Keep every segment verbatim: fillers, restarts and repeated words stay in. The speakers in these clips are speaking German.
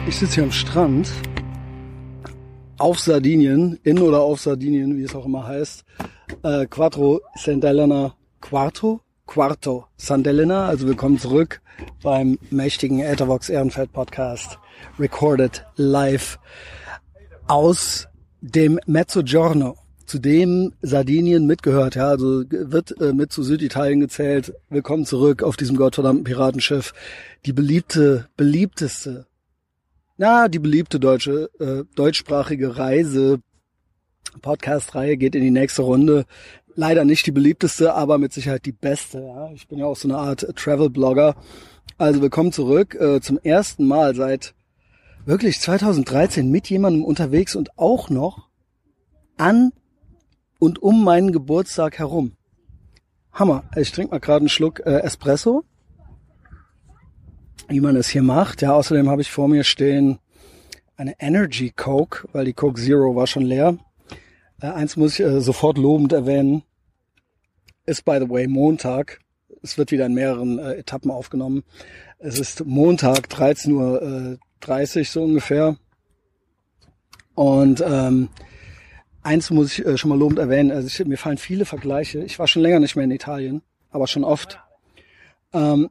Ich sitze hier am Strand auf Sardinien, in oder auf Sardinien, wie es auch immer heißt. Äh, Quattro Sant'Elena Quarto, Quarto Sant'Elena. Also willkommen zurück beim mächtigen Ethervox Ehrenfeld Podcast, recorded live aus dem Mezzogiorno, zu dem Sardinien mitgehört. Ja, also wird äh, mit zu Süditalien gezählt. Willkommen zurück auf diesem gottverdammten Piratenschiff. Die beliebte, beliebteste Na, die beliebte deutsche, äh, deutschsprachige Reise, Podcast-Reihe geht in die nächste Runde. Leider nicht die beliebteste, aber mit Sicherheit die beste. Ja? Ich bin ja auch so eine Art Travel-Blogger. Also willkommen zurück. Äh, zum ersten Mal seit wirklich zweitausenddreizehn mit jemandem unterwegs und auch noch an und um meinen Geburtstag herum. Hammer. Ich trinke mal gerade einen Schluck äh, Espresso, wie man es hier macht. Ja, außerdem habe ich vor mir stehen eine Energy Coke, weil die Coke Zero war schon leer. Äh, eins muss ich äh, sofort lobend erwähnen. Ist, by the way, Montag. Es wird wieder in mehreren äh, Etappen aufgenommen. Es ist Montag, dreizehn Uhr dreißig so ungefähr. Und ähm, eins muss ich äh, schon mal lobend erwähnen. Also ich, mir fallen viele Vergleiche. Ich war schon länger nicht mehr in Italien, aber schon oft. Ähm,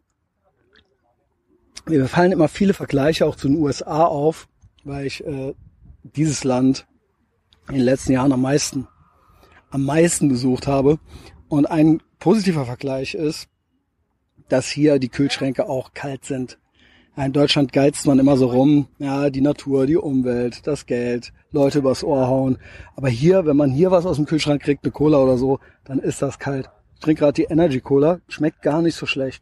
Mir fallen immer viele Vergleiche auch zu den U S A auf, weil ich äh, dieses Land in den letzten Jahren am meisten, am meisten besucht habe. Und ein positiver Vergleich ist, dass hier die Kühlschränke auch kalt sind. Ja, in Deutschland geizt man immer so rum, ja, die Natur, die Umwelt, das Geld, Leute übers Ohr hauen. Aber hier, wenn man hier was aus dem Kühlschrank kriegt, eine Cola oder so, dann ist das kalt. Ich trinke gerade die Energy Cola, schmeckt gar nicht so schlecht.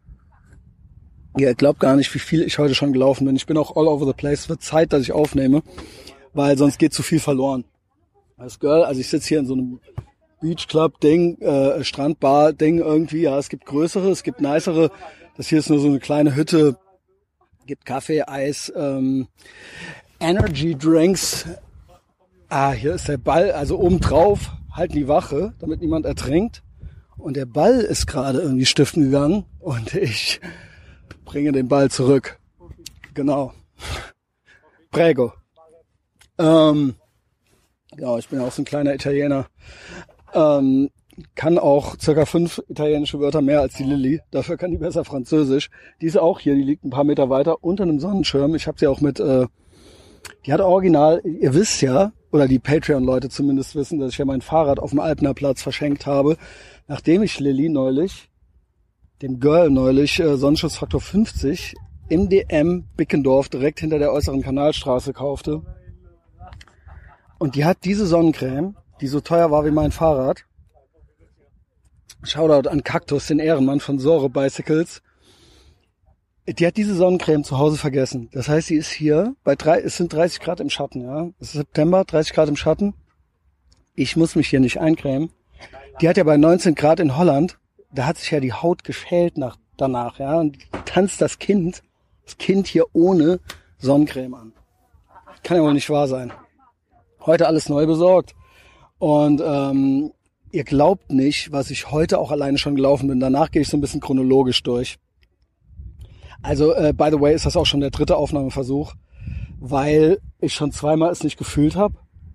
Ihr glaubt gar nicht, wie viel ich heute schon gelaufen bin. Ich bin auch all over the place. Es wird Zeit, dass ich aufnehme, weil sonst geht zu viel verloren. Als Girl, also ich sitze hier in so einem Beachclub-Ding, äh, Strandbar-Ding irgendwie. Ja, es gibt größere, es gibt nicere. Das hier ist nur so eine kleine Hütte. Gibt Kaffee, Eis, ähm, Energy Drinks. Ah, hier ist der Ball. Also obendrauf halten die Wache, damit niemand ertrinkt. Und der Ball ist gerade irgendwie stiften gegangen. Und ich bringe den Ball zurück. Genau. Prego. Ähm, ja, ich bin ja auch so ein kleiner Italiener. Ähm, kann auch circa fünf italienische Wörter mehr als die Lilly. Dafür kann die besser Französisch. Die ist auch hier, die liegt ein paar Meter weiter unter einem Sonnenschirm. Ich habe sie auch mit, äh, die hat original, ihr wisst ja, oder die Patreon-Leute zumindest wissen, dass ich ja mein Fahrrad auf dem Alpener Platz verschenkt habe, nachdem ich Lilly neulich dem Girl neulich äh, Sonnenschutzfaktor fünfzig im D M Bickendorf direkt hinter der äußeren Kanalstraße kaufte. Und die hat diese Sonnencreme, die so teuer war wie mein Fahrrad. Shoutout an Cactus, den Ehrenmann von Sore Bicycles. Die hat diese Sonnencreme zu Hause vergessen. Das heißt, sie ist hier bei drei, es sind dreißig Grad im Schatten, ja. Es ist September, dreißig Grad im Schatten. Ich muss mich hier nicht eincremen. Die hat ja bei neunzehn Grad in Holland, da hat sich ja die Haut geschält nach, danach, ja. Und tanzt das Kind, das Kind hier ohne Sonnencreme an. Kann ja wohl nicht wahr sein. Heute alles neu besorgt. Und ähm, ihr glaubt nicht, was ich heute auch alleine schon gelaufen bin. Danach gehe ich so ein bisschen chronologisch durch. Also, äh, by the way, ist das auch schon der dritte Aufnahmeversuch, weil ich schon zweimal es nicht gefühlt habe.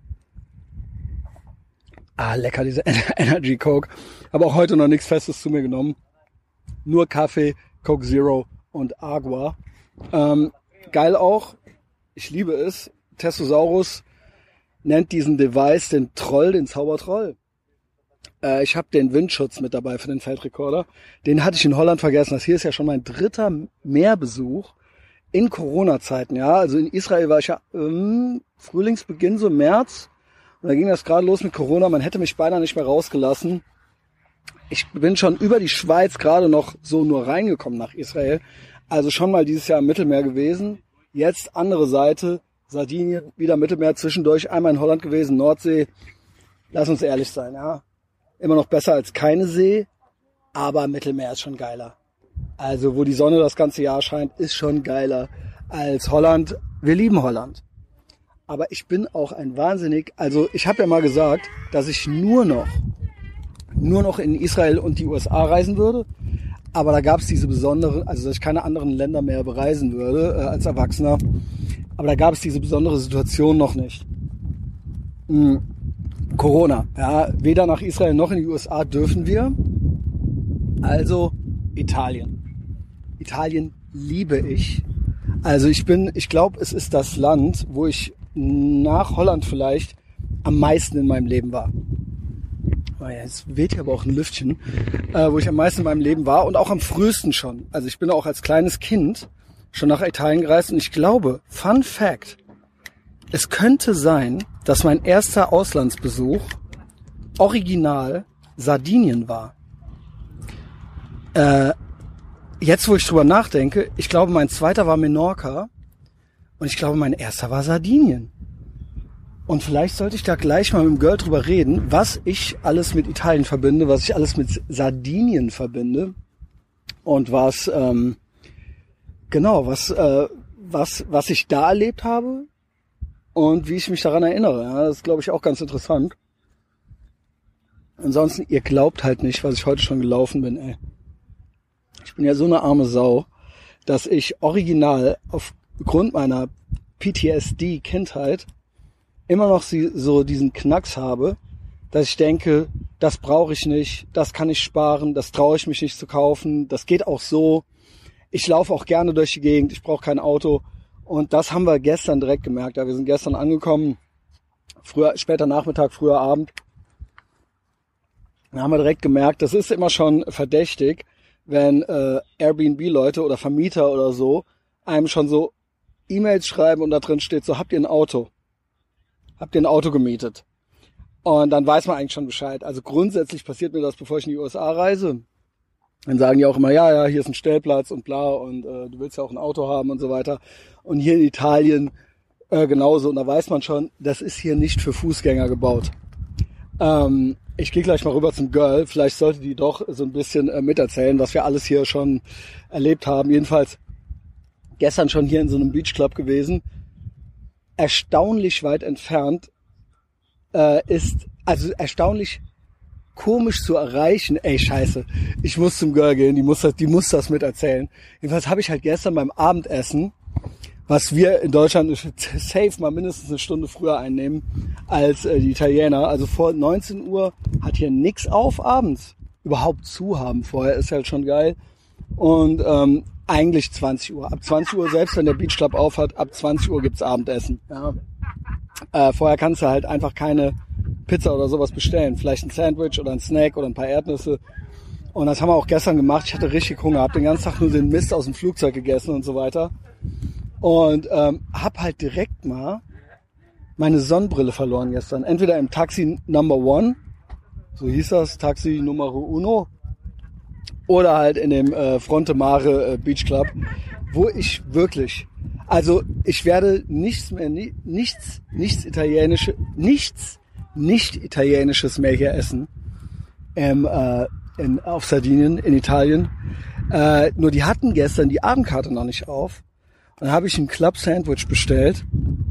Ah, lecker, diese Energy Coke. Habe auch heute noch nichts Festes zu mir genommen. Nur Kaffee, Coke Zero und Agua. Ähm, geil auch. Ich liebe es. Testosaurus nennt diesen Device den Troll, den Zaubertroll. Äh, ich habe den Windschutz mit dabei für den Feldrekorder. Den hatte ich in Holland vergessen. Das hier ist ja schon mein dritter Meerbesuch in Corona-Zeiten. Ja, also in Israel war ich ja ähm, Frühlingsbeginn, so März. Und da ging das gerade los mit Corona. Man hätte mich beinahe nicht mehr rausgelassen. Ich bin schon über die Schweiz gerade noch so nur reingekommen nach Israel. Also schon mal dieses Jahr im Mittelmeer gewesen. Jetzt andere Seite, Sardinien, wieder Mittelmeer zwischendurch. Einmal in Holland gewesen, Nordsee. Lass uns ehrlich sein, ja. Immer noch besser als keine See, aber Mittelmeer ist schon geiler. Also wo die Sonne das ganze Jahr scheint, ist schon geiler als Holland. Wir lieben Holland. Aber ich bin auch ein Wahnsinnig, also ich habe ja mal gesagt, dass ich nur noch, nur noch in Israel und die U S A reisen würde. Aber da gab es diese besondere, also dass ich keine anderen Länder mehr bereisen würde äh, als Erwachsener. Aber da gab es diese besondere Situation noch nicht. Hm. Corona. Ja, weder nach Israel noch in die U S A dürfen wir. Also Italien. Italien liebe ich. Also ich bin, ich glaube, es ist das Land, wo ich nach Holland vielleicht am meisten in meinem Leben war. Oh ja, jetzt weht hier aber auch ein Lüftchen, äh, wo ich am meisten in meinem Leben war und auch am frühesten schon. Also ich bin auch als kleines Kind schon nach Italien gereist und ich glaube, Fun Fact, es könnte sein, dass mein erster Auslandsbesuch original Sardinien war. Äh, jetzt, wo ich drüber nachdenke, ich glaube, mein zweiter war Menorca und ich glaube, mein erster war Sardinien. Und vielleicht sollte ich da gleich mal mit dem Girl drüber reden, was ich alles mit Italien verbinde, was ich alles mit Sardinien verbinde und was, ähm, genau, was, äh, was, was ich da erlebt habe und wie ich mich daran erinnere. Ja, das ist, glaube ich, auch ganz interessant. Ansonsten, ihr glaubt halt nicht, was ich heute schon gelaufen bin, ey. Ich bin ja so eine arme Sau, dass ich original aufgrund meiner P T S D-Kindheit immer noch so diesen Knacks habe, dass ich denke, das brauche ich nicht, das kann ich sparen, das traue ich mich nicht zu kaufen, das geht auch so. Ich laufe auch gerne durch die Gegend, ich brauche kein Auto. Und das haben wir gestern direkt gemerkt. Ja, wir sind gestern angekommen, früher, später Nachmittag, früher Abend. Da haben wir direkt gemerkt, das ist immer schon verdächtig, wenn äh, Airbnb-Leute oder Vermieter oder so einem schon so E-Mails schreiben und da drin steht so, habt ihr ein Auto? Habt ihr ein Auto gemietet? Und dann weiß man eigentlich schon Bescheid. Also grundsätzlich passiert mir das, bevor ich in die U S A reise. Dann sagen die auch immer, ja, ja, hier ist ein Stellplatz und bla und äh, du willst ja auch ein Auto haben und so weiter. Und hier in Italien äh, genauso. Und da weiß man schon, das ist hier nicht für Fußgänger gebaut. Ähm, ich gehe gleich mal rüber zum Girl. Vielleicht sollte die doch so ein bisschen äh, miterzählen, was wir alles hier schon erlebt haben. Jedenfalls gestern schon hier in so einem Beachclub gewesen. Erstaunlich weit entfernt äh, ist, also erstaunlich komisch zu erreichen. Ey, scheiße, ich muss zum Girl gehen, die muss das, die muss das mit erzählen. Jedenfalls habe ich halt gestern beim Abendessen, was wir in Deutschland safe mal mindestens eine Stunde früher einnehmen als äh, die Italiener. Also vor neunzehn Uhr hat hier nix auf abends. Überhaupt zu haben vorher ist halt schon geil. Und ähm, eigentlich zwanzig Uhr. Ab zwanzig Uhr, selbst wenn der Beachclub auf hat, ab zwanzig Uhr gibt's Abendessen. Ja. Äh, vorher kannst du halt einfach keine Pizza oder sowas bestellen. Vielleicht ein Sandwich oder ein Snack oder ein paar Erdnüsse. Und das haben wir auch gestern gemacht. Ich hatte richtig Hunger, hab den ganzen Tag nur den Mist aus dem Flugzeug gegessen und so weiter. Und ähm, hab halt direkt mal meine Sonnenbrille verloren gestern. Entweder im Taxi Number One, so hieß das, Taxi Numero Uno, oder halt in dem äh, Fronte Mare äh, Beach Club, wo ich wirklich, also ich werde nichts mehr, ni, nichts, nichts italienische, nichts, nicht italienisches mehr hier essen, ähm, äh, in, auf Sardinien, in Italien. Äh, nur die hatten gestern die Abendkarte noch nicht auf. Und dann habe ich ein Club Sandwich bestellt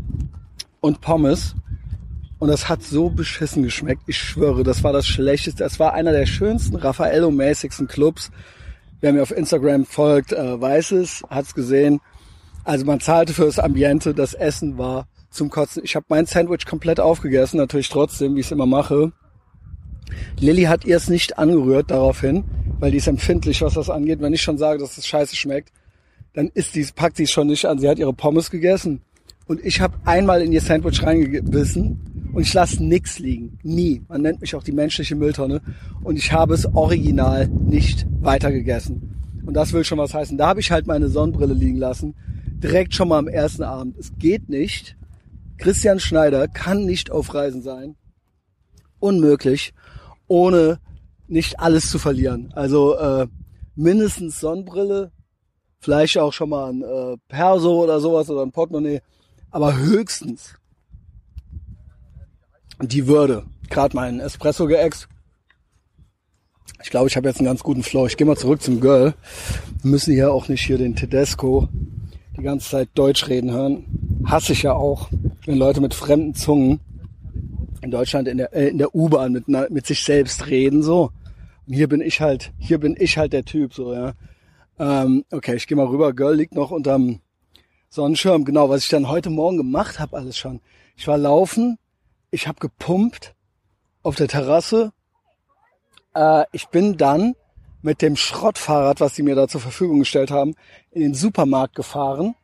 und Pommes. Und das hat so beschissen geschmeckt. Ich schwöre, das war das Schlechteste. Das war einer der schönsten, Raffaello-mäßigsten Clubs. Wer mir auf Instagram folgt, äh, weiß es, hat es gesehen. Also man zahlte für das Ambiente. Das Essen war zum Kotzen. Ich habe mein Sandwich komplett aufgegessen, natürlich trotzdem, wie ich es immer mache. Lilly hat ihr es nicht angerührt daraufhin, weil die ist empfindlich, was das angeht. Wenn ich schon sage, dass es scheiße schmeckt, dann ist die, packt sie es schon nicht an. Sie hat ihre Pommes gegessen. Und ich habe einmal in ihr Sandwich reingebissen. Und ich lasse nix liegen. Nie. Man nennt mich auch die menschliche Mülltonne. Und ich habe es original nicht weitergegessen. Und das will schon was heißen. Da habe ich halt meine Sonnenbrille liegen lassen. Direkt schon mal am ersten Abend. Es geht nicht. Christian Schneider kann nicht auf Reisen sein. Unmöglich. Ohne nicht alles zu verlieren. Also äh, mindestens Sonnenbrille. Vielleicht auch schon mal ein äh, Perso oder sowas oder ein Portemonnaie. Aber höchstens die Würde. Gerade meinen Espresso geäxt. Ich glaube, ich habe jetzt einen ganz guten Flow. Ich gehe mal zurück zum Girl. Wir müssen hier auch nicht hier den Tedesco die ganze Zeit Deutsch reden hören. Hasse ich ja auch, wenn Leute mit fremden Zungen in Deutschland in der äh, in der U-Bahn mit mit sich selbst reden so. Und hier bin ich halt, hier bin ich halt der Typ so, ja. Ähm, okay, ich gehe mal rüber. Girl liegt noch unterm Sonnenschirm, genau, was ich dann heute Morgen gemacht habe, alles schon. Ich war laufen, ich habe gepumpt auf der Terrasse. Äh, ich bin dann mit dem Schrottfahrrad, was sie mir da zur Verfügung gestellt haben, in den Supermarkt gefahren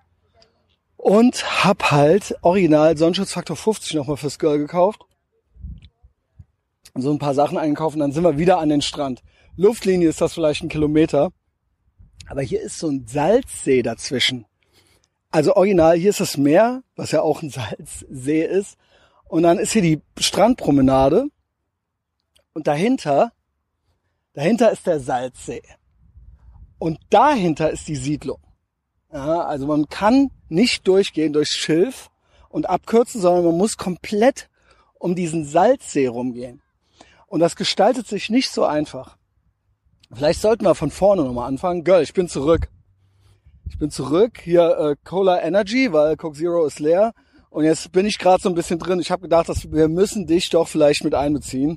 und hab halt original Sonnenschutzfaktor fünfzig nochmal fürs Girl gekauft. Und so ein paar Sachen einkaufen, dann sind wir wieder an den Strand. Luftlinie ist das vielleicht ein Kilometer, aber hier ist so ein Salzsee dazwischen. Also original, hier ist das Meer, was ja auch ein Salzsee ist. Und dann ist hier die Strandpromenade. Und dahinter, dahinter ist der Salzsee. Und dahinter ist die Siedlung. Ja, also man kann nicht durchgehen durchs Schilf und abkürzen, sondern man muss komplett um diesen Salzsee rumgehen. Und das gestaltet sich nicht so einfach. Vielleicht sollten wir von vorne nochmal anfangen. Girl, ich bin zurück. Ich bin zurück. Hier äh, Cola Energy, weil Coke Zero ist leer. Und jetzt bin ich gerade so ein bisschen drin. Ich habe gedacht, dass wir müssen dich doch vielleicht mit einbeziehen.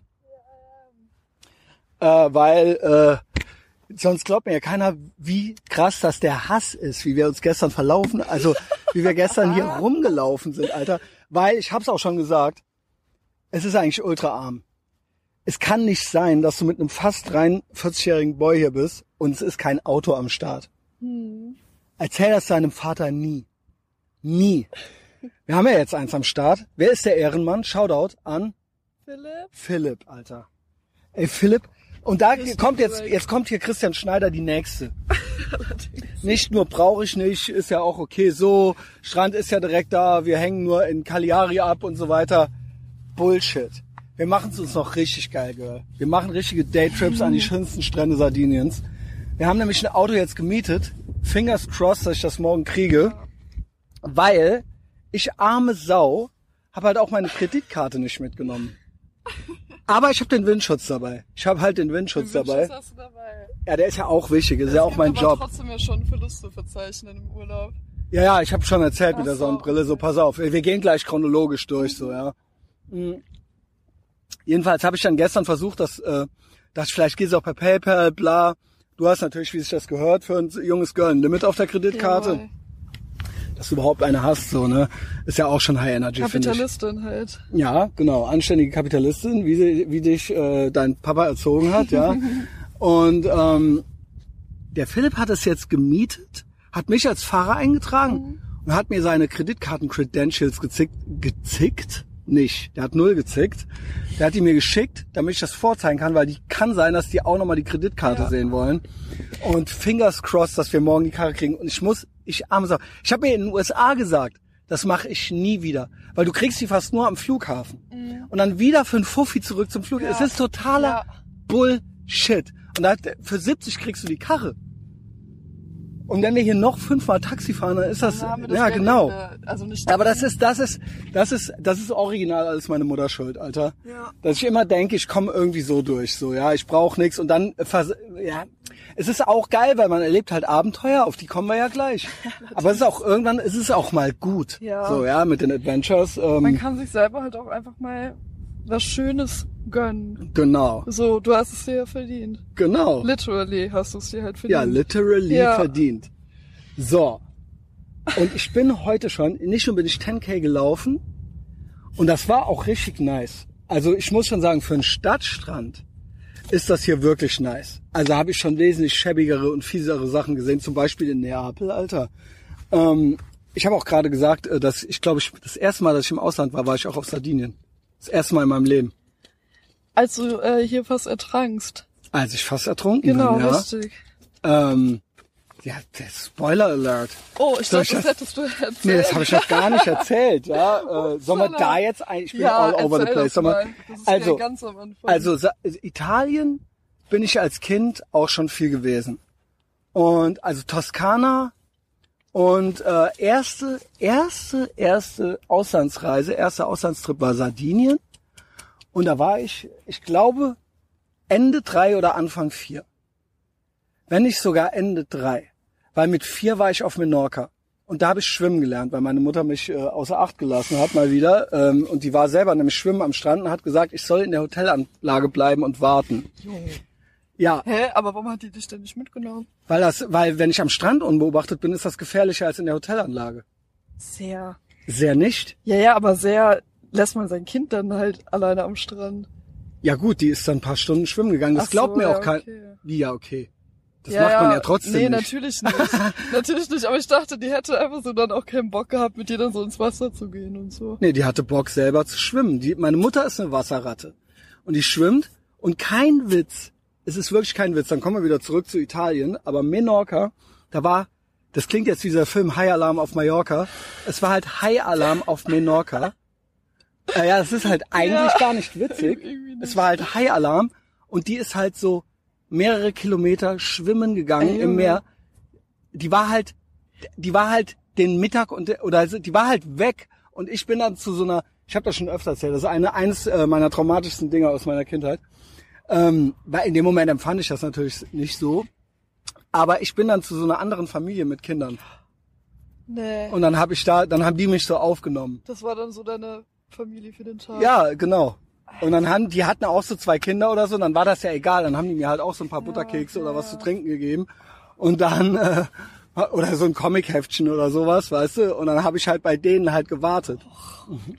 Äh, weil äh, sonst glaubt mir ja keiner, wie krass das der Hass ist, wie wir uns gestern verlaufen. Also wie wir gestern hier rumgelaufen sind, Alter. Weil, ich hab's auch schon gesagt, es ist eigentlich ultra arm. Es kann nicht sein, dass du mit einem fast rein vierzigjährigen Boy hier bist und es ist kein Auto am Start. Hm. Erzähl das deinem Vater nie. Nie. Wir haben ja jetzt eins am Start. Wer ist der Ehrenmann? Shoutout an Philipp. Philipp, Alter. Ey, Philipp. Und da kommt jetzt, jetzt kommt hier Christian Schneider, die nächste. Nicht nur brauche ich nicht, ist ja auch okay so. Strand ist ja direkt da, wir hängen nur in Cagliari ab und so weiter. Bullshit. Wir machen es uns noch richtig geil, Girl. Wir machen richtige Daytrips an die schönsten Strände Sardiniens. Wir haben nämlich ein Auto jetzt gemietet. Fingers crossed, dass ich das morgen kriege. Weil ich, arme Sau, habe halt auch meine Kreditkarte nicht mitgenommen. Aber ich habe den Windschutz dabei. Ich habe halt den Windschutz, den Windschutz dabei. Hast du dabei. Ja, der ist ja auch wichtig. Ist es ja auch mein Job. Aber trotzdem ja schon Verluste verzeichnen im Urlaub. Ja, ja, ich habe schon erzählt Ach mit der Sonnenbrille. So, pass auf. Wir gehen gleich chronologisch durch, so, ja. Mhm. Jedenfalls habe ich dann gestern versucht, dass, äh, dass vielleicht geht es auch per PayPal, bla. Du hast natürlich, wie sich das gehört, für ein junges Girl ein Limit auf der Kreditkarte. Jawohl. Dass du überhaupt eine hast, so, ne? Ist ja auch schon High Energy, finde ich. Kapitalistin halt. Ja, genau. Anständige Kapitalistin, wie, sie, wie dich äh, dein Papa erzogen hat, ja. Und ähm, der Philipp hat es jetzt gemietet, hat mich als Fahrer eingetragen mhm. und hat mir seine Kreditkarten-Credentials gezickt, gezickt? Nicht. Der hat null gezickt. Der hat die mir geschickt, damit ich das vorzeigen kann, weil die kann sein, dass die auch nochmal die Kreditkarte ja. sehen wollen. Und fingers crossed, dass wir morgen die Karre kriegen. Und ich muss, ich arme Sau. Ich habe mir in den U S A gesagt, das mache ich nie wieder. Weil du kriegst die fast nur am Flughafen. Mhm. Und dann wieder für einen Fuffi zurück zum Flughafen. Ja. Es ist totaler ja. Bullshit. Und da, für siebzig kriegst du die Karre. Und wenn wir hier noch fünfmal Taxi fahren, dann ist das, dann das ja genau. Also nicht aber das ist, das ist, das ist, das ist original alles meine Mutter schuld, Alter. Ja. Dass ich immer denke, ich komme irgendwie so durch, so, ja, ich brauche nichts und dann, ja, es ist auch geil, weil man erlebt halt Abenteuer, auf die kommen wir ja gleich. Aber es ist auch irgendwann, es ist auch mal gut, ja. so, ja, mit den Adventures. Ähm, man kann sich selber halt auch einfach mal was Schönes gönnen. Genau. So, du hast es dir ja verdient. Genau. Literally hast du es dir halt verdient. Ja, literally ja. verdient. So. Und ich bin heute schon, nicht nur bin ich zehn K gelaufen und das war auch richtig nice. Also ich muss schon sagen, für einen Stadtstrand ist das hier wirklich nice. Also habe ich schon wesentlich schäbigere und fiesere Sachen gesehen, zum Beispiel in Neapel, Alter. Ähm, ich habe auch gerade gesagt, dass ich glaube, ich das erste Mal, dass ich im Ausland war, war ich auch auf Sardinien. Das erste Mal in meinem Leben. Als du äh, hier fast ertrankst. Als ich fast ertrunken genau, bin, ja. Genau, richtig. Ähm, ja, der Spoiler Alert. Oh, ich dachte, das hättest du erzählt. Nee, das habe ich noch gar nicht erzählt. Ja, äh, sollen wir da jetzt ein, ich bin ja, all over the place. Mal. Das ist also, ja ganz am Anfang. Also Italien bin ich als Kind auch schon viel gewesen. Und also Toskana und äh, erste, erste, erste Auslandsreise, erster Auslandstrip war Sardinien. Und da war ich, ich glaube, Ende drei oder Anfang vier. Wenn nicht sogar Ende drei. Weil mit vier war ich auf Menorca. Und da habe ich schwimmen gelernt, weil meine Mutter mich äh, außer Acht gelassen hat, mal wieder. Ähm, und die war selber nämlich schwimmen am Strand und hat gesagt, ich soll in der Hotelanlage bleiben und warten. Ja, Hä? Aber warum hat die dich denn nicht mitgenommen? weil das, weil wenn ich am Strand unbeobachtet bin, ist das gefährlicher als in der Hotelanlage. Sehr. Sehr nicht. Ja, ja, aber sehr lässt man sein Kind dann halt alleine am Strand. Ja gut, die ist dann ein paar Stunden schwimmen gegangen. Das Ach glaubt so, mir ja, auch kein... okay. Wie, ja, okay. Das ja, macht man ja ja trotzdem nee, nicht. natürlich nicht. Natürlich nicht. Aber ich dachte, die hätte einfach so dann auch keinen Bock gehabt, mit dir dann so ins Wasser zu gehen und so. Nee, die hatte Bock selber zu schwimmen. Die, meine Mutter ist eine Wasserratte. Und die schwimmt. Und kein Witz. Es ist wirklich kein Witz. Dann kommen wir wieder zurück zu Italien. Aber Menorca, da war... Das klingt jetzt wie dieser Film High Alarm auf Mallorca. Es war halt High Alarm auf Menorca. Äh, ja, das ist halt eigentlich Ja. gar nicht witzig. Irgendwie nicht. Es war halt High Alarm. Und die ist halt so mehrere Kilometer schwimmen gegangen Ey, im Junge. Meer. Die war halt, die war halt den Mittag und oder also die war halt weg und ich bin dann zu so einer, ich habe das schon öfter erzählt, das ist eine eines äh, meiner traumatischsten Dinge aus meiner Kindheit. Ähm, weil in dem Moment empfand ich das natürlich nicht so, aber ich bin dann zu so einer anderen Familie mit Kindern Nee. und dann habe ich da, dann haben die mich so aufgenommen. Das war dann so deine Familie für den Tag. Ja, genau. Und dann haben, die hatten auch so zwei Kinder oder so, und dann war das ja egal. Dann haben die mir halt auch so ein paar Butterkekse ja. oder was zu trinken gegeben. Und dann, äh, oder so ein Comic-Heftchen oder sowas, weißt du. Und dann habe ich halt bei denen halt gewartet. Mhm.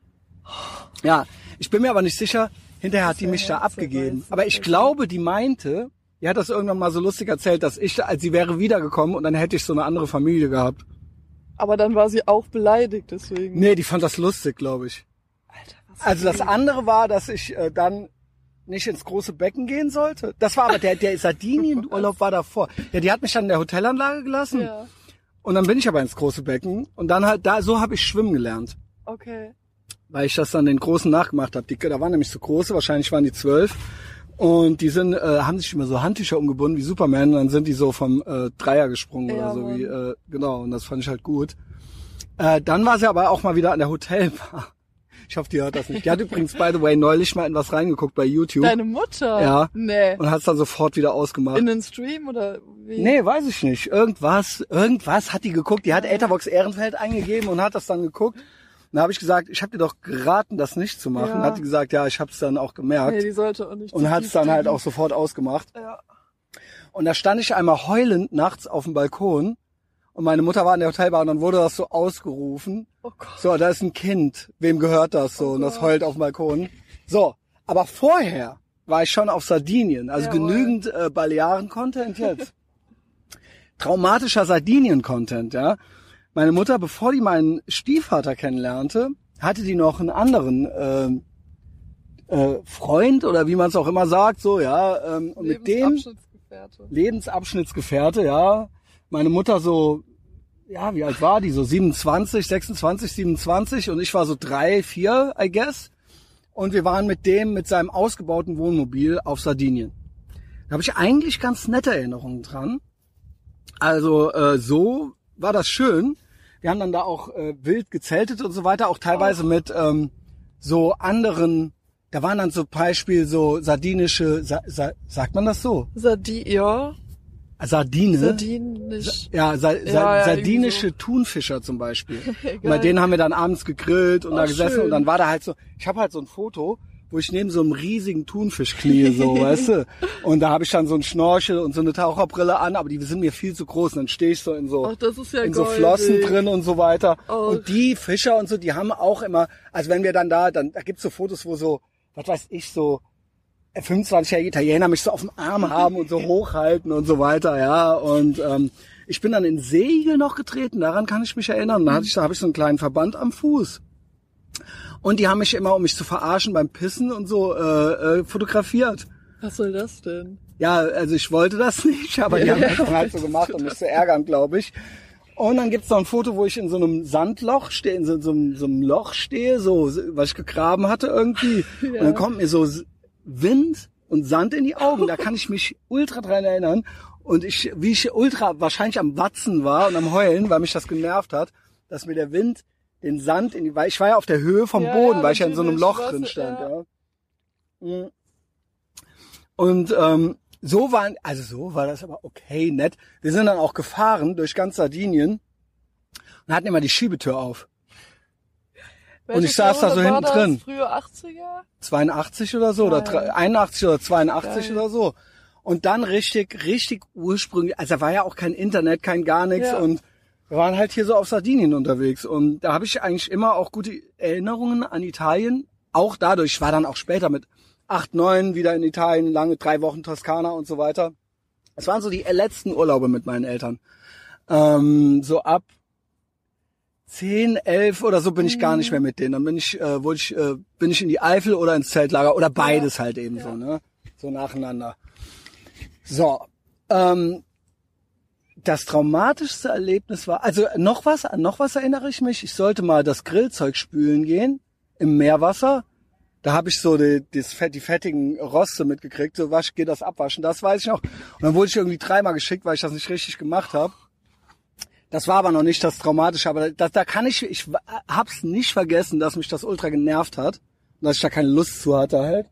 Ja, ich bin mir aber nicht sicher, hinterher hat die mich da abgegeben. Aber ich glaube, die meinte, die hat das irgendwann mal so lustig erzählt, dass ich, als sie wäre wiedergekommen und dann hätte ich so eine andere Familie gehabt. Aber dann war sie auch beleidigt, deswegen. Nee, die fand das lustig, glaube ich. Alter, was Also das andere war, dass ich äh, dann nicht ins große Becken gehen sollte. Das war aber der, der Sardinienurlaub war davor. Ja, die hat mich dann in der Hotelanlage gelassen. Ja, Und dann bin ich aber ins große Becken. Und dann halt, da, so habe ich schwimmen gelernt. okay. Weil ich das dann den Großen nachgemacht habe. Die, da waren nämlich so große, wahrscheinlich waren die zwölf. Und die sind, äh, haben sich immer so Handtücher umgebunden wie Superman. Und dann sind die so vom äh, Dreier gesprungen Ja, oder so. Mann. Wie äh, genau, und das fand ich halt gut. Äh, dann war sie aber auch mal wieder an der Hotelbar. Ich hoffe, die hört das nicht. Die hat übrigens, by the way, neulich mal in was reingeguckt bei YouTube. Deine Mutter? Ja. Nee. Und hat es dann sofort wieder ausgemacht. In den Stream oder wie? Nee, weiß ich nicht. Irgendwas, irgendwas hat die geguckt. Die hat Etherbox Ehrenfeld eingegeben und hat das dann geguckt. Und da habe ich gesagt, ich habe dir doch geraten, das nicht zu machen. Ja. Und hat die gesagt, ja, ich habe es dann auch gemerkt. Nee, die sollte auch nicht. Und zu hat tief es dann halt gehen. auch sofort ausgemacht. Ja. Und da stand ich einmal heulend nachts auf dem Balkon. Und meine Mutter war in der Hotelbar und dann wurde das so ausgerufen. Oh Gott. So, da ist ein Kind. Wem gehört das so? Oh und das Gott. heult auf dem Balkon. So, aber vorher war ich schon auf Sardinien. Also Jawohl. genügend äh, Balearen-Content jetzt. Traumatischer Sardinien-Content, ja. Meine Mutter, bevor die meinen Stiefvater kennenlernte, hatte die noch einen anderen ähm, äh, Freund oder wie man es auch immer sagt, so, ja. Ähm, und mit dem Lebensabschnittsgefährte. Lebensabschnittsgefährte, ja. Meine Mutter so, ja, wie alt war die? So siebenundzwanzig, sechsundzwanzig, siebenundzwanzig und ich war so drei, vier, I guess. Und wir waren mit dem, mit seinem ausgebauten Wohnmobil auf Sardinien. Da habe ich eigentlich ganz nette Erinnerungen dran. Also äh, so war das schön. Wir haben dann da auch äh, wild gezeltet und so weiter, auch teilweise Oh. mit ähm, so anderen, da waren dann so Beispiel so sardinische, sa, sa, sagt man das so? Sardi, ja. Sardine? Sardinisch. Ja, sa, sa, Ja, ja, sardinische irgendwie Thunfischer zum Beispiel. Und bei Geil. denen haben wir dann abends gegrillt und Oh, da gesessen schön. und dann war da halt so, ich habe halt so ein Foto, wo ich neben so einem riesigen Thunfisch knie, so, weißt du. Und da habe ich dann so einen Schnorchel und so eine Taucherbrille an, aber die sind mir viel zu groß. Und dann stehe ich so in so Ach, das ist ja in so goldig. Flossen drin und so weiter. Oh. Und die Fischer und so, die haben auch immer, also wenn wir dann da, dann da gibt's so Fotos, wo so, was weiß ich, so fünfundzwanzigjährige Italiener mich so auf dem Arm haben und so hochhalten und so weiter, ja. Und ähm, ich bin dann in Segel noch getreten, daran kann ich mich erinnern. Da hatte ich, da habe ich so einen kleinen Verband am Fuß. Und die haben mich immer, um mich zu verarschen beim Pissen und so, äh, äh, fotografiert. Was soll das denn? Ja, also ich wollte das nicht, aber die haben das dann halt so gemacht, um mich zu ärgern, glaube ich. Und dann gibt's noch ein Foto, wo ich in so einem Sandloch stehe, in so, so, einem- so einem Loch stehe, so, was ich gegraben hatte irgendwie. Ja. Und dann kommt mir so Wind und Sand in die Augen. Da kann ich mich ultra dran erinnern. Und ich, wie ich ultra wahrscheinlich am Watzen war und am Heulen, weil mich das genervt hat, dass mir der Wind den Sand in die, weil ich war ja auf der Höhe vom Ja, Boden, ja, weil ich ja in so einem natürlich, Loch was- drin stand, ja. ja. Mhm. Und ähm, so waren, also so war das aber okay, nett. Wir sind dann auch gefahren durch ganz Sardinien und hatten immer die Schiebetür auf. Und ich saß da so Jahrhundert hinten war drin. das? Frühe achtziger? zweiundachtzig oder so, oder Geil. einundachtzig oder zweiundachtzig Geil. oder so. Und dann richtig, richtig ursprünglich, also da war ja auch kein Internet, kein gar nichts Ja. und wir waren halt hier so auf Sardinien unterwegs und da habe ich eigentlich immer auch gute Erinnerungen an Italien. Auch dadurch, ich war dann auch später mit acht, neun wieder in Italien, lange drei Wochen Toskana und so weiter. Es waren so die letzten Urlaube mit meinen Eltern. Ähm, so ab zehn, elf oder so bin ich gar nicht mehr mit denen. Dann bin ich, äh, wurde ich, äh, bin ich in die Eifel oder ins Zeltlager oder beides halt eben Ja. so, ne? So nacheinander. So, ähm, das traumatischste Erlebnis war, also noch was, an noch was erinnere ich mich. Ich sollte mal das Grillzeug spülen gehen im Meerwasser. Da habe ich so die, die, die fettigen Roste mitgekriegt. So, wasch, geh das abwaschen. Das weiß ich noch. Und dann wurde ich irgendwie dreimal geschickt, weil ich das nicht richtig gemacht habe. Das war aber noch nicht das Traumatische. Aber da, da kann ich, ich hab's nicht vergessen, dass mich das ultra genervt hat. Und dass ich da keine Lust zu hatte halt.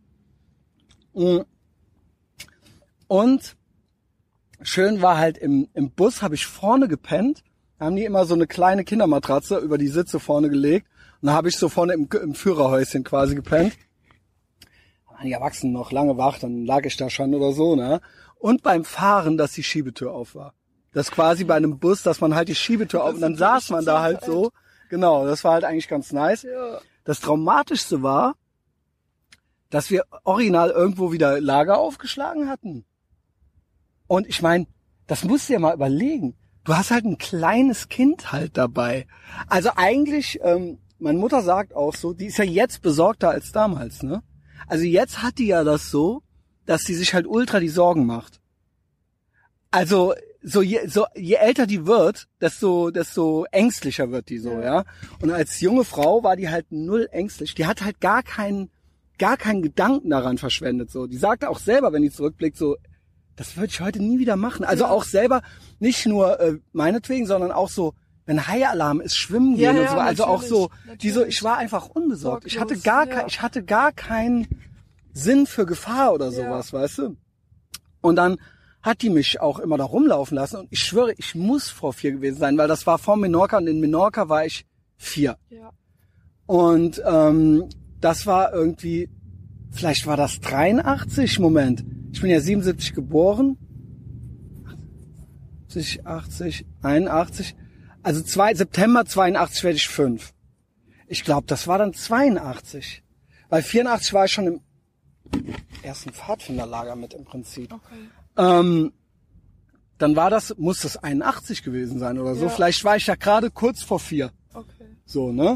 Und schön war halt im, im Bus habe ich vorne gepennt. Da haben die immer so eine kleine Kindermatratze über die Sitze vorne gelegt. Und da habe ich so vorne im, im Führerhäuschen quasi gepennt. Da waren die Erwachsenen noch lange wach, dann lag ich da schon oder so, ne? Und beim Fahren, dass die Schiebetür auf war. Das quasi bei einem Bus, dass man halt die Schiebetür auf und dann saß man da halt so. Genau, das war halt eigentlich ganz nice. Ja. Das Traumatischste war, dass wir original irgendwo wieder Lager aufgeschlagen hatten. Und ich meine, das musst du dir mal überlegen. Du hast halt ein kleines Kind halt dabei. Also eigentlich, ähm, meine Mutter sagt auch so, die ist ja jetzt besorgter als damals, ne? Also jetzt hat die ja das so, dass sie sich halt ultra die Sorgen macht. Also so je, so je älter die wird, desto desto ängstlicher wird die so, ja. ja. Und als junge Frau war die halt null ängstlich. Die hat halt gar keinen gar keinen Gedanken daran verschwendet. So, die sagte auch selber, wenn die zurückblickt, so, das würde ich heute nie wieder machen. Also ja. auch selber nicht nur äh, meinetwegen, sondern auch so, wenn Haialarm ist, schwimmen gehen ja, und so. ja, Also auch so, natürlich. die so, ich war einfach unbesorgt. Ich hatte Sorglos, gar ja. kein, ich hatte gar keinen Sinn für Gefahr oder sowas, ja. weißt du? Und dann hat die mich auch immer da rumlaufen lassen. Und ich schwöre, ich muss vor vier gewesen sein, weil das war vor Menorca und in Menorca war ich vier. Ja. Und ähm, das war irgendwie, vielleicht war das dreiundachtzig, Moment. Ich bin ja siebenundsiebzig geboren. achtzig, achtzig, einundachtzig. Also zwei, September zweiundachtzig werde ich fünf. Ich glaube, das war dann zweiundachtzig. Weil vierundachtzig war ich schon im ersten Pfadfinderlager mit im Prinzip. Okay. Ähm, dann war das, muss das einundachtzig gewesen sein oder so. Ja. Vielleicht war ich ja gerade kurz vor vier. Okay. So, ne?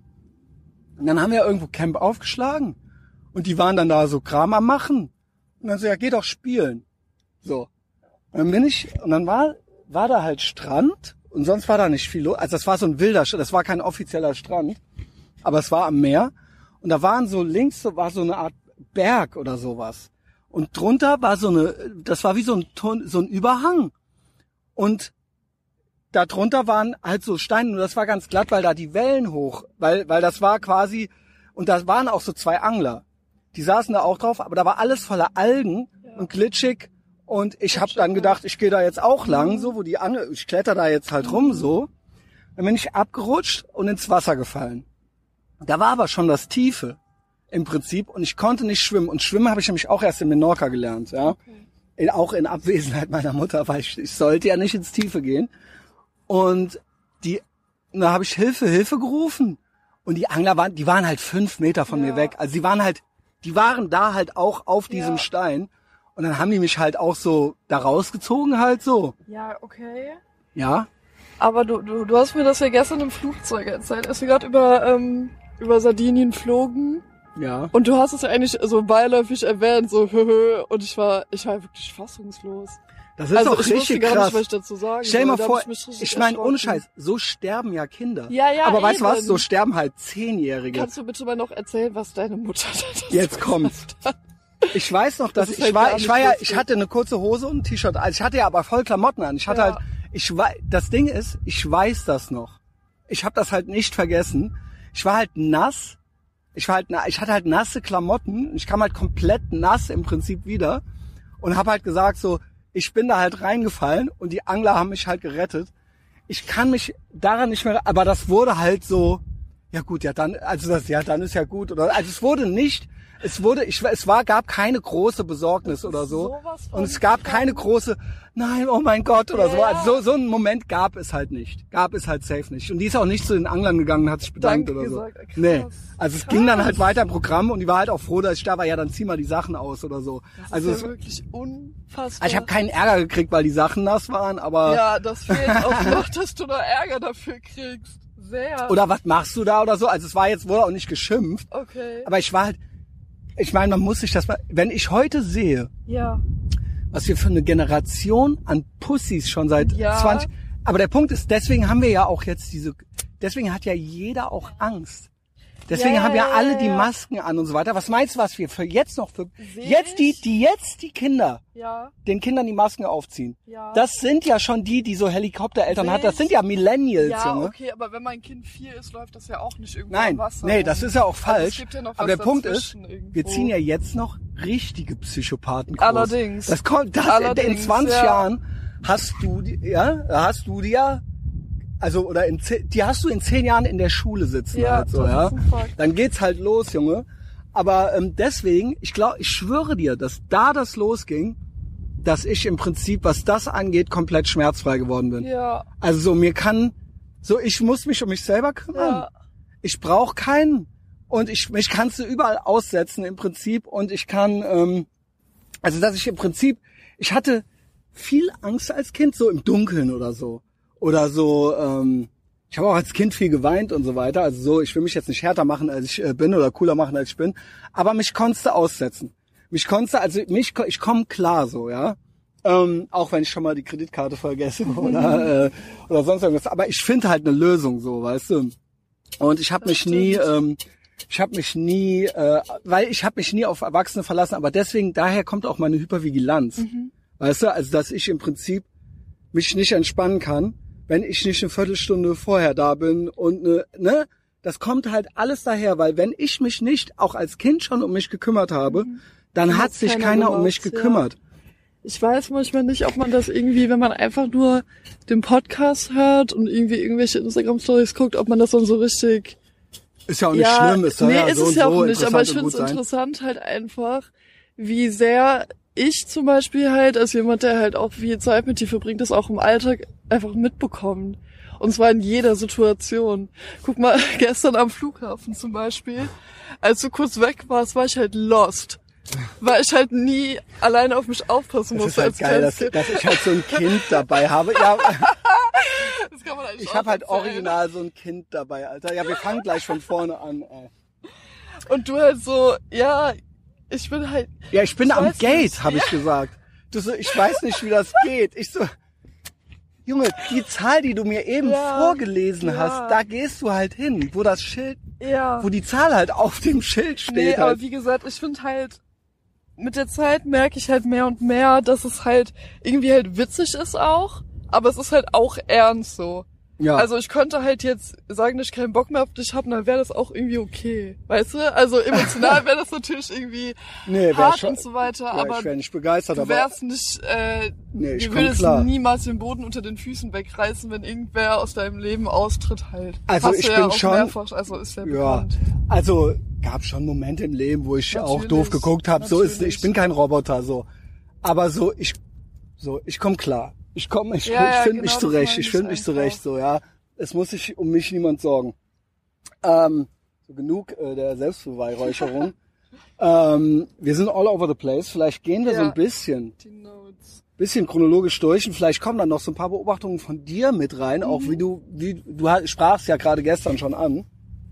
Und dann haben wir irgendwo Camp aufgeschlagen. Und die waren dann da so Kram am machen. Und dann so, ja, geh doch spielen. So. Und dann bin ich, und dann war, war da halt Strand. Und sonst war da nicht viel los. Also das war so ein wilder Strand. Das war kein offizieller Strand. Aber es war am Meer. Und da waren so links, so war so eine Art Berg oder sowas. Und drunter war so eine, das war wie so ein, so ein Überhang. Und da drunter waren halt so Steine. Und das war ganz glatt, weil da die Wellen hoch, weil, weil das war quasi, und da waren auch so zwei Angler. Die saßen da auch drauf, aber da war alles voller Algen ja. und glitschig. Und ich habe dann gedacht, ich gehe da jetzt auch lang, so, wo die Angel, ich kletter da jetzt halt rum, so. Dann bin ich abgerutscht und ins Wasser gefallen. Da war aber schon das Tiefe im Prinzip und ich konnte nicht schwimmen. Und schwimmen habe ich nämlich auch erst in Menorca gelernt, ja. Okay. In, auch in Abwesenheit meiner Mutter, weil ich, ich sollte ja nicht ins Tiefe gehen. Und die, da habe ich Hilfe, Hilfe gerufen. Und die Angler waren, die waren halt fünf Meter von ja. mir weg. Also die waren halt, die waren da halt auch auf diesem ja. Stein. Und dann haben die mich halt auch so da rausgezogen halt so. Ja, okay. Ja. Aber du, du, du hast mir das ja gestern im Flugzeug erzählt, als wir gerade über, ähm, über Sardinien flogen. Ja. Und du hast es ja eigentlich so beiläufig erwähnt, so höhö. Und ich war, ich war wirklich fassungslos. Das ist also doch ich richtig wusste gar krass. nicht, was ich dazu sagen Stell dir mal soll. vor, ich, mich ich meine, ohne erschrocken. Scheiß, so sterben ja Kinder. Ja, ja, Aber weißt du was, eben. so sterben halt Zehnjährige. Kannst du bitte mal noch erzählen, was deine Mutter dazu Jetzt kommt's. Ich weiß noch, dass Das ist ich halt war, gar ich nicht war ja, lustig. ich hatte eine kurze Hose und ein T-Shirt. Also ich hatte ja aber voll Klamotten an. Ich hatte Ja. halt, ich war, das Ding ist, ich weiß das noch. Ich habe das halt nicht vergessen. Ich war halt nass. Ich war halt, na- ich hatte halt nasse Klamotten. Ich kam halt komplett nass im Prinzip wieder und habe halt gesagt so, ich bin da halt reingefallen und die Angler haben mich halt gerettet. Ich kann mich daran nicht mehr, aber das wurde halt so, ja gut, ja dann, also das, ja dann ist ja gut oder, also es wurde nicht es wurde, ich, es war, gab keine große Besorgnis oder so. Und es gab keine große, nein, oh mein Gott oder so. Also so, so einen Moment gab es halt nicht. Gab es halt safe nicht. Und die ist auch nicht zu den Anglern gegangen und hat sich bedankt Danke oder so. gesagt. Krass, nee. Also es krass. ging dann halt weiter im Programm und die war halt auch froh, dass ich da war. Ja, dann zieh mal die Sachen aus oder so. Das also ist es, ja wirklich unfassbar. also ich habe keinen Ärger gekriegt, weil die Sachen nass waren, aber... Ja, das fehlt auch noch, dass du da Ärger dafür kriegst. Sehr. Oder was machst du da oder so? Also es war jetzt, wurde auch nicht geschimpft. Okay. Aber ich war halt... Ich meine, man muss sich das mal... Wenn ich heute sehe, Ja. was wir für eine Generation an Pussys schon seit Ja. zwanzig... Aber der Punkt ist, deswegen haben wir ja auch jetzt diese... Deswegen hat ja jeder auch Angst. Deswegen Ja, haben ja ja, alle ja, die ja. Masken an und so weiter. Was meinst du, was wir für jetzt noch für... Seh Jetzt die, ich? die jetzt die Kinder... Ja. den Kindern die Masken aufziehen. Ja. Das sind ja schon die, die so Helikoptereltern Seh hat. Das ich? sind ja Millennials, Ja, Junge. okay, aber wenn mein Kind vier ist, läuft das ja auch nicht irgendwo Nein, am Wasser nee, rum. das ist ja auch Also es falsch. gibt ja noch aber was der Punkt ist, dazwischen irgendwo. wir ziehen ja jetzt noch richtige Psychopathen groß. Allerdings. Das kommt, das, Allerdings, in zwanzig ja. Jahren hast du, die, ja, hast du die ja, also, oder in zehn, die hast du in zehn Jahren in der Schule sitzen Ja, halt so, das ja. ist ein Fakt. Dann geht's halt los, Junge. Aber ähm, deswegen, ich glaube, ich schwöre dir, dass da das losging, dass ich im Prinzip, was das angeht, komplett schmerzfrei geworden bin. Ja. Also so, mir kann, so ich muss mich um mich selber kümmern. Ja. Ich brauche keinen. Und ich mich kannst du überall aussetzen im Prinzip. Und ich kann, ähm, also dass ich im Prinzip, ich hatte viel Angst als Kind, so im Dunkeln oder so. Oder so, ähm, ich habe auch als Kind viel geweint und so weiter. Also so, ich will mich jetzt nicht härter machen, als ich äh, bin oder cooler machen, als ich bin. Aber mich konntest du aussetzen. Mich konntest du, also mich, ich komme klar so, ja. Ähm, auch wenn ich schon mal die Kreditkarte vergesse oder, äh, oder sonst irgendwas. Aber ich finde halt eine Lösung so, weißt du. Und ich habe mich stimmt. nie, ähm, ich habe mich nie, äh, weil ich habe mich nie auf Erwachsene verlassen. Aber deswegen, daher kommt auch meine Hypervigilanz. Mhm. Weißt du, also dass ich im Prinzip mich nicht entspannen kann, wenn ich nicht eine Viertelstunde vorher da bin und ne, ne, das kommt halt alles daher, weil wenn ich mich nicht auch als Kind schon um mich gekümmert habe, Mhm. dann Dann hat hat's sich keiner keiner um mich gemacht, ja. gekümmert. Ich weiß manchmal nicht, ob man das irgendwie, wenn man einfach nur den Podcast hört und irgendwie irgendwelche Instagram-Stories guckt, ob man das dann so richtig... Ist ja auch nicht ja, schlimm, ist doch nee, ja ist so es und ja so auch nicht, aber ich interessant und finde es gut sein. interessant halt einfach, wie sehr ich zum Beispiel halt, als jemand, der halt auch viel Zeit mit dir verbringt, das auch im Alltag einfach mitbekommt. Und zwar in jeder Situation. Guck mal, gestern am Flughafen zum Beispiel, als du kurz weg warst, war ich halt lost. Weil ich halt nie alleine auf mich aufpassen Das ist musste halt als geil, dass, Kind. dass ich halt so ein Kind dabei habe. Ja, Das kann man eigentlich ich auch habe halt erzählen. original so ein Kind dabei, Alter. Ja, wir fangen gleich von vorne an. Ey. Und du halt so, ja, ich bin halt... Ja, ich bin Ich am weiß Gate, nicht. habe ich gesagt. Du so, ich weiß nicht, wie das geht. Ich so, Junge, die Zahl, die du mir eben Ja, vorgelesen ja. hast, da gehst du halt hin, wo das Schild, Ja. wo die Zahl halt auf dem Schild steht. Nee, halt. aber wie gesagt, ich finde halt, mit der Zeit merke ich halt mehr und mehr, dass es halt irgendwie halt witzig ist auch, aber es ist halt auch ernst so. ja. Also ich könnte halt jetzt sagen, dass ich keinen Bock mehr auf dich habe, dann wäre das auch irgendwie okay. Weißt du? Also emotional wäre das natürlich irgendwie nee, wär hart schon, und so weiter, ja, aber ich wäre nicht begeistert, du aber wärst nicht, äh, nee, ich du komm würdest klar. niemals den Boden unter den Füßen wegreißen, wenn irgendwer aus deinem Leben austritt halt. Also Hast ich du ja bin auch schon- mehrfach, also ist ja, ja, bekannt. also gab schon Momente im Leben, wo ich auch Natürlich, doof geguckt habe. So ist, natürlich. ich bin kein Roboter, so. Aber so, ich, so, ich komm klar. Ich komm, ich, Ja, ich ja, finde genau, mich das zurecht. meine Ich ich finde mich einfach. zurecht, so, ja. Es muss sich um mich niemand sorgen. Ähm, so genug äh, der Selbstbeweihräucherung. ähm, wir sind all over the place. Vielleicht gehen wir so Ja. ein bisschen, Die Notes. bisschen chronologisch durch und vielleicht kommen dann noch so ein paar Beobachtungen von dir mit rein, auch wie du, wie du ha- sprachst ja gerade gestern schon an.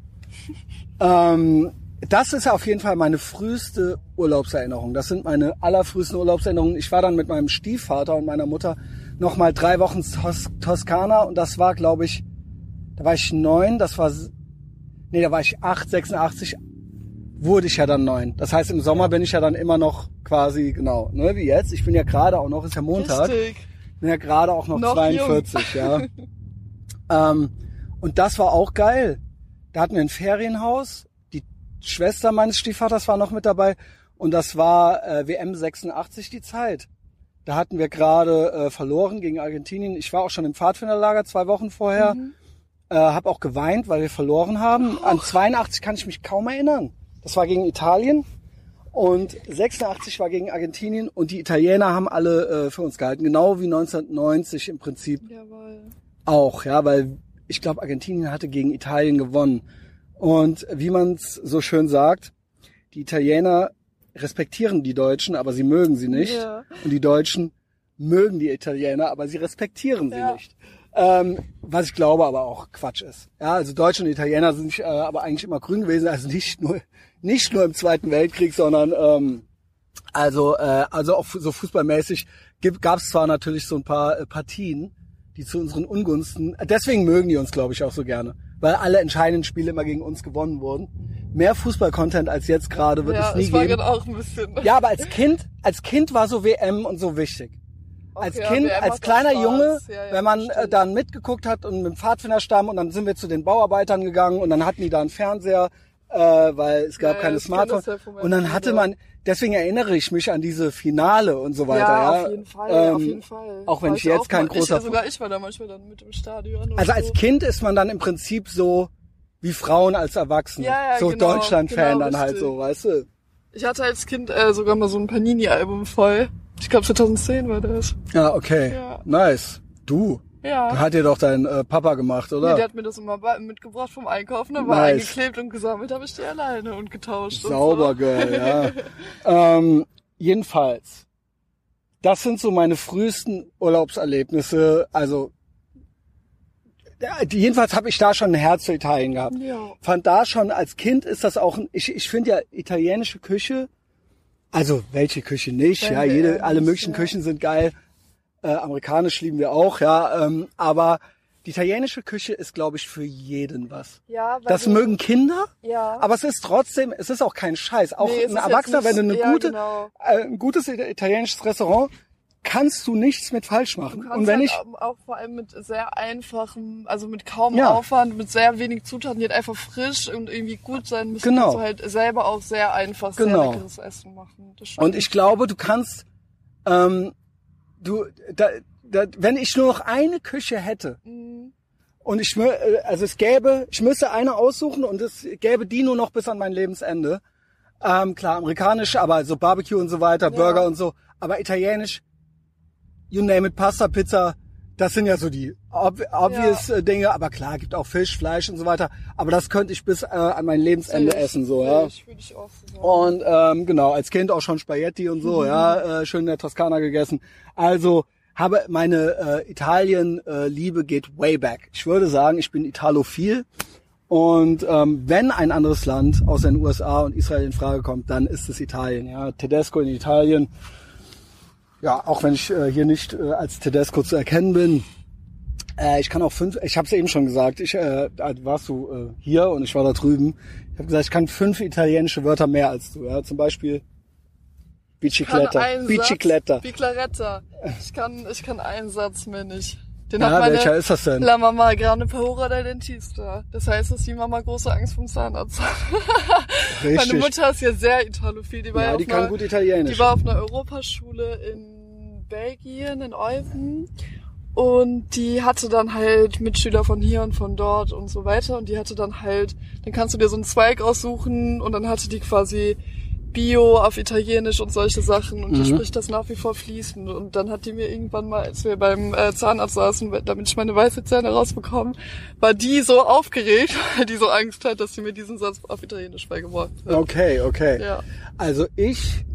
ähm, das ist auf jeden Fall meine früheste Urlaubserinnerung. Das sind meine allerfrühesten Urlaubserinnerungen. Ich war dann mit meinem Stiefvater und meiner Mutter noch mal drei Wochen Tos- Toskana und das war, glaube ich, da war ich neun, das war, nee, da war ich acht, sechsundachtzig, wurde ich ja dann neun. Das heißt, im Sommer bin ich ja dann immer noch quasi, genau, ne, wie jetzt. Ich bin ja gerade auch noch, ist ja Montag. Richtig. Bin ja gerade auch noch, Noch zweiundvierzig, ja. ähm, und das war auch geil. Da hatten wir ein Ferienhaus. Die Schwester meines Stiefvaters war noch mit dabei. Und das war äh, W M sechsundachtzig die Zeit. Da hatten wir gerade äh, verloren gegen Argentinien. Ich war auch schon im Pfadfinderlager zwei Wochen vorher. Mhm. Äh, hab auch geweint, weil wir verloren haben. An zweiundachtzig kann ich mich kaum erinnern. Das war gegen Italien. Und sechsundachtzig war gegen Argentinien und die Italiener haben alle äh, für uns gehalten. Genau wie neunzehnhundertneunzig im Prinzip. Jawohl. Auch, ja, weil ich glaube, Argentinien hatte gegen Italien gewonnen. Und wie man es so schön sagt, die Italiener respektieren die Deutschen, aber sie mögen sie nicht. Ja. Und die Deutschen mögen die Italiener, aber sie respektieren sie Ja. nicht. Ähm, was ich glaube aber auch Quatsch ist. Ja, also Deutsche und Italiener sind äh, aber eigentlich immer grün gewesen, also nicht nur nicht nur im Zweiten Weltkrieg, sondern ähm, also äh, also auch so fußballmäßig gab es zwar natürlich so ein paar äh, Partien, die zu unseren Ungunsten, deswegen mögen die uns, glaube ich, auch so gerne, weil alle entscheidenden Spiele immer gegen uns gewonnen wurden. Mehr Fußball-Content als jetzt gerade wird Ja, es nie ich war geben. gerade auch ein bisschen. Ja, aber als Kind, als Kind war so W M und so wichtig. Als Okay, Kind, W M als macht kleiner auch Spaß. Junge, Ja, ja, wenn man äh, stimmt. dann mitgeguckt hat und mit dem Pfadfinderstamm und dann sind wir zu den Bauarbeitern gegangen und dann hatten die da einen Fernseher, äh, weil es gab Ja, keine das kenn das Smartphones. ja von meinem Und dann Bruder. hatte man, deswegen erinnere ich mich an diese Finale und so weiter. Ja, Ja, auf jeden Fall, Ähm, auf jeden Fall. Auch wenn War ich jetzt auch kein mal, großer ich, sogar ich war da manchmal dann mit im Stadion. Und Also so. als Kind ist man dann im Prinzip so wie Frauen als Erwachsene. Ja, ja, so genau, Deutschland-Fan genau, dann halt richtig. so, weißt du? Ich hatte als Kind äh, sogar mal so ein Panini-Album voll. Ich glaube zweitausendzehn war das. Ja, okay. Ja. Nice. Du. Ja. Da hat dir doch dein äh, Papa gemacht, oder? Nee, der hat mir das immer bei- mitgebracht vom Einkaufen, dann war Nice. eingeklebt und gesammelt habe ich die alleine und getauscht. Sauber, und so. Girl, ja. ähm, jedenfalls, das sind so meine frühesten Urlaubserlebnisse. Also, ja, jedenfalls habe ich da schon ein Herz für Italien gehabt. Ja. Fand da schon, als Kind ist das auch, ein, ich, ich finde ja italienische Küche, also welche Küche nicht, Wenn ja, wir jede, ehrlich, alle möglichen ja. Küchen sind geil. Äh, amerikanisch lieben wir auch, ja, ähm, aber die italienische Küche ist, glaube ich, für jeden was. Ja, weil Das du- mögen Kinder, Ja. aber es ist trotzdem, es ist auch kein Scheiß. Auch Nee, es ein ist jetzt Erwachsener, nicht- wenn du eine ja, gute, genau. äh, ein gutes italienisches Restaurant, kannst du nichts mit falsch machen. Du kannst Und wenn halt ich, auch, auch vor allem mit sehr einfachem, also mit kaum Ja. Aufwand, mit sehr wenig Zutaten, die halt einfach frisch und irgendwie gut sein müssen, Genau. kannst du halt selber auch sehr einfach, Genau. sehr leckeres Essen machen. Das stimmt. und ich glaube, du kannst, ähm, du, da, da, wenn ich nur noch eine Küche hätte, Mhm. und ich, mü- äh, also es gäbe, ich müsste eine aussuchen und es gäbe die nur noch bis an mein Lebensende. Ähm, klar, amerikanisch, aber so Barbecue und so weiter, Ja. Burger und so. Aber italienisch, you name it, Pasta, Pizza, das sind ja so die ob obvious äh, Dinge. Aber klar, gibt auch Fisch, Fleisch und so weiter. Aber das könnte ich bis äh, an mein Lebensende Sehe ich, essen, so, sehe ja. ich, würde ich auch so sagen. Und ähm, genau, als Kind auch schon Spaghetti und so, ja, äh, schön in der Toskana gegessen. Also habe meine äh, Italien-Liebe geht way back. Ich würde sagen, ich bin Italophil. Und ähm, wenn ein anderes Land außer den U S A und Israel in Frage kommt, dann ist es Italien. Ja, Tedesco in Italien. Ja, auch wenn ich äh, hier nicht äh, als Tedesco zu erkennen bin. Äh, ich kann auch fünf, ich habe es eben schon gesagt, ich äh, da warst du äh, hier und ich war da drüben. Ich habe gesagt, ich kann fünf italienische Wörter mehr als du. Ja, zum Beispiel Bicicletta. einen Bicicletta. Satz, Bicicletta. Ich kann, ich kann einen Satz mehr nicht. Den Ja, hat meine welcher ist das denn? La Mama grande paura del dentista. Das heißt, dass die Mama große Angst vom Zahnarzt hat. Meine Richtig. Mutter ist ja sehr italophil. Die war Ja, ja die auf kann einer, gut Italienisch. Die war auf einer Europaschule in Belgien, in Eupen. Und die hatte dann halt Mitschüler von hier und von dort und so weiter. Und die hatte dann halt, dann kannst du dir so einen Zweig aussuchen und dann hatte die quasi Bio auf Italienisch und solche Sachen. Und die Mhm. spricht das nach wie vor fließend. Und dann hat die mir irgendwann mal, als wir beim äh, Zahnarzt saßen, damit ich meine weiße Zähne rausbekomme, war die so aufgeregt, weil die so Angst hat, dass sie mir diesen Satz auf Italienisch beigebracht hat. Okay, okay. Ja. Also ich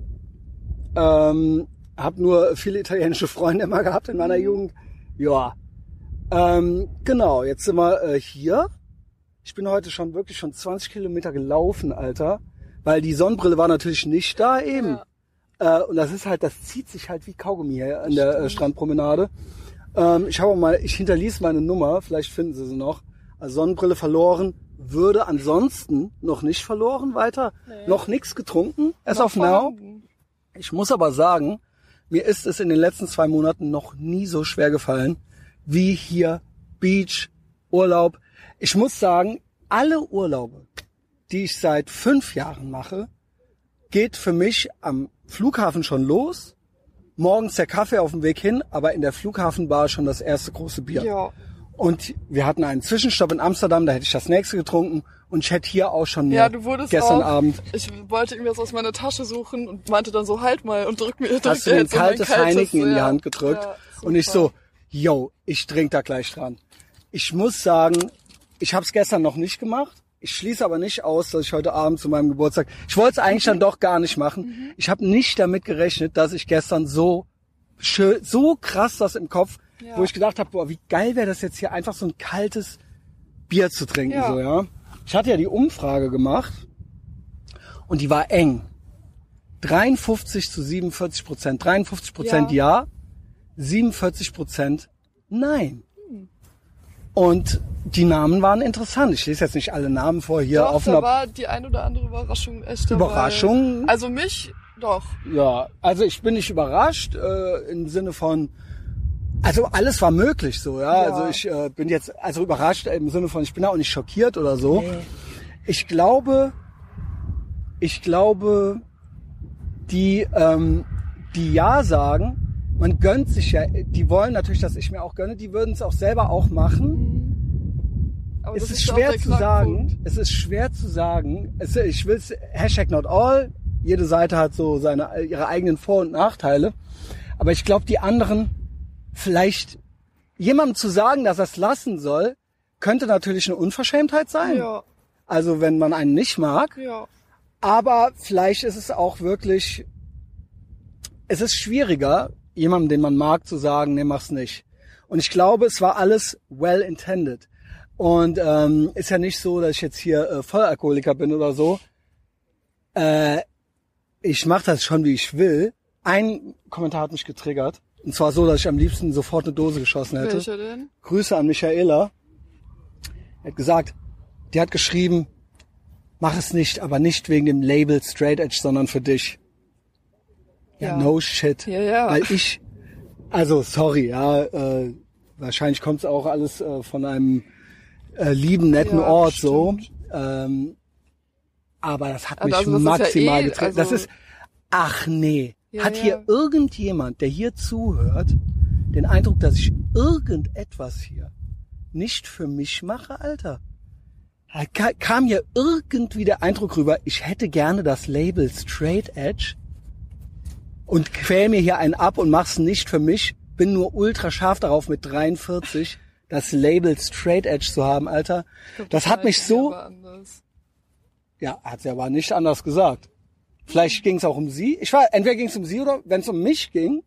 ähm, habe nur viele italienische Freunde immer gehabt in meiner Jugend. Ja, ähm, genau, jetzt sind wir äh, hier. Ich bin heute schon wirklich schon zwanzig Kilometer gelaufen, Alter. Weil die Sonnenbrille war natürlich nicht da eben. Ja. Äh, und das ist halt, das zieht sich halt wie Kaugummi hier an der äh, Strandpromenade. Ähm, ich habe mal, ich hinterließ meine Nummer, vielleicht finden Sie sie noch. Also Sonnenbrille verloren, würde ansonsten noch nicht verloren weiter. Nee. Noch nichts getrunken, as Noch of now. vorhanden. Ich muss aber sagen, mir ist es in den letzten zwei Monaten noch nie so schwer gefallen, wie hier Beach, Urlaub. Ich muss sagen, alle Urlaube, die ich seit fünf Jahren mache, geht für mich am Flughafen schon los. Morgens der Kaffee auf dem Weg hin, aber in der Flughafenbar schon das erste große Bier. Ja. Und wir hatten einen Zwischenstopp in Amsterdam, da hätte ich das nächste getrunken. Und ich hätte hier auch schon ja, du wurdest gestern auch, Abend... Ich wollte irgendwas aus meiner Tasche suchen und meinte dann so, halt mal und drück mir... Drück Hast du mir ein so kaltes Heineken in die ja, Hand gedrückt ja, und ich so, yo, ich trink da gleich dran. Ich muss sagen, ich habe es gestern noch nicht gemacht. Ich schließe aber nicht aus, dass ich heute Abend zu meinem Geburtstag... Ich wollte es eigentlich dann doch gar nicht machen. Mhm. Ich habe nicht damit gerechnet, dass ich gestern so schön, so krass das im Kopf, ja. wo ich gedacht habe, boah, wie geil wäre das jetzt hier, einfach so ein kaltes Bier zu trinken. Ja. So, ja. Ich hatte ja die Umfrage gemacht und die war eng. dreiundfünfzig zu siebenundvierzig Prozent. dreiundfünfzig Prozent ja. ja, siebenundvierzig Prozent nein. Hm. Und die Namen waren interessant. Ich lese jetzt nicht alle Namen vor hier. Doch, auf da einer war die ein oder andere Überraschung echt dabei. Überraschung. Also mich, doch. Ja, also ich bin nicht überrascht äh, im Sinne von, also alles war möglich so, ja. Ja. Also ich äh, bin jetzt also überrascht im Sinne von, ich bin auch nicht schockiert oder so. Nee. Ich glaube, ich glaube, die, ähm, die ja sagen, man gönnt sich ja, die wollen natürlich, dass ich mir auch gönne, die würden es auch selber auch machen. Aber Es das ist ist ja auch schwer der zu Knackpunkt. sagen, es ist schwer zu sagen, es, ich will Hashtag not all, jede Seite hat so seine, ihre eigenen Vor- und Nachteile, aber ich glaube, die anderen, vielleicht jemandem zu sagen, dass er es lassen soll, könnte natürlich eine Unverschämtheit sein. Ja, Also wenn man einen nicht mag, ja. aber vielleicht ist es auch wirklich, es ist schwieriger, jemandem, den man mag, zu sagen, nee, mach's nicht. Und ich glaube, es war alles well intended. Und ähm, ist ja nicht so, dass ich jetzt hier äh, Vollalkoholiker bin oder so. Äh, ich mache das schon, wie ich will. Ein Kommentar hat mich getriggert. Und zwar so, dass ich am liebsten sofort eine Dose geschossen hätte. Welcher denn? Grüße an Michaela. Er hat gesagt, die hat geschrieben, mach es nicht, aber nicht wegen dem Label Straight Edge, sondern für dich. Ja, Ja. no shit. Ja, ja. Weil ich, also sorry, ja, äh, wahrscheinlich kommt es auch alles äh, von einem äh, lieben, netten Ja, Ort bestimmt. so. Ähm, aber das hat Also mich das ist ja maximal eh, getriggert. Das also- ist, ach nee. Ja, hat ja. hier irgendjemand, der hier zuhört, den Eindruck, dass ich irgendetwas hier nicht für mich mache, Alter? Da ka- kam hier irgendwie der Eindruck rüber, ich hätte gerne das Label Straight Edge und quäl mir hier einen ab und mach's nicht für mich. Bin nur ultra scharf darauf, mit dreiundvierzig das Label Straight Edge zu haben, Alter. Ich glaub, Das hat mich meinte sie so, aber anders. ja, hat sie aber nicht anders gesagt. Vielleicht ging es auch um sie. Ich war, entweder ging es um sie oder wenn es um mich ging,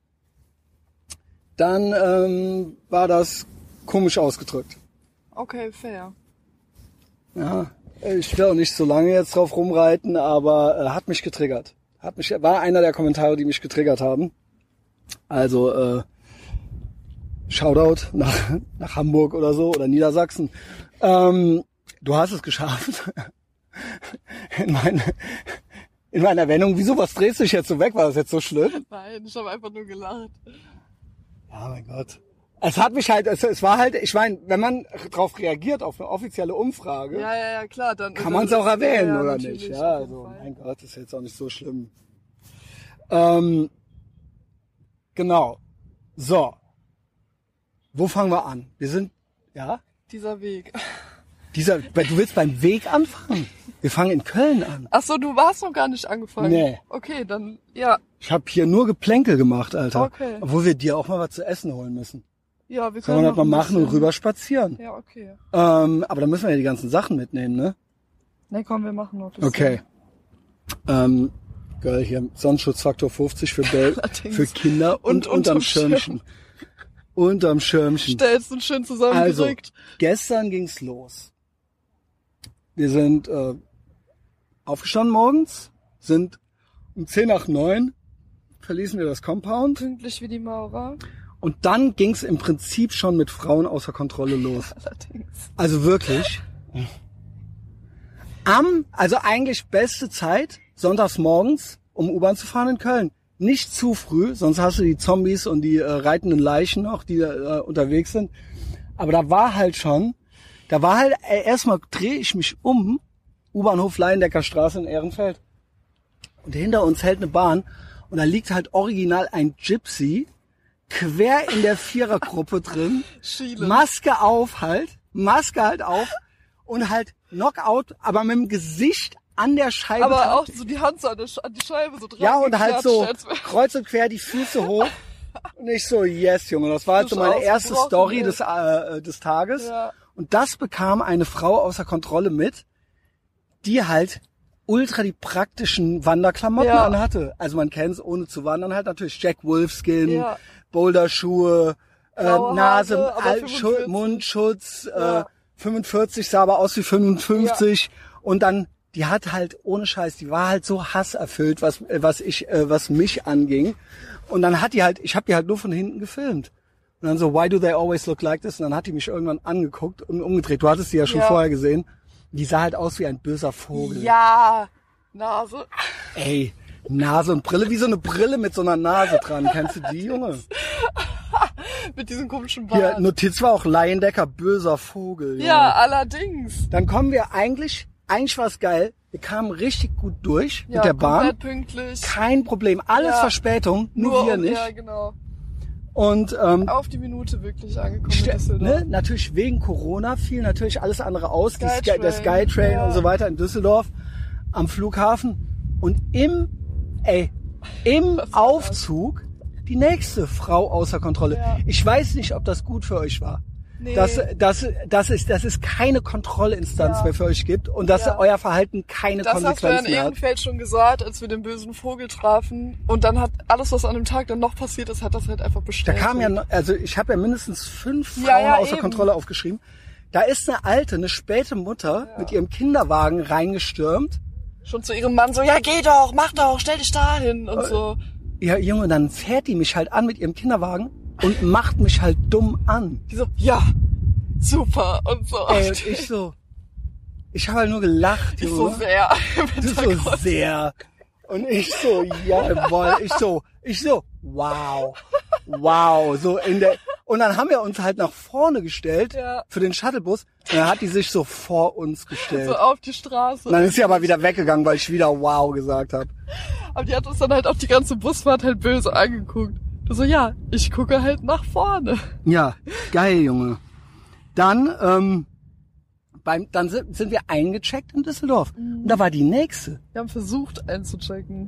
dann ähm, war das komisch ausgedrückt. Okay, fair. Ja, ich will auch nicht so lange jetzt drauf rumreiten, aber äh, hat mich getriggert. Hat mich, war einer der Kommentare, die mich getriggert haben. Also äh, Shoutout nach, nach Hamburg oder so oder Niedersachsen. Ähm, du hast es geschafft. In meine, in meiner Erwähnung. Wieso, was drehst du dich jetzt so weg? War das jetzt so schlimm? Nein, ich habe einfach nur gelacht. Ja, mein Gott. Es hat mich halt, es, es war halt, ich meine, wenn man darauf reagiert, auf eine offizielle Umfrage, Ja, ja, ja, klar. Dann kann man es auch erwähnen, ja, oder natürlich, nicht? auf Ja, jeden also, Fall. mein Gott, ist jetzt auch nicht so schlimm. Ähm, genau. So. Wo fangen wir an? Wir sind, ja? Dieser Weg. Dieser, du willst beim Weg anfangen? Wir fangen in Köln an. Ach so, du warst noch gar nicht angefangen. Nee. Okay, dann, ja. Ich habe hier nur Geplänkel gemacht, Alter. Okay. Obwohl wir dir auch mal was zu essen holen müssen. Ja, wir Können können wir das mal noch ein machen und bisschen- rüber spazieren. Ja, okay. Ähm, aber da müssen wir ja die ganzen Sachen mitnehmen, ne? Ne, komm, wir machen noch das. Okay. Ähm, Girl, hier Sonnenschutzfaktor fünfzig für, Bel Allerdings. für Kinder und, Und unterm unterm Schirmchen. Unterm Schirmchen. Stellst und schön Also, zusammengedrückt. gestern ging's los. Wir sind äh, aufgestanden morgens, sind um zehn nach neun, verließen wir das Compound Pünktlich wie die Maurer. und dann ging's im Prinzip schon mit Frauen außer Kontrolle los. Allerdings. Also wirklich. Am, also eigentlich beste Zeit, sonntags morgens, um U-Bahn zu fahren in Köln. Nicht zu früh, sonst hast du die Zombies und die äh, reitenden Leichen noch, die äh, unterwegs sind. Aber da war halt schon, da war halt, äh, erstmal drehe ich mich um, U-Bahnhof Laiendecker Straße in Ehrenfeld. Und hinter uns hält eine Bahn und da liegt halt original ein Gypsy, quer in der Vierergruppe drin, Schiele. Maske auf halt, Maske halt auf und halt Knockout, aber mit dem Gesicht an der Scheibe. Aber dran. auch so die Hand so an, der, an die Scheibe so dran. Ja, und halt so geklatscht, als wär- kreuz und quer die Füße hoch. Und ich so, yes, Junge, das war halt so Das ist meine erste ausgebrochen, Story ey. des, äh, des Tages. Ja. Und das bekam eine Frau außer Kontrolle mit, die halt ultra die praktischen Wanderklamotten Ja. anhatte. Also man kennt es, ohne zu wandern, halt natürlich Jack Wolfskin, Ja. Boulderschuhe, äh, Graue Nase, Haare, aber Al- fünfundvierzig. Schu- Mundschutz, Ja. äh, fünfundvierzig sah aber aus wie fünfundfünfzig. Und dann, die hat halt, ohne Scheiß, die war halt so hasserfüllt, was, äh, was ich, äh, was mich anging. Und dann hat die halt, ich habe die halt nur von hinten gefilmt. Und dann so, why do they always look like this? Und dann hat die mich irgendwann angeguckt und umgedreht. Du hattest sie ja schon Ja. vorher gesehen. Die sah halt aus wie ein böser Vogel. Ja, Nase. Ey, Nase und Brille, wie so eine Brille mit so einer Nase dran. Kennst du die, Junge? Mit diesem komischen Hier, Bart. Notiz war auch Laiendecker, böser Vogel. Junge. Ja, allerdings. Dann kommen wir eigentlich, eigentlich war's geil. Wir kamen richtig gut durch Ja, mit der Bahn. komplett pünktlich. Kein Problem. Alles Ja. Verspätung, nur, wir um- nicht. Ja, genau. Und ähm, Auf die Minute wirklich angekommen in Ste- Düsseldorf. ne, natürlich wegen Corona fiel natürlich alles andere aus, die Sky, Skytrain, der Skytrain ja. und so weiter in Düsseldorf am Flughafen und im, ey, im Das war Aufzug die nächste Frau außer Kontrolle. Ja. Ich weiß nicht, ob das gut für euch war. Nee. Dass, dass, dass, es, dass es keine Kontrollinstanz Ja. mehr für euch gibt und dass Ja. euer Verhalten keine Das hast du ja in Konsequenzen mehr hat. Ehrenfeld schon gesagt, als wir den bösen Vogel trafen. Und dann hat alles, was an dem Tag dann noch passiert ist, hat das halt einfach Da bestätigt. kam ja, noch- also ich habe ja mindestens fünf Frauen Ja, ja, außer eben. Kontrolle aufgeschrieben. Da ist eine alte, eine späte Mutter Ja. mit ihrem Kinderwagen reingestürmt. schon zu ihrem Mann so, ja geh doch, mach doch, stell dich da hin Äh, und so. Ja, Junge, dann fährt die mich halt an mit ihrem Kinderwagen und macht mich halt dumm an. Die so, ja, super und so. Ey, und ich so, ich habe halt nur gelacht, Ich so Junge. sehr. im Du so Hintergrund. sehr. Und ich so, jawohl. Ich so, ich so, wow. Wow. So in der, und dann haben wir uns halt nach vorne gestellt Ja. für den Shuttlebus. Und dann hat die sich so vor uns gestellt. So auf die Straße. Und dann ist sie aber wieder weggegangen, weil ich wieder wow gesagt habe. Aber die hat uns dann halt auch die ganze Busfahrt halt böse angeguckt. Du so, ja, ich gucke halt nach vorne. Ja, geil, Junge. Dann, ähm, beim, dann sind, sind wir eingecheckt in Düsseldorf. Und da war die nächste. Wir haben versucht einzuchecken.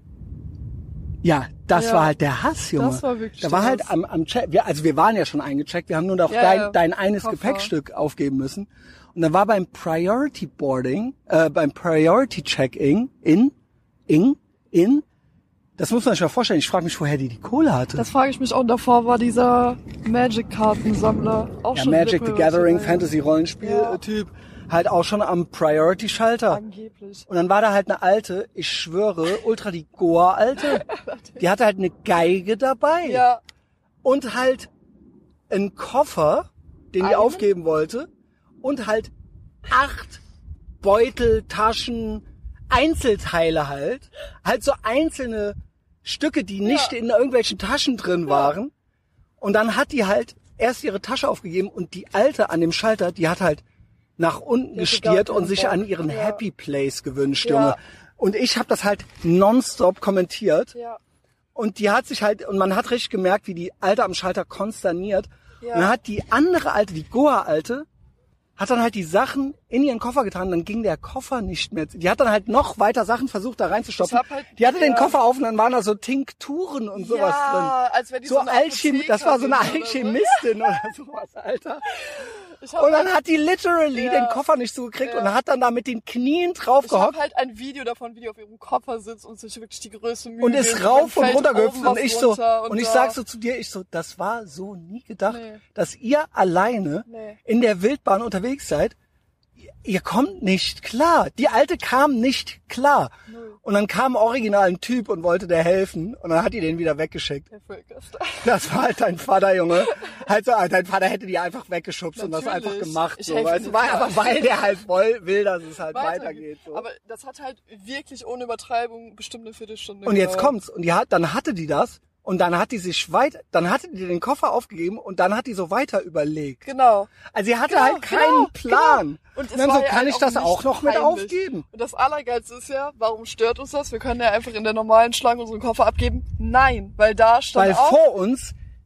Ja, das Ja. war halt der Hass, Junge. Das war wirklich Da war der halt Hass. am, am Check, wir, also wir waren ja schon eingecheckt, wir haben nur noch Ja, dein, ja. dein eines Koffer. Gepäckstück aufgeben müssen. Und dann war beim Priority Boarding, äh, beim Priority Check-in, in, in, in, das muss man sich mal vorstellen, ich frage mich, woher die die Kohle hatte. Das frage ich mich auch. Und davor war dieser Magic-Kartensammler auch ja, schon. Magic Lippe, the Gathering, ja. Fantasy-Rollenspiel-Typ, halt auch schon am Priority-Schalter. Angeblich. Und dann war da halt eine alte, ich schwöre, ultra die Goa-Alte, die hatte halt eine Geige dabei. Ja, Und halt einen Koffer, den die Einen? aufgeben wollte. Und halt acht Beutel, Taschen, Einzelteile halt. Halt so einzelne Stücke, die nicht Ja. in irgendwelchen Taschen drin waren. Und dann hat die halt erst ihre Tasche aufgegeben und die Alte an dem Schalter, die hat halt nach unten Die hatte gestiert gar und keinen sich Bock. an ihren Ja. Happy Place gewünscht, Ja. Junge. Und ich habe das halt nonstop kommentiert. ja. Und die hat sich halt, und man hat richtig gemerkt, wie die Alte am Schalter konsterniert. Ja. Und dann hat die andere Alte, die Goa-Alte, hat dann halt die Sachen in ihren Koffer getan, dann ging der Koffer nicht mehr. Die hat dann halt noch weiter Sachen versucht, da reinzustopfen. Ich hab halt- die hatte den ja. Koffer auf und dann waren da so Tinkturen und sowas ja, drin. als wäre die So so, eine Alchem, das war so eine Apothekerin oder so. Alchemistin oder sowas, Alter. Ich hab Und dann halt- hat die literally Ja. den Koffer nicht zugekriegt Ja. und hat dann da mit den Knien drauf Ich habe gehockt halt ein Video davon, wie die auf ihrem Koffer sitzt und sich wirklich die größte Mühe und gibt. ist rauf Dann und fällt runter oben gehüpft was und ich so, runter und ich da- sag so zu dir, ich so, das war so nie gedacht, Nee. dass ihr alleine Nee. in der Wildbahn unterwegs seid. Ihr kommt nicht klar. Die Alte kam nicht klar. Null. Und dann kam original ein Typ und wollte der helfen. Und dann hat die den wieder weggeschickt. Der Völkerster. Das war halt dein Vater, Junge. Halt so, dein Vater hätte die einfach weggeschubst und das Natürlich. einfach gemacht. Ich So, helfe weißt du, dir, weil, klar. aber weil der halt woll, will, dass es halt weitergeht. So. Aber das hat halt wirklich ohne Übertreibung bestimmt eine Viertelstunde Und jetzt gedauert. kommt's. Und die hat, dann hatte die das. Und dann hat die sich weiter, dann hatte die den Koffer aufgegeben und dann hat die so weiter überlegt. Genau. Also sie hatte Genau, halt keinen genau, Plan. genau. Und es Und dann war so, ja kann halt ich auch das nicht auch noch mit peinlich. aufgeben? Und das Allergeilste ist ja, warum stört uns das? Wir können ja einfach in der normalen Schlange unseren Koffer abgeben. Nein, weil da stand Weil auch... vor uns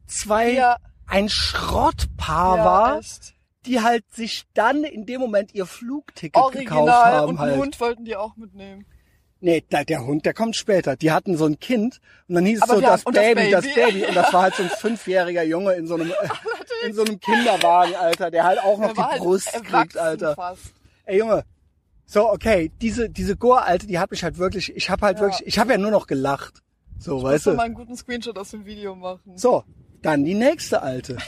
zwei, Ja. ein Schrottpaar Ja, war, echt. die halt sich dann in dem Moment ihr Flugticket gekauft Original. haben Und halt. einen Hund wollten die auch mitnehmen. Nee, der, der Hund, der kommt später. Die hatten so ein Kind und dann hieß es Aber so, wir das haben- und das Baby, das Baby. Baby. Und das war halt so ein fünfjähriger Junge in so einem, äh, in so einem Kinderwagen, Alter, der halt auch noch Der war die halt Brust erwachsen kriegt, Alter. Fast. Ey, Junge. So, okay, diese, diese Gore-Alte, die hat mich halt wirklich, ich hab halt Ja. wirklich, ich hab ja nur noch gelacht. So, Ich weißt muss du? noch mal einen guten Screenshot aus dem Video machen. So, dann die nächste Alte.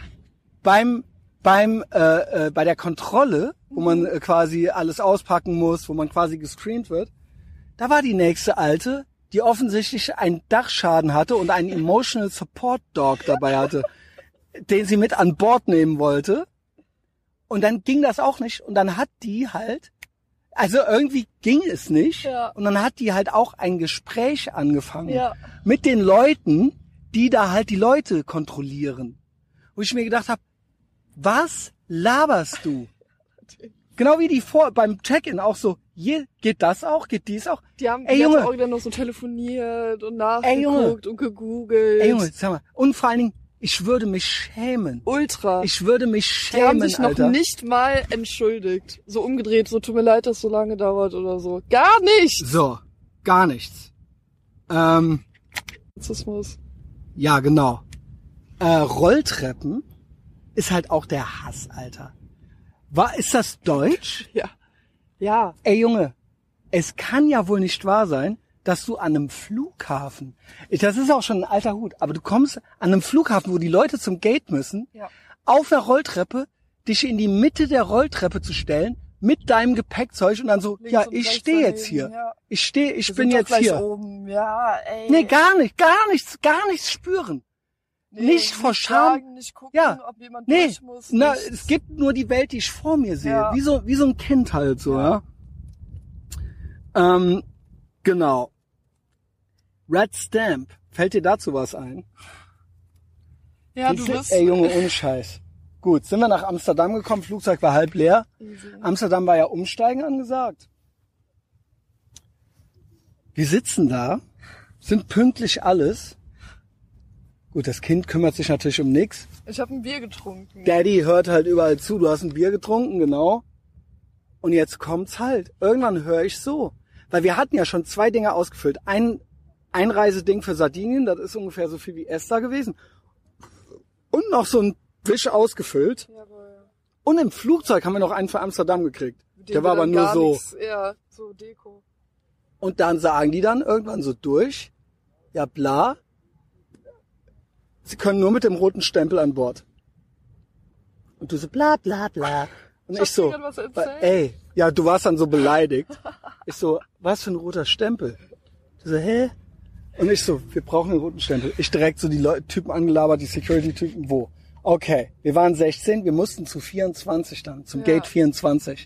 beim, beim, äh, äh, bei der Kontrolle, wo man äh, quasi alles auspacken muss, wo man quasi gescreent wird, da war die nächste Alte, die offensichtlich einen Dachschaden hatte und einen Emotional Support Dog dabei hatte, den sie mit an Bord nehmen wollte. Und dann ging das auch nicht. Und dann hat die halt, also irgendwie ging es nicht. Ja. Und dann hat die halt auch ein Gespräch angefangen Ja. mit den Leuten, die da halt die Leute kontrollieren. Wo ich mir gedacht habe, was laberst du? Genau wie die vor beim Check-in auch so, hier, geht das auch, geht dies auch? Die haben Ey, die Junge. hat auch dann noch so telefoniert und Ey, Junge. nachgeguckt und gegoogelt. Ey Junge, sag mal, und vor allen Dingen, ich würde mich schämen. Ultra. Ich würde mich Die haben schämen, sich noch Alter. nicht mal entschuldigt. So umgedreht, so tut mir leid, dass so lange dauert oder so. Gar nicht! So, gar nichts. Ähm, Rassismus. ja, genau. Äh, Rolltreppen ist halt auch der Hass, Alter. War, ist das Deutsch? Ja. Ja. Ey Junge, es kann ja wohl nicht wahr sein, dass du an einem Flughafen, ich- das ist auch schon ein alter Hut, aber du kommst an einem Flughafen, wo die Leute zum Gate müssen, Ja. auf einer Rolltreppe, dich in die Mitte der Rolltreppe zu stellen, mit deinem Gepäckzeug und dann so, Links ja, und ich rechts stehe jetzt daneben, hier. ja. Ich stehe, ich Wir bin sind doch jetzt gleich hier. Oben. Ja, ey. Nee, gar nicht, gar nichts, gar nichts spüren. Nee, nicht vor Scham. Sagen, nicht gucken, Ja. ob jemand Nee, durch muss. na, nichts. es gibt nur die Welt, die ich vor mir sehe. Ja. Wie so, wie so ein Kind halt so, ja. Ähm, genau. Red Stamp. Fällt dir dazu was ein? Ja, du Siehst du? bist... Ey, Junge, ohne Scheiß. Gut, sind wir nach Amsterdam gekommen, Flugzeug war halb leer. Easy. Amsterdam war ja umsteigen angesagt. Wir sitzen da, sind pünktlich alles. Gut, das Kind kümmert sich natürlich um nix. Ich habe ein Bier getrunken. Daddy hört halt überall zu. Du hast ein Bier getrunken, genau. Und jetzt kommt's halt. Irgendwann höre ich so. Weil wir hatten ja schon zwei Dinge ausgefüllt. Ein Einreiseding für Sardinien, das ist ungefähr so viel wie Esther gewesen. Und noch so ein Wisch ausgefüllt. Jawohl. Und im Flugzeug haben wir noch einen für Amsterdam gekriegt. Den Der war wir aber dann nur gar so. Nix, ja, so Deko. Und dann sagen die dann irgendwann so durch, ja bla, sie können nur mit dem roten Stempel an Bord. Und du so bla bla bla. Und Ich ich, hab so, dir grad was erzählt. ey, ja, du warst dann so beleidigt. Ich so, was für ein roter Stempel? Du so, hä? Und ich so, wir brauchen einen roten Stempel. Ich direkt so die Leute, Typen angelabert, die Security-Typen, wo? Okay, wir waren sechzehn, wir mussten zu vierundzwanzig dann, zum Ja. Gate vierundzwanzig.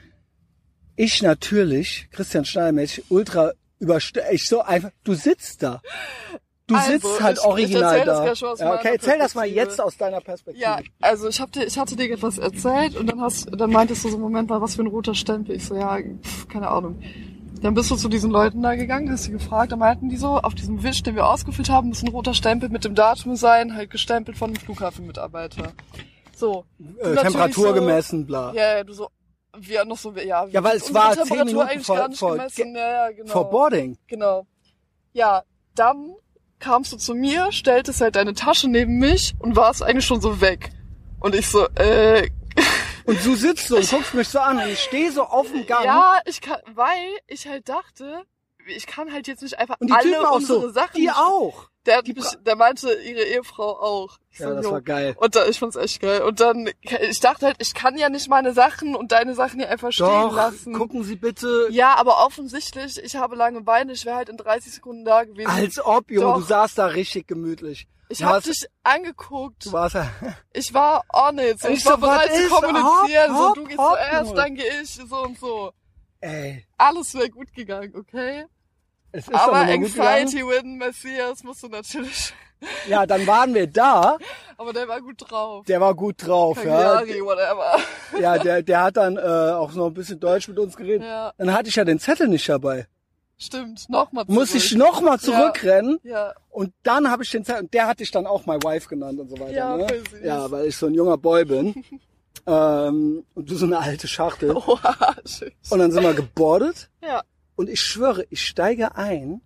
Ich natürlich, Christian Schneider-mäßig, ultra überst... Ich so einfach, du sitzt da. Du Also, sitzt halt ich- ich original erzähl das da. gleich schon aus Ja, okay, meiner erzähl das mal Perspektive. jetzt aus deiner Perspektive. Ja, also ich hab dir, ich hatte dir etwas erzählt und dann hast, dann meintest du so, Moment mal, was für ein roter Stempel? Ich so, ja, pf, keine Ahnung. Dann bist du zu diesen Leuten da gegangen, hast sie gefragt, dann meinten die so, auf diesem Wisch, den wir ausgefüllt haben, muss ein roter Stempel mit dem Datum sein, halt gestempelt von einem Flughafenmitarbeiter. So. Du Äh, natürlich Temperatur so, gemessen, bla. Ja, ja, du so, wir noch so, ja, Ja, weil es unsere war zehn Temperatur Minuten eigentlich vor- gar nicht vor- gemessen. Ja, ja, genau. For boarding. Genau. Ja, dann kamst du zu mir, stelltest halt deine Tasche neben mich und warst eigentlich schon so weg. Und ich so, äh, Und du sitzt so und guckst mich so an und ich stehe so auf dem Gang. ja, ich kann, weil ich halt dachte, ich kann halt jetzt nicht einfach Und die alle Typen auch unsere so, Sachen. die nicht- auch. Der, hat die mich, bra- der meinte, ihre Ehefrau auch. Ich Ja, so, das jo. war geil. Und da, ich fand's echt geil. Und dann, ich dachte halt, ich kann ja nicht meine Sachen und deine Sachen hier einfach stehen Doch, lassen. gucken Sie bitte. Ja, aber offensichtlich, ich habe lange Beine, ich wäre halt in dreißig Sekunden da gewesen. Als ob, Junge, Doch. du saßt da richtig gemütlich. Ich Du hab hast- dich angeguckt. Du warst ja... Ich war on it. So, Ich ich war so, was bereit zu ist? kommunizieren. Hopp, so, du gehst hopp, zuerst, Junge. dann geh ich, so und so. Ey, Alles wäre gut gegangen, okay? es ist Aber doch nochmal gut gegangen. Anxiety win, Messias musst du natürlich. Ja, dann waren wir da. Aber der war gut drauf. Der war gut drauf, ja. Cagliari, whatever. Ja, der, der hat dann äh, auch noch ein bisschen Deutsch mit uns geredet. Ja. Dann hatte ich ja den Zettel nicht dabei. Stimmt, nochmal zurück. Muss ich nochmal zurückrennen. Ja. ja. Und dann habe ich den Zeit, und der hat dich dann auch My Wife genannt und so weiter. Ja, ne? voll süß. Ja, weil ich so ein junger Boy bin. ähm, und du so eine alte Schachtel. Oha, schön. Und dann sind wir gebordet. Ja. Und ich schwöre, ich steige ein.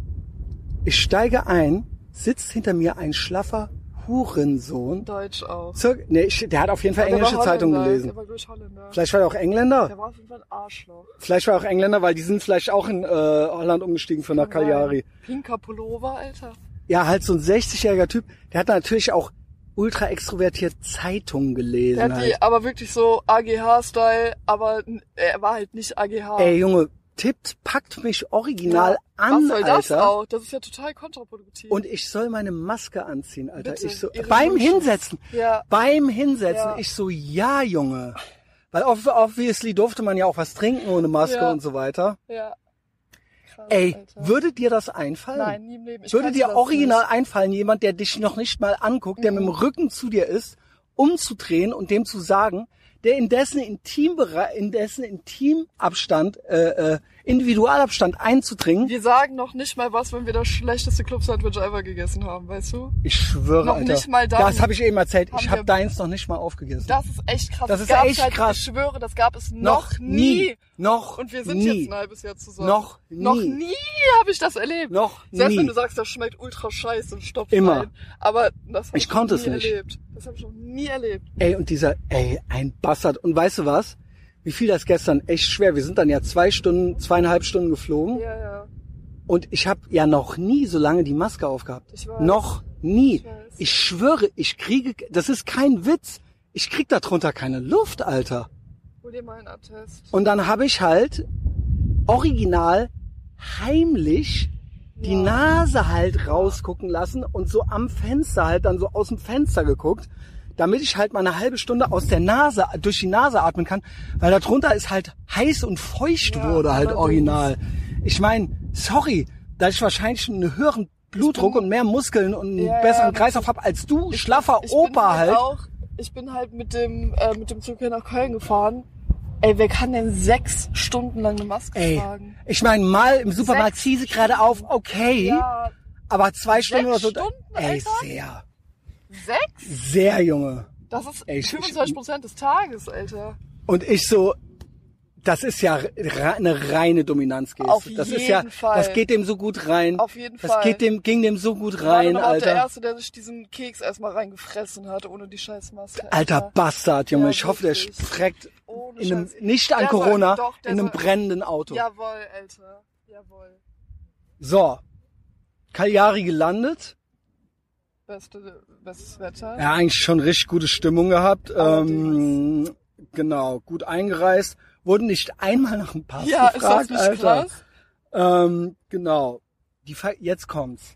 Ich steige ein, sitzt hinter mir ein schlaffer Hurensohn. Deutsch auch. Zur, nee, ich, der hat auf jeden Fall ja, englische Zeitungen gelesen. Der war durch Holländer. Vielleicht war er auch Engländer. Der war auf jeden Fall ein Arschloch. Vielleicht war er auch Engländer, weil die sind vielleicht auch in äh, Holland umgestiegen für nach Cagliari. Pinker Pullover, Alter. Ja, halt so ein sechzigjähriger Typ. Der hat natürlich auch ultra extrovertiert Zeitungen gelesen. Der hat halt. die aber wirklich so A G H-Style, aber er war halt nicht A G H. Ey, Junge, tippt, packt mich original ja. an, Was soll Alter. das auch? Das ist ja total kontraproduktiv. Und ich soll meine Maske anziehen, Alter. Bitte, ich so, ihre beim Wünsche. Hinsetzen. Ja. Beim Hinsetzen. Ja. Ich so, ja, Junge. Weil obviously durfte man ja auch was trinken ohne Maske Ja. und so weiter. Ja. Krass, Ey, Alter. würde dir das einfallen? Nein, nie im Leben. Ich Würde kannte dir das original nicht. einfallen, jemand, der dich noch nicht mal anguckt, der Mhm. mit dem Rücken zu dir ist, umzudrehen und dem zu sagen, der in dessen Intimbereich, in dessen Intimabstand, äh, äh, Individualabstand einzudringen? Wir sagen noch nicht mal was, wenn wir das schlechteste Club-Sandwich ever gegessen haben, weißt du? Ich schwöre, Noch Alter. nicht mal dann das habe ich eben erzählt. Ich haben habe wir- deins noch nicht mal aufgegessen. Das ist echt krass. Das ist gab's echt halt, krass. Ich schwöre, das gab es noch, noch nie. Noch Und wir sind nie. jetzt ein halbes Jahr zusammen. Noch Noch nie. nie habe ich das erlebt. Noch Selbst nie. wenn du sagst, das schmeckt ultra scheiße und stopft Immer. rein. Aber das habe Ich ich, konnte noch es nie nicht. erlebt. Das habe ich noch nie erlebt. Ey, und dieser, ey, ein Bastard. Und weißt du was? Wie viel das gestern echt schwer. Wir sind dann ja zwei Stunden, zweieinhalb Stunden geflogen. Ja, ja. Und ich habe ja noch nie so lange die Maske aufgehabt. Ich weiß. Noch nie. Ich weiß. Ich schwöre, ich kriege, das ist kein Witz. Ich krieg da drunter keine Luft, Alter. Hol dir mal einen Attest. Und dann habe ich halt original heimlich die Ja. Nase halt rausgucken lassen und so am Fenster halt dann so aus dem Fenster geguckt, damit ich halt mal eine halbe Stunde aus der Nase, durch die Nase atmen kann, weil da drunter ist halt heiß und feucht Ja, wurde halt allerdings. original. Ich meine, sorry, da ich wahrscheinlich einen höheren Blutdruck bin- und mehr Muskeln und einen Ja, ja, besseren das Kreislauf habe als du, schlaffer Ich bin Opa halt. Auch, ich bin halt mit dem, äh, mit dem Zug hier nach Köln gefahren. Ey, wer kann denn sechs Stunden lang eine Maske Ey, tragen? ich meine, mal im Supermarkt Sechs zieh sie gerade auf, okay. Ja, Aber zwei Stunden oder so. Stunden, ey, Alter? sehr. sechs? Sehr, Junge. Das ist Ey, ich- fünfundzwanzig Prozent des Tages, Alter. Und ich so, das ist ja re- eine reine Dominanzgeste. Auf das ist jeden ja, Fall. das geht dem so gut rein. Auf jeden das Fall. geht dem, ging dem so gut Ich war rein, dann aber auch der Alter. Erste, der sich diesen Keks erstmal reingefressen hat, ohne die scheiß Maske. Alter Bastard, Junge. Ja, ich hoffe, der wirklich. streckt Ohne in einem, Scheiß. nicht an Der soll- Corona, doch, der in einem soll- brennenden Auto. Jawohl, Alter. Jawohl. So. Cagliari gelandet. Beste, bestes Wetter. Ja, eigentlich schon richtig gute Stimmung gehabt. Allerdings. Ähm, genau, gut eingereist. Wurden nicht einmal nach dem Pass Ja, ist gefragt, das nicht Alter. krass? Ähm, genau. Die Fa jetzt kommt's.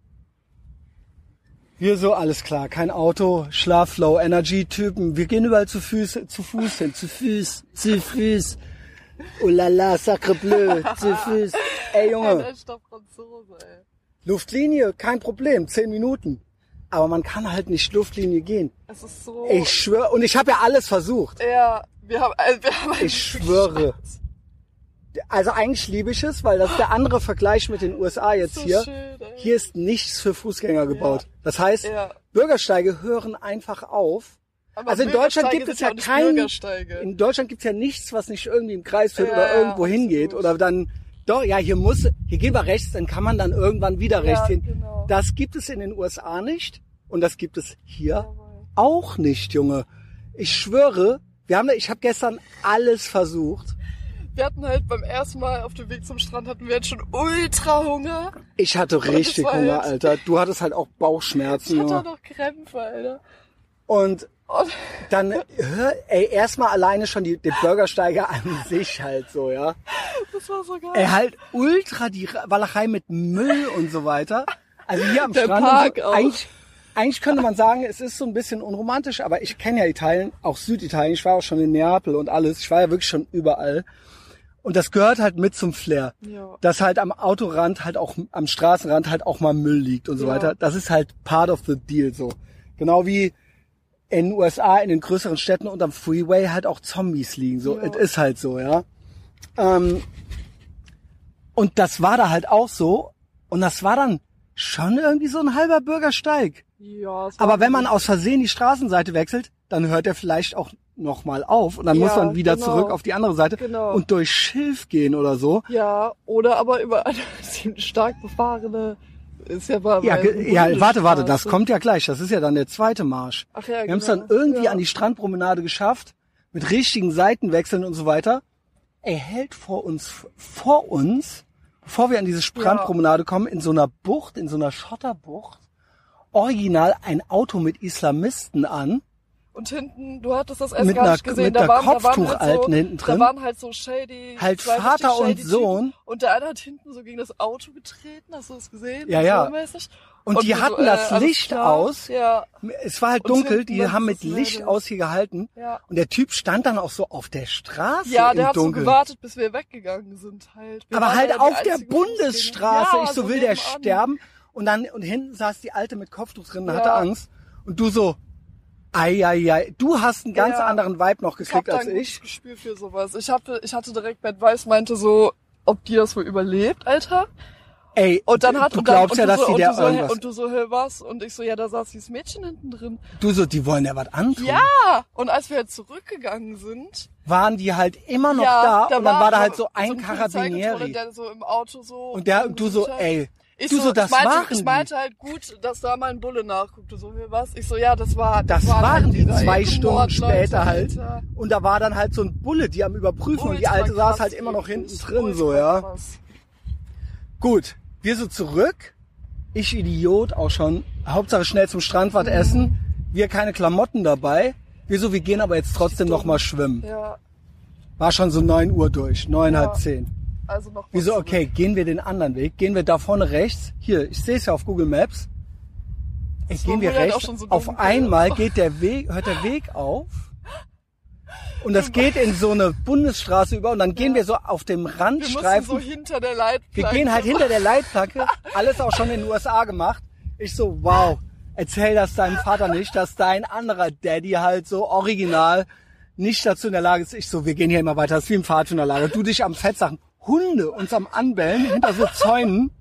Hier so, alles klar, kein Auto, Schlaf, Low Energy Typen. Wir gehen überall zu Fuß, zu Fuß hin, zu Fuß, zu Fuß. Oh la la, sacre bleu, zu Fuß. Ey Junge, Ein echter Franzose, ey. Luftlinie, kein Problem, zehn Minuten. Aber man kann halt nicht Luftlinie gehen. Es ist so... Ich schwöre, und ich habe ja alles versucht. Ja, wir haben... Also wir haben Ich schwöre. Also eigentlich liebe ich es, weil das ist der andere Vergleich mit den U S A jetzt So hier. schön, ey. Hier ist nichts für Fußgänger gebaut. Ja. Das heißt, Ja. Bürgersteige hören einfach auf. Aber Also in Deutschland Bürgersteige gibt es sind ja auch nicht kein, Bürgersteige. in Deutschland gibt es ja nichts, was nicht irgendwie im Kreis führt Ja, oder ja, irgendwo hingeht absolut. oder dann, doch, ja, hier muss, hier gehen wir rechts, dann kann man dann irgendwann wieder rechts Ja, gehen. genau. Das gibt es in den U S A nicht und das gibt es hier Jawohl. auch nicht, Junge. Ich schwöre, wir haben, ich habe gestern alles versucht. Wir hatten halt beim ersten Mal auf dem Weg zum Strand hatten wir jetzt schon ultra Hunger. Ich hatte richtig war Hunger, halt- Alter. Du hattest halt auch Bauchschmerzen. Ich hatte Junge. auch noch Krämpfe, Alter. Und Und dann, hör, ey, erstmal alleine schon die, den Bürgersteiger an sich halt so, ja. das war so geil. Ey, halt ultra die Walachei mit Müll und so weiter. Also hier am Der Strand. Park und so, auch. eigentlich, eigentlich könnte man sagen, es ist so ein bisschen unromantisch, aber ich kenne ja Italien, auch Süditalien. Ich war auch schon in Neapel und alles. Ich war ja wirklich schon überall. Und das gehört halt mit zum Flair. Ja. Dass halt am Autorand halt auch, am Straßenrand halt auch mal Müll liegt und so Ja. weiter. Das ist halt part of the deal so. Genau wie in den U S A, in den größeren Städten und am Freeway halt auch Zombies liegen. So, Ja. es ist halt so, ja. Ähm, Und das war da halt auch so. Und das war dann schon irgendwie so ein halber Bürgersteig. Ja, es war Aber wenn man nicht- aus Versehen die Straßenseite wechselt, dann hört er vielleicht auch nochmal auf. Und dann Ja, muss man wieder genau. zurück auf die andere Seite Genau. und durch Schilf gehen oder so. Ja, oder aber über eine stark befahrene, ist ja bei Ja, bei ge- ja, warte, warte, das Bundesstraße. kommt ja gleich. Das ist ja dann der zweite Marsch. Ach ja, Wir haben es genau. dann irgendwie ja. an die Strandpromenade geschafft, mit richtigen Seitenwechseln und so weiter. Er hält vor uns, vor uns, bevor wir an diese Strandpromenade kommen, in so einer Bucht, in so einer Schotterbucht, original ein Auto mit Islamisten an. Und hinten, du hattest das erst Mit gar einer- nicht gesehen, mit da einer waren, da waren halt Kopftuchalten so, hinten drin. Da waren halt so shady, Halt zwei Vater richtig und shady Sohn. Typen. Und der eine hat hinten so gegen das Auto getreten, hast du das gesehen? Ja, ja. So mäßig. Und, die wir hatten so, äh, das alles Licht klar. aus. Ja, Es war halt Und dunkel, hinten die dann haben mit dieses Licht Mädel. aus hier gehalten. ja. Und der Typ stand dann auch so auf der Straße Ja, im der hat so Dunkeln. gewartet, bis wir weggegangen sind halt. Wir Aber waren halt ja die auf der einzigen Fußgänger. Bundesstraße. Ja, Ich so, will nebenan. der sterben? Und dann, und hinten saß die Alte mit Kopftuch drin und Ja. hatte Angst. Und du so, ei, ei, ei. Du hast einen ganz Ja. anderen Vibe noch Ich hab gekriegt da als ein gutes ich. Gespür für sowas. Ich hatte, ich hatte direkt, Bad Weiss meinte so, ob die das wohl überlebt, Alter. Ey, Und dann hat du und dann, glaubst und ja, du dass so, die und der du so, irgendwas... und du so, hä, was? Und ich so, ja, da saß dieses Mädchen hinten drin. Du so, die wollen ja was antun. Ja! Und als wir halt zurückgegangen sind, Waren die halt immer noch ja, da, und dann war da halt so ein ein Polizeikontrolle, Carabinieri. der so im Auto so. Und der, und du so, hat. ey, Ich du so, das ich meinte, waren Ich die. meinte halt gut, dass da mal ein Bulle nachguckte, so, hä, was? Ich so, ja, das war, Das waren waren halt die diese zwei Eckenmord- Stunden später Leute, halt. Alter. Und da war dann halt so ein Bulle, die am Überprüfen und die Ultra Alte saß krass, halt immer noch hinten wirklich. drin, so, Ultra ja. krass. Gut, wir so zurück. Ich Idiot auch schon. Hauptsache schnell zum Strand was essen. Wir keine Klamotten dabei. Wir so, wir gehen aber jetzt trotzdem noch mal schwimmen. Ja, War schon so neun Uhr durch, neun, Ja. halb zehn. also noch Wir was so, zurück. okay, gehen wir den anderen Weg. Gehen wir da vorne rechts. Hier, ich sehe es ja auf Google Maps. Ey, Das gehen war wir wohl halt auch rechts. schon so Auf dunkel. einmal geht der Weg, hört der Weg auf. Und das geht in so eine Bundesstraße über und dann gehen Ja. wir so auf dem Wir mussten Randstreifen. so hinter der Leitplanke. Wir gehen halt hinter der Leitplanke, alles auch schon in den U S A gemacht. Ich so, wow, erzähl das deinem Vater nicht, dass dein anderer Daddy halt so original nicht dazu in der Lage ist. Ich so, wir gehen hier immer weiter, das ist wie im Pfadfinderlager. Du dich am Fettsachen, Hunde uns am Anbellen, hinter so Zäunen.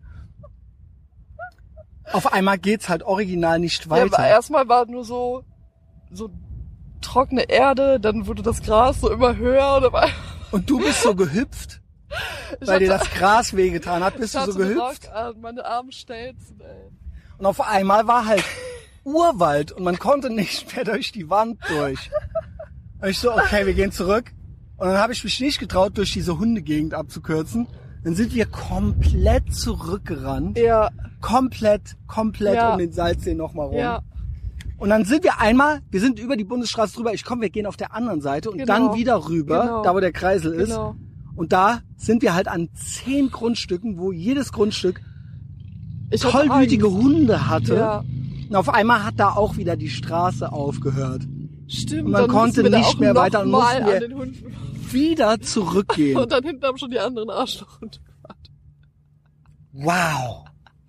Auf einmal geht's halt original nicht Ja, aber weiter. erstmal war nur so, so trockene Erde, dann wurde das Gras so immer höher und aber Und du bist so gehüpft, ich weil dir hatte- das Gras wehgetan hat, bist ich du so hatte einen gehüpft. Rock an, meine Arme stelzen, ey. Und auf einmal war halt Urwald und man konnte nicht mehr durch die Wand durch. Und ich so, okay, wir gehen zurück. Und dann habe ich mich nicht getraut, durch diese Hundegegend abzukürzen. Dann sind wir komplett zurückgerannt. Ja, Komplett, komplett Ja. um den Salzsee nochmal rum. ja, Und dann sind wir einmal, wir sind über die Bundesstraße drüber. Ich komm, wir gehen auf der anderen Seite und Genau. dann wieder rüber, Genau. da wo der Kreisel ist. genau. Und da sind wir halt an zehn Grundstücken, wo jedes Grundstück Ich hatte tollwütige Angst. Hunde hatte. Ja, Und auf einmal hat da auch wieder die Straße aufgehört. stimmt. Und man dann konnte mussten wir da nicht auch mehr noch weiter und mal mussten wir- an den Hunden. Wieder zurückgehen. Und dann hinten haben schon die anderen Arschlochhunde gewartet. Wow.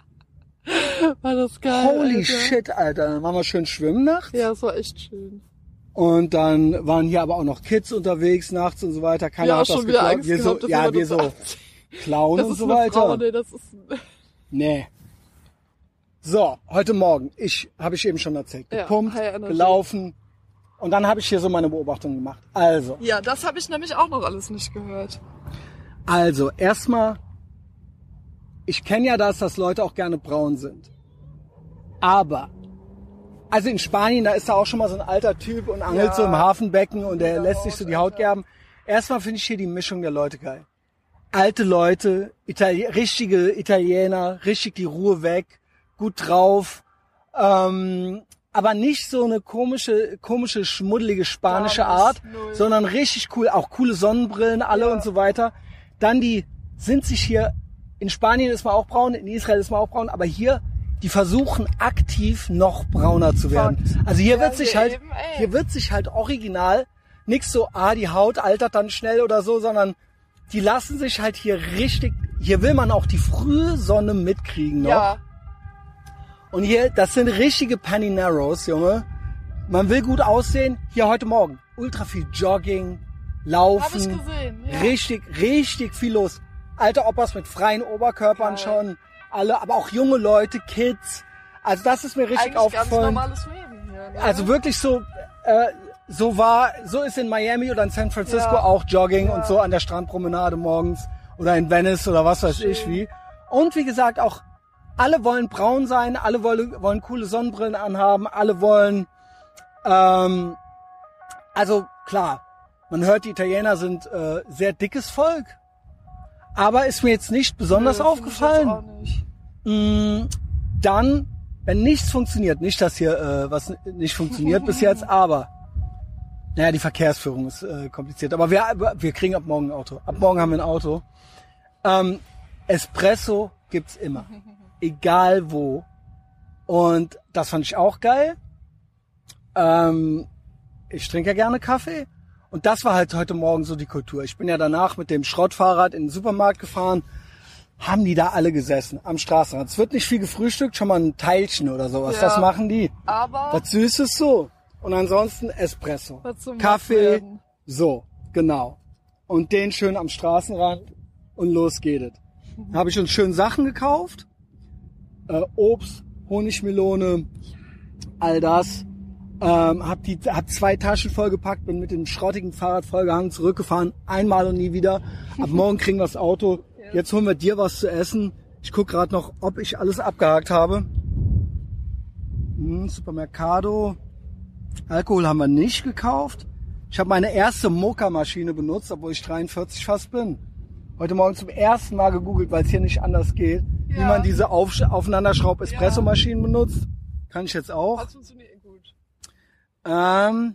War das geil, Holy Alter. shit, Alter. Dann waren wir schön schwimmen nachts. Ja, es war echt schön. Und dann waren hier aber auch noch Kids unterwegs nachts und so weiter. Keiner Ja, hat das schon wieder geklaut. Angst Wir so, gehabt, dass ja, jemand wir uns so abzieht. klauen Das und ist so eine weiter. Frau, nee, das ist... Nee. So, heute Morgen. Ich, habe ich eben schon erzählt. Ja, Gepumpt, High Energy. gelaufen. Und dann habe ich hier so meine Beobachtungen gemacht. Also, Ja, das habe ich nämlich auch noch alles nicht gehört. Also, erstmal, ich kenne ja das, dass Leute auch gerne braun sind. Aber, also in Spanien, da ist da auch schon mal so ein alter Typ und angelt Ja. so im Hafenbecken und der Ja, lässt sich so die Alter. Haut gerben. Erstmal finde ich hier die Mischung der Leute geil. Alte Leute, Itali richtige Italiener, richtig die Ruhe weg, gut drauf, ähm, aber nicht so eine komische, komische, schmuddelige spanische Gar nicht, Art, null. sondern richtig cool, auch coole Sonnenbrillen, alle Ja. und so weiter. Dann die sind sich hier, in Spanien ist man auch braun, in Israel ist man auch braun, aber hier, die versuchen aktiv noch brauner zu werden. Fakt. Also hier Ja, wird sich hier halt, eben, ey. hier wird sich halt original nix so, ah, die Haut altert dann schnell oder so, sondern die lassen sich halt hier richtig, hier will man auch die frühe Sonne mitkriegen noch. Ja, Und hier, das sind richtige Panineros, Junge. Man will gut aussehen. Hier heute Morgen. Ultra viel Jogging, habe ich Laufen. gesehen. Ja. Richtig, richtig viel los. alte Opas mit freien Oberkörpern Geil. schon, alle, aber auch junge Leute, Kids. Also das ist mir richtig Eigentlich ganz aufgefallen. normales Leben hier. Ne? Also wirklich so, äh, so war, so ist in Miami oder in San Francisco Ja. auch Jogging Ja. und so an der Strandpromenade morgens oder in Venice oder was weiß Schön. ich wie. Und wie gesagt auch, alle wollen braun sein, alle wollen, wollen coole Sonnenbrillen anhaben, alle wollen, ähm, also klar, man hört, die Italiener sind äh, sehr dickes Volk, aber ist mir jetzt nicht besonders Nö, find ich aufgefallen. jetzt auch nicht. Mm, Dann, wenn nichts funktioniert, nicht, dass hier äh, was nicht funktioniert bis jetzt, aber naja, die Verkehrsführung ist äh, kompliziert. Aber wir, wir kriegen ab morgen ein Auto. Ab morgen haben wir ein Auto. Ähm, Espresso gibt's immer. Egal wo. Und das fand ich auch geil. Ähm, ich trinke ja gerne Kaffee. Und das war halt heute Morgen so die Kultur. Ich bin ja danach mit dem Schrottfahrrad in den Supermarkt gefahren. Haben die da alle gesessen am Straßenrand. Es wird nicht viel gefrühstückt, schon mal ein Teilchen oder sowas. Ja. Das machen die. Aber Was Süßes so. Und ansonsten Espresso. Was zum Kaffee. Wachwerden. So, genau. Und den schön am Straßenrand und los geht es. Da habe ich uns schön Sachen gekauft. Äh, Obst, Honigmelone, all das. Ähm, hab, die, hab zwei Taschen vollgepackt, bin mit dem schrottigen Fahrrad vollgehangen, zurückgefahren. Einmal und nie wieder. Ab morgen kriegen wir das Auto. Jetzt holen wir dir was zu essen. Ich guck gerade noch, ob ich alles abgehakt habe. Hm, Supermercado. Alkohol haben wir nicht gekauft. Ich habe meine erste Mokka-Maschine benutzt, obwohl ich dreiundvierzig fast bin. Heute Morgen zum ersten Mal gegoogelt, weil es hier nicht anders geht, Ja. wie man diese Auf Aufeinanderschraub-Espresso-Maschinen benutzt. Kann ich jetzt auch. das funktioniert gut. Ähm,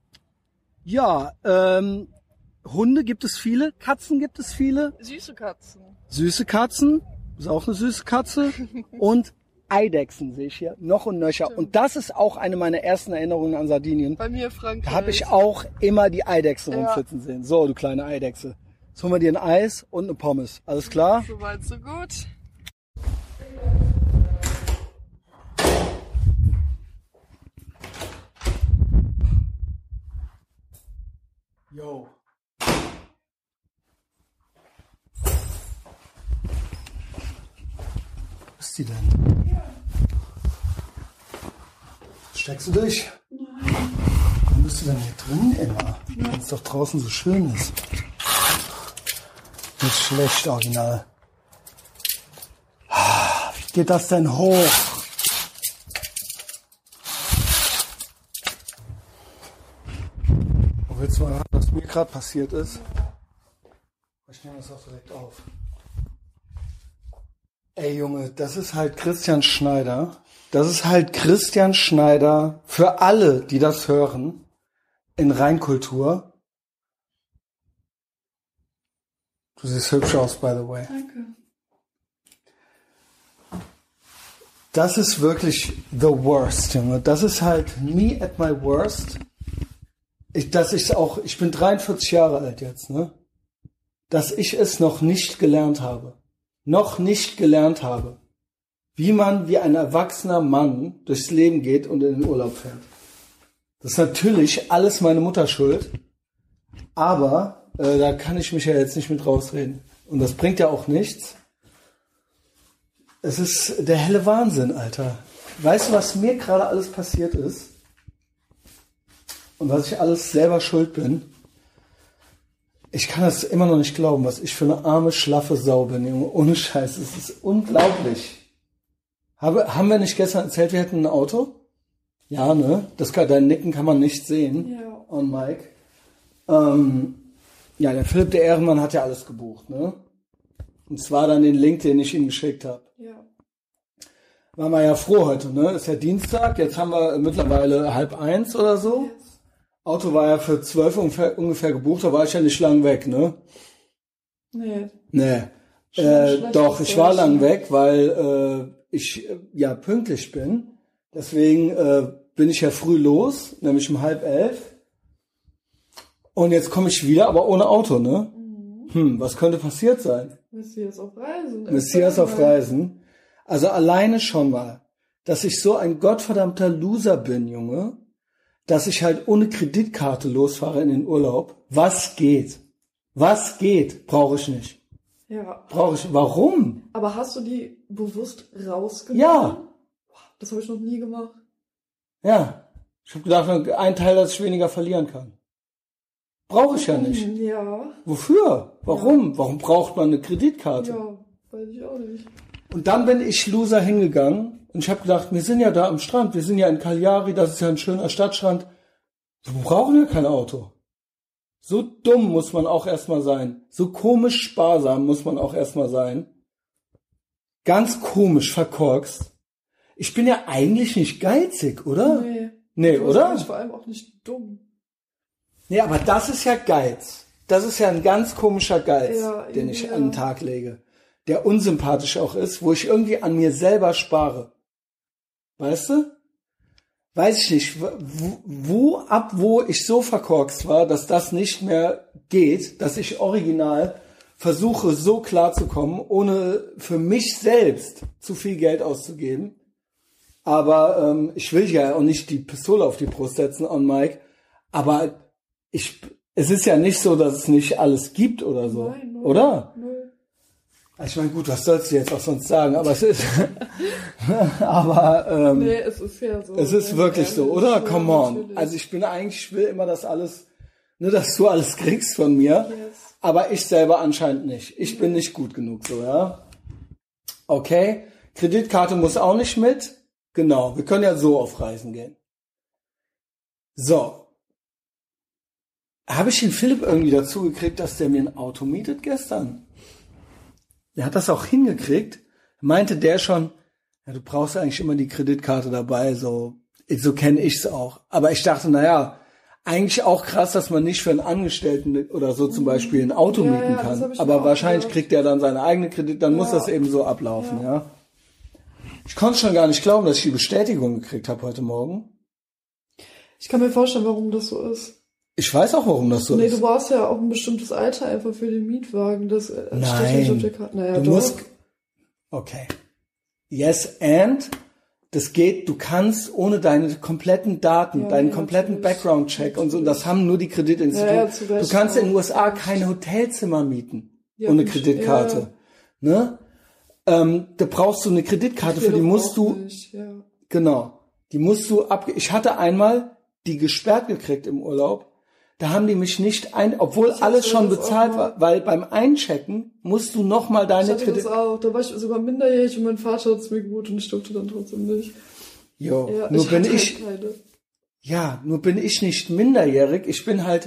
ja, ähm, Hunde gibt es viele, Katzen gibt es viele, Süße Katzen. süße Katzen, ist auch eine süße Katze und Eidechsen sehe ich hier, noch und nöcher. Stimmt. Und das ist auch eine meiner ersten Erinnerungen an Sardinien. Bei mir Frankreich. Da habe ich auch immer die Eidechsen Ja. rumflitzen sehen. So, du kleine Eidechse. Jetzt holen wir dir ein Eis und eine Pommes. Alles klar? So weit, so gut. Yo. Wo ist die denn? Steckst du dich? Nein. Warum bist du denn hier drin immer? Wenn es doch draußen so schön ist. Nicht schlecht, original. Ah, wie geht das denn hoch? Wo willst du mal hören, was mir gerade passiert ist? Ich nehme das auch direkt auf. Ey Junge, das ist halt Christian Schneider. Das ist halt Christian Schneider für alle, die das hören, in Reinkultur. Du siehst hübsch aus, by the way. Danke. Das ist wirklich the worst, Junge. Das ist halt me at my worst. Ich, dass ich auch, ich bin dreiundvierzig Jahre alt jetzt, ne? Dass ich es noch nicht gelernt habe. Noch nicht gelernt habe. Wie man wie ein erwachsener Mann durchs Leben geht und in den Urlaub fährt. Das ist natürlich alles meine Mutter schuld. Aber äh, da kann ich mich ja jetzt nicht mit rausreden. Und das bringt ja auch nichts. Es ist der helle Wahnsinn, Alter. Weißt du, was mir gerade alles passiert ist? Und was ich alles selber schuld bin? Ich kann das immer noch nicht glauben, was ich für eine arme, schlaffe Sau bin, Junge. Ohne Scheiß, es ist unglaublich. Habe, haben wir nicht gestern erzählt, wir hätten ein Auto? Ja, ne? Das kann, dein Nicken kann man nicht sehen. Ja. On Mike. Ähm, ja, der Philipp, der Ehrenmann, hat ja alles gebucht, ne? Und zwar dann den Link, den ich ihm geschickt habe. Ja. Waren wir ja froh heute, ne? Ist ja Dienstag, jetzt haben wir mittlerweile halb eins oder so. Yes. Auto war ja für zwölf ungefähr, ungefähr gebucht, da war ich ja nicht lang weg, ne? Nee. Nee. Schon Äh, schlecht doch, ich war Zeichen. lang weg, weil äh, ich äh, ja pünktlich bin. Deswegen äh, bin ich ja früh los, nämlich um halb elf. Und jetzt komme ich wieder, aber ohne Auto, ne? Mhm. Hm, was könnte passiert sein? Messias auf Reisen. Messias auf Reisen. Also alleine schon mal, dass ich so ein gottverdammter Loser bin, Junge, dass ich halt ohne Kreditkarte losfahre in den Urlaub. Was geht? Was geht? Brauche ich nicht. Ja. Brauche ich, warum? Aber hast du die bewusst rausgenommen? Ja. Das habe ich noch nie gemacht. Ja. Ich habe gedacht, ein Teil, dass ich weniger verlieren kann. Brauche ich ja nicht. Ja. Wofür? Warum? Ja. Warum braucht man eine Kreditkarte? Ja, weiß ich auch nicht. Und dann bin ich Loser hingegangen und ich habe gedacht, wir sind ja da am Strand, wir sind ja in Cagliari, das ist ja ein schöner Stadtstrand. Wir brauchen ja kein Auto. So dumm muss man auch erstmal sein. So komisch sparsam muss man auch erstmal sein. Ganz komisch verkorkst. Ich bin ja eigentlich nicht geizig, oder? Nee. Nee, du oder? bist vor allem auch nicht dumm. Nee, aber das ist ja Geiz. Das ist ja ein ganz komischer Geiz, Ja, den ich ja. an den Tag lege. Der unsympathisch auch ist, wo ich irgendwie an mir selber spare. Weißt du? Weiß ich nicht, wo, wo ab wo ich so verkorkst war, dass das nicht mehr geht, dass ich original versuche, so klarzukommen, ohne für mich selbst zu viel Geld auszugeben. Aber ähm, ich will ja auch nicht die Pistole auf die Brust setzen on Mike. Aber ich, es ist ja nicht so, dass es nicht alles gibt oder so, Nein, null, oder? Null. Ich meine, gut, was sollst du jetzt auch sonst sagen? Aber es ist, aber ähm, Nee, es ist ja so. es ist wirklich so, ehrlich. oder? Ja, Come on. natürlich. Also ich bin eigentlich, ich will immer das alles, ne, dass du alles kriegst von mir. Yes. Aber ich selber anscheinend nicht. Ich bin nicht gut genug so, ja. Okay. Kreditkarte muss auch nicht mit. Genau. Wir können ja so auf Reisen gehen. So. Habe ich den Philipp irgendwie dazu gekriegt, dass der mir ein Auto mietet gestern? Der hat das auch hingekriegt. Meinte der schon, ja, du brauchst eigentlich immer die Kreditkarte dabei, so, so kenne ich's auch. Aber ich dachte, naja, eigentlich auch krass, dass man nicht für einen Angestellten oder so zum Beispiel ein Auto Ja, mieten ja, das kann. hab ich mir Aber auch wahrscheinlich gedacht. kriegt der dann seine eigene Kredit, dann muss Ja. das eben so ablaufen, ja. Ja. Ich konnte schon gar nicht glauben, dass ich die Bestätigung gekriegt habe heute Morgen. Ich kann mir vorstellen, warum das so ist. Ich weiß auch, warum das so Nee, ist. du brauchst ja auch ein bestimmtes Alter einfach für den Mietwagen. Das äh, steht Nein. nicht auf der Karte. Naja, Du doch. musst, okay. Yes, and das geht, du kannst ohne deine kompletten Daten, Ja, deinen ja, kompletten natürlich. Background-Check und so, und das haben nur die Kreditinstitute. Ja, ja, zu Recht du kannst in den auch. U S A kein Hotelzimmer mieten Ja, ohne und- Kreditkarte. Ne? Ähm, da brauchst du eine Kreditkarte, für die Doch musst auch du, nicht, ja. genau, die musst du ab, ich hatte einmal die gesperrt gekriegt im Urlaub. Da haben die mich nicht ein, obwohl Ich hatte alles schon das auch bezahlt mal. war, weil beim Einchecken musst du nochmal Ich deine hatte das Kredit, auch. Da war ich sogar minderjährig und mein Vater hat es mir gut und ich durfte dann trotzdem nicht. jo, Ja, nur ich bin hatte ich, halt keine. ja, nur bin ich nicht minderjährig, ich bin halt,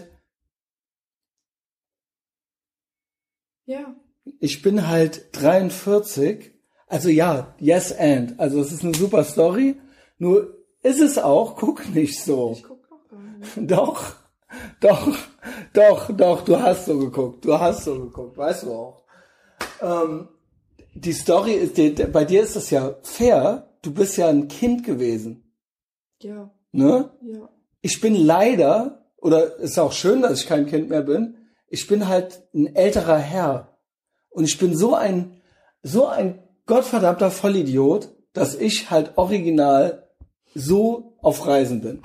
Ja. ich bin halt dreiundvierzig, also ja, yes and, also es ist eine super Story, nur ist es auch, guck nicht so. Ich guck noch gar nicht. Doch, doch, doch, doch, du hast so geguckt, du hast so geguckt, weißt du auch. Ähm, die Story ist, die, bei dir ist es ja fair, du bist ja ein Kind gewesen, Ja. ne? Ja. Ich bin leider, oder ist auch schön, dass ich kein Kind mehr bin, ich bin halt ein älterer Herr. Und ich bin so ein, so ein gottverdammter Vollidiot, dass ich halt original so auf Reisen bin.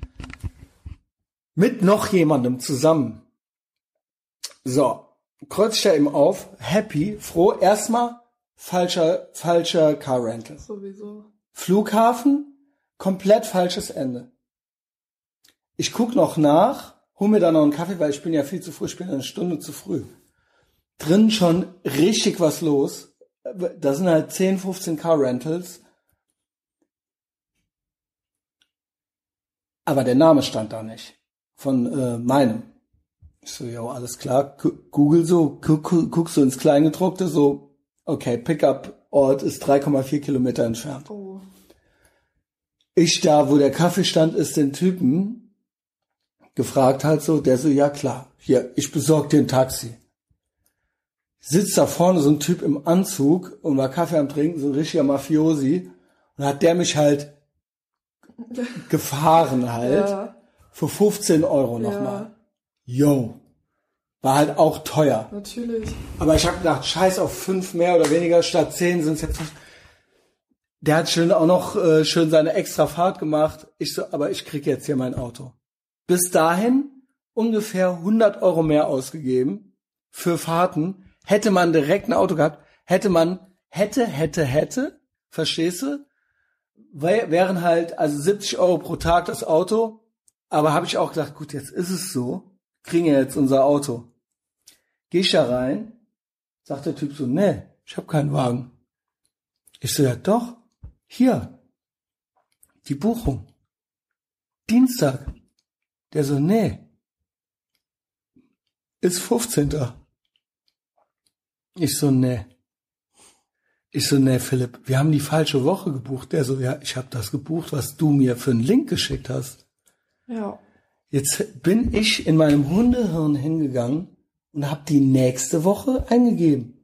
Mit noch jemandem zusammen. So, kreuz ich da eben auf, happy, froh, erstmal falscher, falscher Car Rental. Sowieso. Flughafen, komplett falsches Ende. Ich guck noch nach, hol mir da noch einen Kaffee, weil ich bin ja viel zu früh, ich bin eine Stunde zu früh. Drin schon richtig was los. Da sind halt zehn, fünfzehn Car Rentals. Aber der Name stand da nicht. Von äh, meinem. Ich so, ja, alles klar. Gu- Google so, gu- gu- guckst du ins Kleingedruckte, so, okay, Pickup-Ort ist drei Komma vier Kilometer entfernt. Oh. Ich da, wo der Kaffeestand ist, den Typen gefragt halt so, der so, ja klar, hier, ich besorg dir ein Taxi. Sitzt da vorne so ein Typ im Anzug und war Kaffee am Trinken, so ein richtiger Mafiosi. Und hat der mich halt gefahren halt Ja. für fünfzehn Euro nochmal. Yo. War halt auch teuer. Natürlich. Aber ich habe gedacht, scheiß auf fünf mehr oder weniger, statt zehn sind es jetzt fünf. Der hat schön auch noch äh, schön seine extra Fahrt gemacht. Ich so, aber ich krieg jetzt hier mein Auto. Bis dahin ungefähr hundert Euro mehr ausgegeben für Fahrten. Hätte man direkt ein Auto gehabt, hätte man, hätte, hätte, hätte, verstehst du? Weil, wären halt, also siebzig Euro pro Tag das Auto, aber habe ich auch gedacht, gut, jetzt ist es so, kriegen wir jetzt unser Auto. Geh ich da rein, sagt der Typ so, nee, ich habe keinen Wagen. Ich so, ja doch, hier, die Buchung, Dienstag. Der so, nee, ist fünfzehnter Ich so, nee. Ich so, nee, Philipp, wir haben die falsche Woche gebucht. Der so, ja, ich habe das gebucht, was du mir für einen Link geschickt hast. Ja. Jetzt bin ich in meinem Hundehirn hingegangen und habe die nächste Woche eingegeben.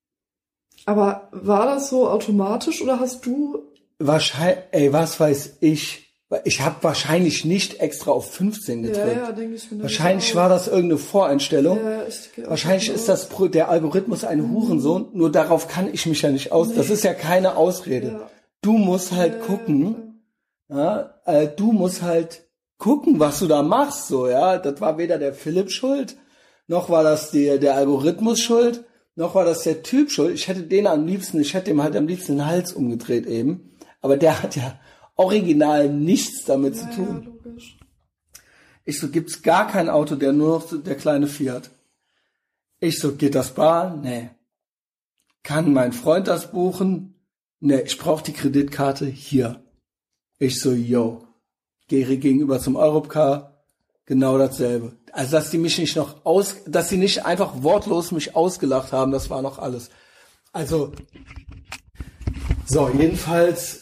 Aber war das so automatisch oder hast du... Wahrscheinlich, ey, was weiß ich. Ich habe wahrscheinlich nicht extra auf fünfzehn gedrückt. Ja, ja, denke ich mir. Wahrscheinlich war das irgendeine Voreinstellung. Ja, ich gehe auch Wahrscheinlich davon ist das Pro- der Algorithmus ein Mhm. Hurensohn. Nur darauf kann ich mich ja nicht aus. Nee. Das ist ja keine Ausrede. Ja. Du musst halt Ja, gucken. Ja, äh, du musst halt gucken, was du da machst. So, ja, das war weder der Philipp schuld, noch war das der der Algorithmus schuld, noch war das der Typ schuld. Ich hätte den am liebsten, ich hätte ihm halt am liebsten den Hals umgedreht eben. Aber der hat ja original nichts damit ja, zu tun. Ja, logisch. Ich so, gibt's gar kein Auto, der nur noch so, der kleine Fiat. Ich so, geht das bar? Nee. Kann mein Freund das buchen? Nee, ich brauche die Kreditkarte hier. Ich so, yo. Gehe gegenüber zum Europcar, genau dasselbe. Also, dass die mich nicht noch aus, dass sie nicht einfach wortlos mich ausgelacht haben, das war noch alles. Also, so, jedenfalls,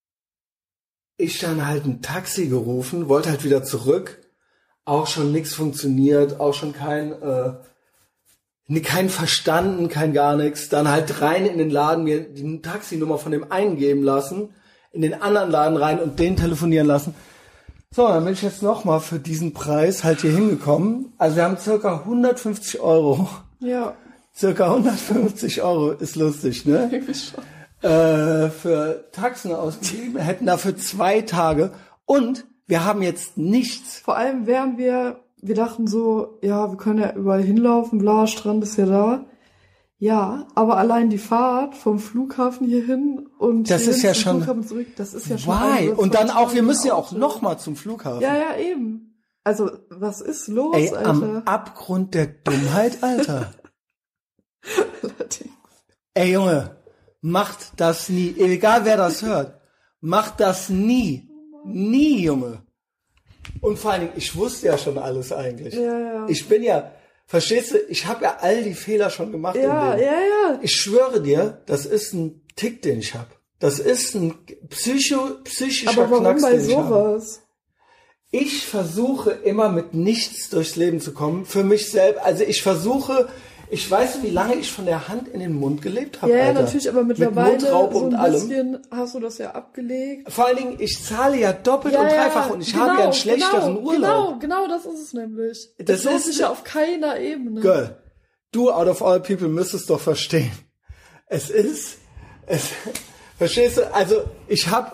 ich dann halt ein Taxi gerufen, wollte halt wieder zurück, auch schon nichts funktioniert, auch schon kein, äh, nee, kein verstanden, kein gar nichts, dann halt rein in den Laden, mir die Taxinummer von dem einen geben lassen, in den anderen Laden rein und den telefonieren lassen. So, dann bin ich jetzt nochmal für diesen Preis halt hier hingekommen. Also wir haben circa hundertfünfzig Euro. Ja. Circa hundertfünfzig Euro, ist lustig, ne? Irgendwie schon. Äh, für Taxen ausgegeben, hätten dafür zwei Tage und wir haben jetzt nichts. Vor allem wären wir, wir dachten so, ja, wir können ja überall hinlaufen, bla, Strand ist ja da. Ja, aber allein die Fahrt vom Flughafen hierhin und Das hierhin ist ja zum schon- Flughafen zurück, das ist ja schon Why? ein oder Und zwei dann auch, wir Tage müssen ja auch Auto. nochmal zum Flughafen. Ja, ja, eben. Also, was ist los, Ey, Alter? am Abgrund der Dummheit, Alter. Allerdings. Ey, Junge, macht das nie. Egal, wer das hört. Macht das nie. Nie, Junge. Und vor allen Dingen, ich wusste ja schon alles eigentlich. Ja, ja. Ich bin ja, verstehst du, ich habe ja all die Fehler schon gemacht. Ja, im Leben. ja, ja. Ich schwöre dir, das ist ein Tick, den ich habe. Das ist ein Psycho, psychischer Aber warum Knacks, bei den ich habe. sowas? Ich versuche immer mit nichts durchs Leben zu kommen. Für mich selbst. Also ich versuche, ich weiß, wie lange ich von der Hand in den Mund gelebt habe. Ja, ja, Alter. natürlich, aber mittlerweile Mit Mundraub so und ein allem. bisschen hast du das ja abgelegt. Vor allen Dingen, ich zahle ja doppelt und dreifach und ich habe ja einen schlechteren genau, Urlaub. Genau, genau, das ist es nämlich. Das Das lohnt ist- sich ja auf keiner Ebene. Girl, du out of all people müsstest doch verstehen. Es ist, es, verstehst du? Also ich habe,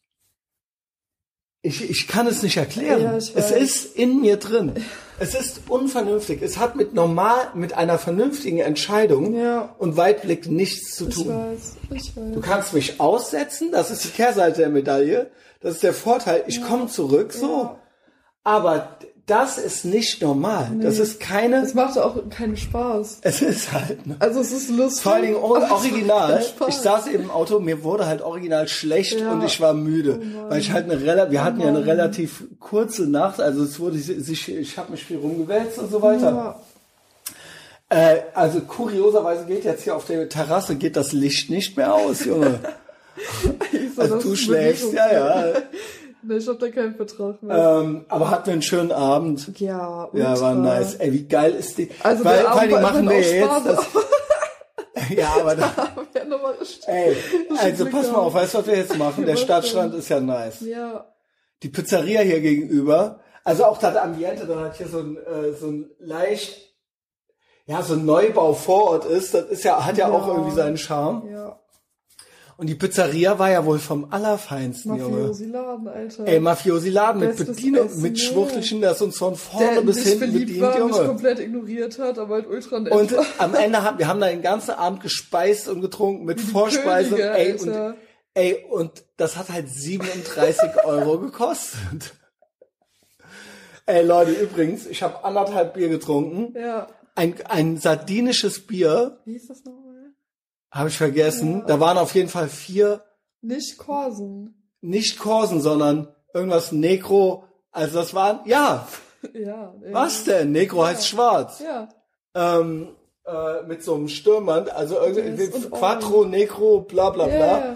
ich, ich kann es nicht erklären. Ja, ich es weiß. ist in mir drin. Es ist unvernünftig. Es hat mit normal, mit einer vernünftigen Entscheidung Ja. und Weitblick nichts zu Ich tun. weiß, ich Du weiß. kannst mich aussetzen, das ist die Kehrseite der Medaille. Das ist der Vorteil. Ich komme zurück, so. Ja. Aber das ist nicht normal. Das ist keine, Das macht auch keinen Spaß. es ist halt, ne? Also es ist lustig. Vor allen Dingen aber es or- macht original. keinen Spaß. Ich saß eben im Auto, mir wurde halt original schlecht Ja. und ich war müde, Oh Mann. weil ich halt eine rela- wir hatten ja eine Mann. relativ kurze Nacht, also es wurde sich, ich habe mich viel rumgewälzt und so weiter. Ja. Äh, also kurioserweise geht jetzt hier auf der Terrasse geht das Licht nicht mehr aus, Junge. Ich so, Also das du ist schläfst, ja, ja. Nee, ich hab da keinen Vertrag mehr. Ähm, aber hatten wir einen schönen Abend. Ja, ultra. Ja, war nice. Ey, wie geil ist die? Also weil, der vor allen Dingen Abend machen war wir auch jetzt Spaß, das. Ja, aber da, aber wir haben nochmal richtig- ey, also Glück pass mal gehabt. auf, weißt du, was wir jetzt machen? Der Was Stadtstrand ist ja nice. Ja. Die Pizzeria hier gegenüber, also auch das Ambiente, dann hat hier so ein, äh, so ein leicht, ja, so ein Neubau Vorort ist, das ist ja, hat ja, Ja. auch irgendwie seinen Charme. Ja. Und die Pizzeria war ja wohl vom Allerfeinsten, Junge. Mafiosi-Laden, Alter. Ey, Mafiosi-Laden mit Bestes Bedienung, Essen, mit ja. Schwuchtelchen, das uns von vorne Der bis nicht hinten verliebt bedient, war, mich Junge. komplett ignoriert hat, aber halt ultra nett Und war. am Ende haben wir haben da den ganzen Abend gespeist und getrunken mit Wie die Vorspeise. Könige, ey, und, Alter. ey, und das hat halt siebenunddreißig Euro gekostet. Ey, Leute, übrigens, ich habe anderthalb Bier getrunken. Ja. Ein, ein sardinisches Bier, Wie hieß das nochmal? habe ich vergessen. Ja. Da waren auf jeden Fall vier, Nicht Korsen. nicht Korsen, sondern irgendwas Negro. Also das waren, ja, Ja. ja. was denn? Negro Ja. heißt schwarz. Ja. Ähm, äh, mit so einem Stürmband, also irgendwie Yes, und Quattro, Negro, bla bla bla. Ja.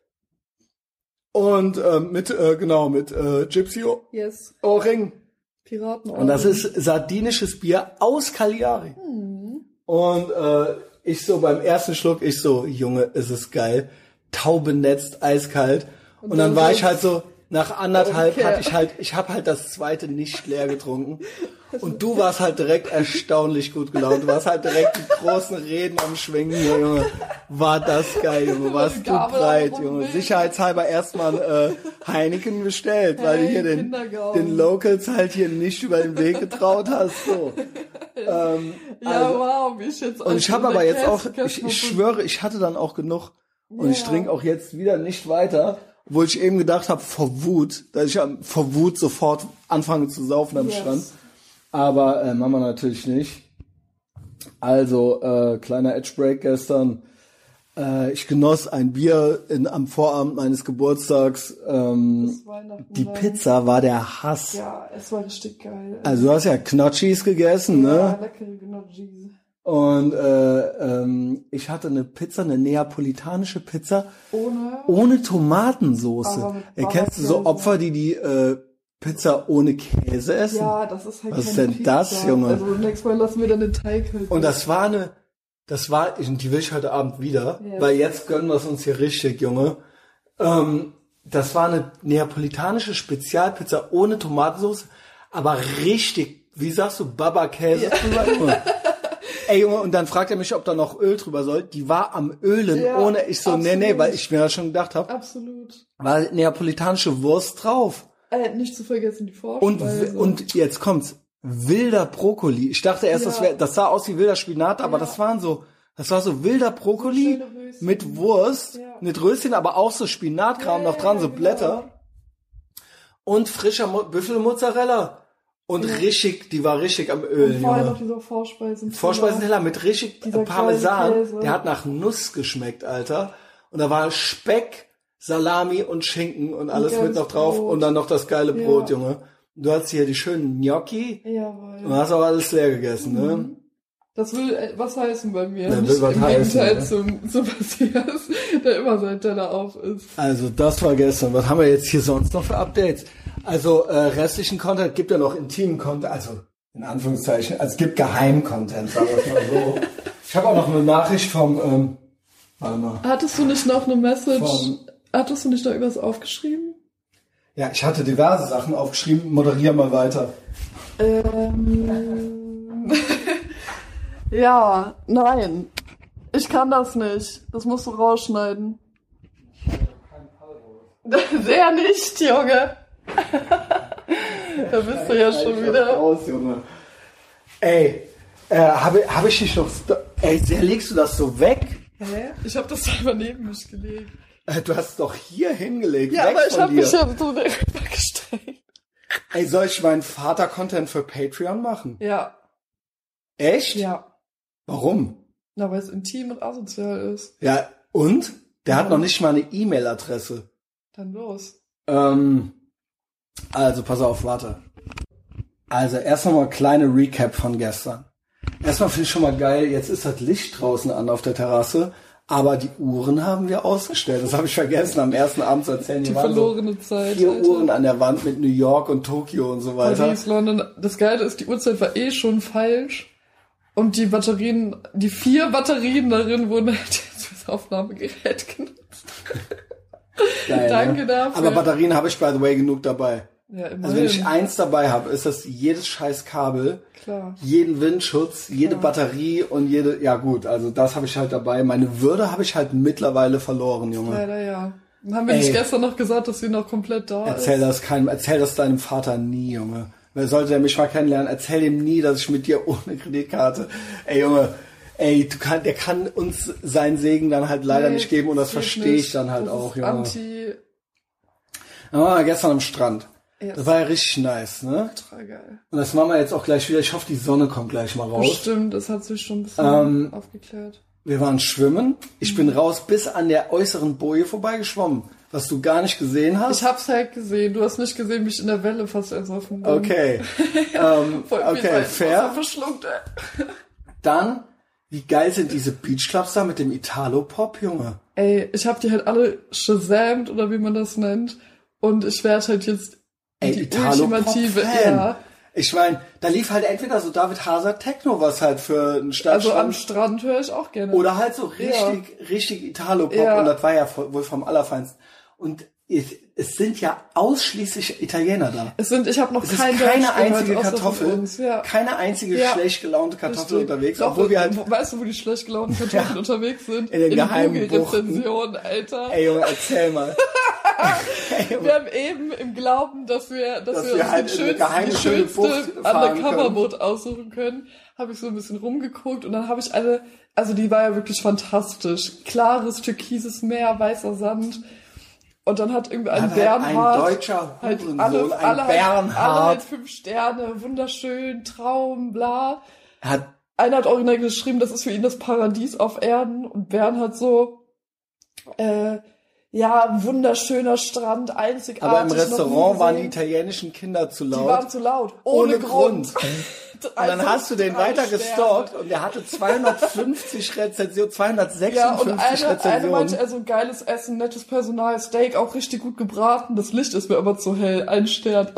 Und ähm, mit, äh, genau, mit äh, Gypsy Yes. Ohrring. Piraten. Und das ist sardinisches Bier aus Cagliari. Hm. Und äh, ich so beim ersten Schluck, ich so, Junge, ist es geil. Taubenetzt, eiskalt. Und, Und dann dann war so- ich halt so, nach anderthalb Okay. hatte ich halt, ich habe halt das zweite nicht leer getrunken. Und du warst halt direkt erstaunlich gut gelaunt. Du warst halt direkt die großen Reden am Schwingen, hier, Junge. War das geil, Junge. Warst du Gabel breit, auf dem Junge. Bild. Sicherheitshalber erstmal äh, Heineken bestellt, weil du Hey, hier den, Kindergaumen. den Locals halt hier nicht über den Weg getraut hast. So. Ähm, Ja, also- wow, wie ich jetzt und ich habe aber jetzt auch, ich, ich schwöre, ich hatte dann auch genug. Und ich Ja. trinke auch jetzt wieder nicht weiter, obwohl ich eben gedacht habe, vor Wut, dass ich am- vor Wut sofort anfange zu saufen am Yes. Strand. Aber äh, machen wir natürlich nicht. Also, äh, kleiner Edgebreak gestern. Äh, ich genoss ein Bier in, am Vorabend meines Geburtstags. Ähm, die Pizza war der Hass. Ja, es war richtig geil. Also du hast ja Knotschis gegessen, ne? Ja, leckere Gnocchis. Und äh, ähm, ich hatte eine Pizza, eine neapolitanische Pizza Ohne? ohne Tomatensoße. Aber mit Äh, kennst du so Bauernkäse. Opfer, die die äh, Pizza ohne Käse essen? Ja, das ist halt Was ist keine denn Pizza. das, Junge? Also nächstes Mal lassen wir dann den Teig halt. Und das war eine, das war, die will ich heute Abend wieder, Ja. weil jetzt gönnen wir es uns hier richtig, Junge. Ähm, das war eine neapolitanische Spezialpizza ohne Tomatensauce, aber richtig, wie sagst du, Baba-Käse drüber. Ey Junge, und dann fragt er mich, ob da noch Öl drüber soll. Die war am Ölen, Ja, ohne ich so, nee, nee, absolut. weil ich mir das schon gedacht habe, Absolut. war neapolitanische Wurst drauf. Äh, nicht zu vergessen die Und, Vorspeise. und jetzt kommt's. Wilder Brokkoli. Ich dachte erst, Ja. das, wär, das sah aus wie wilder Spinat, aber Ja. das waren so, das war so wilder Brokkoli So schöne Röschen. mit Wurst, Ja. mit Röschen, aber auch so Spinatkram Ja, noch dran, ja, so genau. Blätter. Und frischer Mo- Büffelmozzarella. Und Ja. richtig, die war richtig am Öl, Und vorher Junge. noch dieser Vorspeisen. Vorspeisenteller mit richtig Dieser Parmesan. kleine Käse. Der hat nach Nuss geschmeckt, Alter. Und da war Speck, Salami und Schinken und alles geiles mit noch drauf. Brot. Und dann noch das geile Ja. Brot, Junge. Du hast hier die schönen Gnocchi Jawohl. und hast auch alles leer gegessen, ne? Das will äh, was heißen bei mir. Ja, Nicht will was im heißen, Gegenteil ne? zum, zum Matthias, der immer sein Teller auf ist. Also das war gestern. Was haben wir jetzt hier sonst noch für Updates? Also äh, restlichen Content gibt ja noch intimen Content, also in Anführungszeichen, also es gibt Geheim-Content, sagen wir es mal so. Ich habe auch noch eine Nachricht vom, ähm, warte mal. Hattest du nicht noch eine Message? Von- Hattest du nicht noch irgendwas aufgeschrieben? Ja, ich hatte diverse Sachen aufgeschrieben, moderier mal weiter. Ähm, ja, nein. Ich kann das nicht. Das musst du rausschneiden. Sehr nicht, Junge. Da bist du ja schon wieder. Raus, Junge. Ey, äh, habe hab ich dich noch, st- ey, sehr legst du das so weg? Hä? Ich hab das einfach neben mich gelegt. Äh, du hast es doch hier hingelegt, Ja, weg aber ich von hab dir. mich ja so darüber gestellt. Ey, soll ich meinen Vater-Content für Patreon machen? Ja. Echt? Ja. Warum? Na, weil es intim und asozial ist. Ja, und? Der hat Ja. noch nicht mal eine E-Mail-Adresse. Dann los. Ähm, also, pass auf, warte. Also, erst noch mal kleine Recap von gestern. Erstmal finde ich schon mal geil, jetzt ist das Licht draußen an auf der Terrasse, aber die Uhren haben wir ausgestellt. Das habe ich vergessen, am ersten Abend zu erzählen. Die Hier waren so verlorene Zeit. vier Alter. Uhren an der Wand mit New York und Tokio und so weiter. Paris, London. Das Geile ist, die Uhrzeit war eh schon falsch. Und die Batterien, die vier Batterien darin wurden halt jetzt fürs Aufnahmegerät genutzt. Geil, Danke ne? dafür. Aber Batterien habe ich, by the way, genug dabei. Ja, immerhin. Also wenn ich eins dabei habe, ist das jedes scheiß Kabel, Klar. jeden Windschutz, jede Klar. Batterie und jede, ja gut, also das habe ich halt dabei. Meine Würde habe ich halt mittlerweile verloren, Junge. Leider ja. Dann haben wir Ey. nicht gestern noch gesagt, dass sie noch komplett da Erzähl ist. das keinem, erzähl das deinem Vater nie, Junge. Wer sollte der mich mal kennenlernen? Erzähl ihm nie, dass ich mit dir ohne Kreditkarte, ey Junge, ey, du kann, der kann uns seinen Segen dann halt leider Nee, nicht geben und das geht verstehe ich nicht. dann halt das auch, ist Junge. Anti. Dann waren wir gestern am Strand. Ja, Das war ja richtig nice, ne? total geil. Und das machen wir jetzt auch gleich wieder. Ich hoffe, die Sonne kommt gleich mal raus. Bestimmt, das hat sich schon ein bisschen Ähm, aufgeklärt. Wir waren schwimmen. Ich bin raus bis an der äußeren Boje vorbeigeschwommen, was du gar nicht gesehen hast. Ich hab's halt gesehen. Du hast nicht gesehen, wie ich in der Welle fast ersoffen bin. Okay. ähm, Voll viel okay, Salz fair. Wasser verschluckt, ey. Dann, wie geil sind diese Beachclubs da mit dem Italo-Pop, Junge? Ey, ich hab die halt alle shazamt oder wie man das nennt. Und ich werde halt jetzt Ey, die Italo-Pop-Fan. ja. Ich meine, da lief halt entweder so David Hazard Techno, was halt für einen Also am Stadtstrand, Strand höre ich auch gerne. oder halt so richtig, richtig Italo-Pop, Ja. und das war ja voll- wohl vom Allerfeinsten. Und es, es sind ja ausschließlich Italiener da. es sind, ich habe noch Es ist kein keine Deutsch einzige gehört, außer von Kartoffel, uns. Ja. keine einzige Ja. schlecht gelaunte Kartoffel Richtig. unterwegs, Doch, obwohl wir halt, wo- weißt du, wo die schlecht gelaunten Kartoffeln Ja. unterwegs sind? In den geheimen Google-Rezensionen, Alter. ey Junge, erzähl mal. Ey, Junge. Wir haben eben im Glauben, dass wir, dass, Dass wir wir uns halt die in eine schönste, geheime, die schöne Bucht schönste fahren Undercover-Boot aussuchen können, habe ich so ein bisschen rumgeguckt und dann habe ich alle, also die war ja wirklich fantastisch. Klares, türkises Meer, weißer Sand. Und dann hat irgendwie ein Hat halt Bernhard, ein deutscher halt Hurensohn, alle, ein alle, halt, Bernhard. alle halt fünf Sterne, wunderschön, Traum, bla. Hat, Einer hat original geschrieben, das ist für ihn das Paradies auf Erden. Und Bernhard so, äh, ja, wunderschöner Strand, einzigartig. aber im noch nie Restaurant waren die gesehen. italienischen Kinder zu Die laut. waren zu laut. Ohne, Ohne Grund. Grund. Und dann hast du den weiter gestalkt und der hatte zweihundertfünfzig Rezensionen, Ja, und zweihundertsechsundfünfzig eine, eine Rezensionen. meinte, also geiles Essen, nettes Personal, Steak auch richtig gut gebraten. Das Licht ist mir aber zu hell. Ein Stern.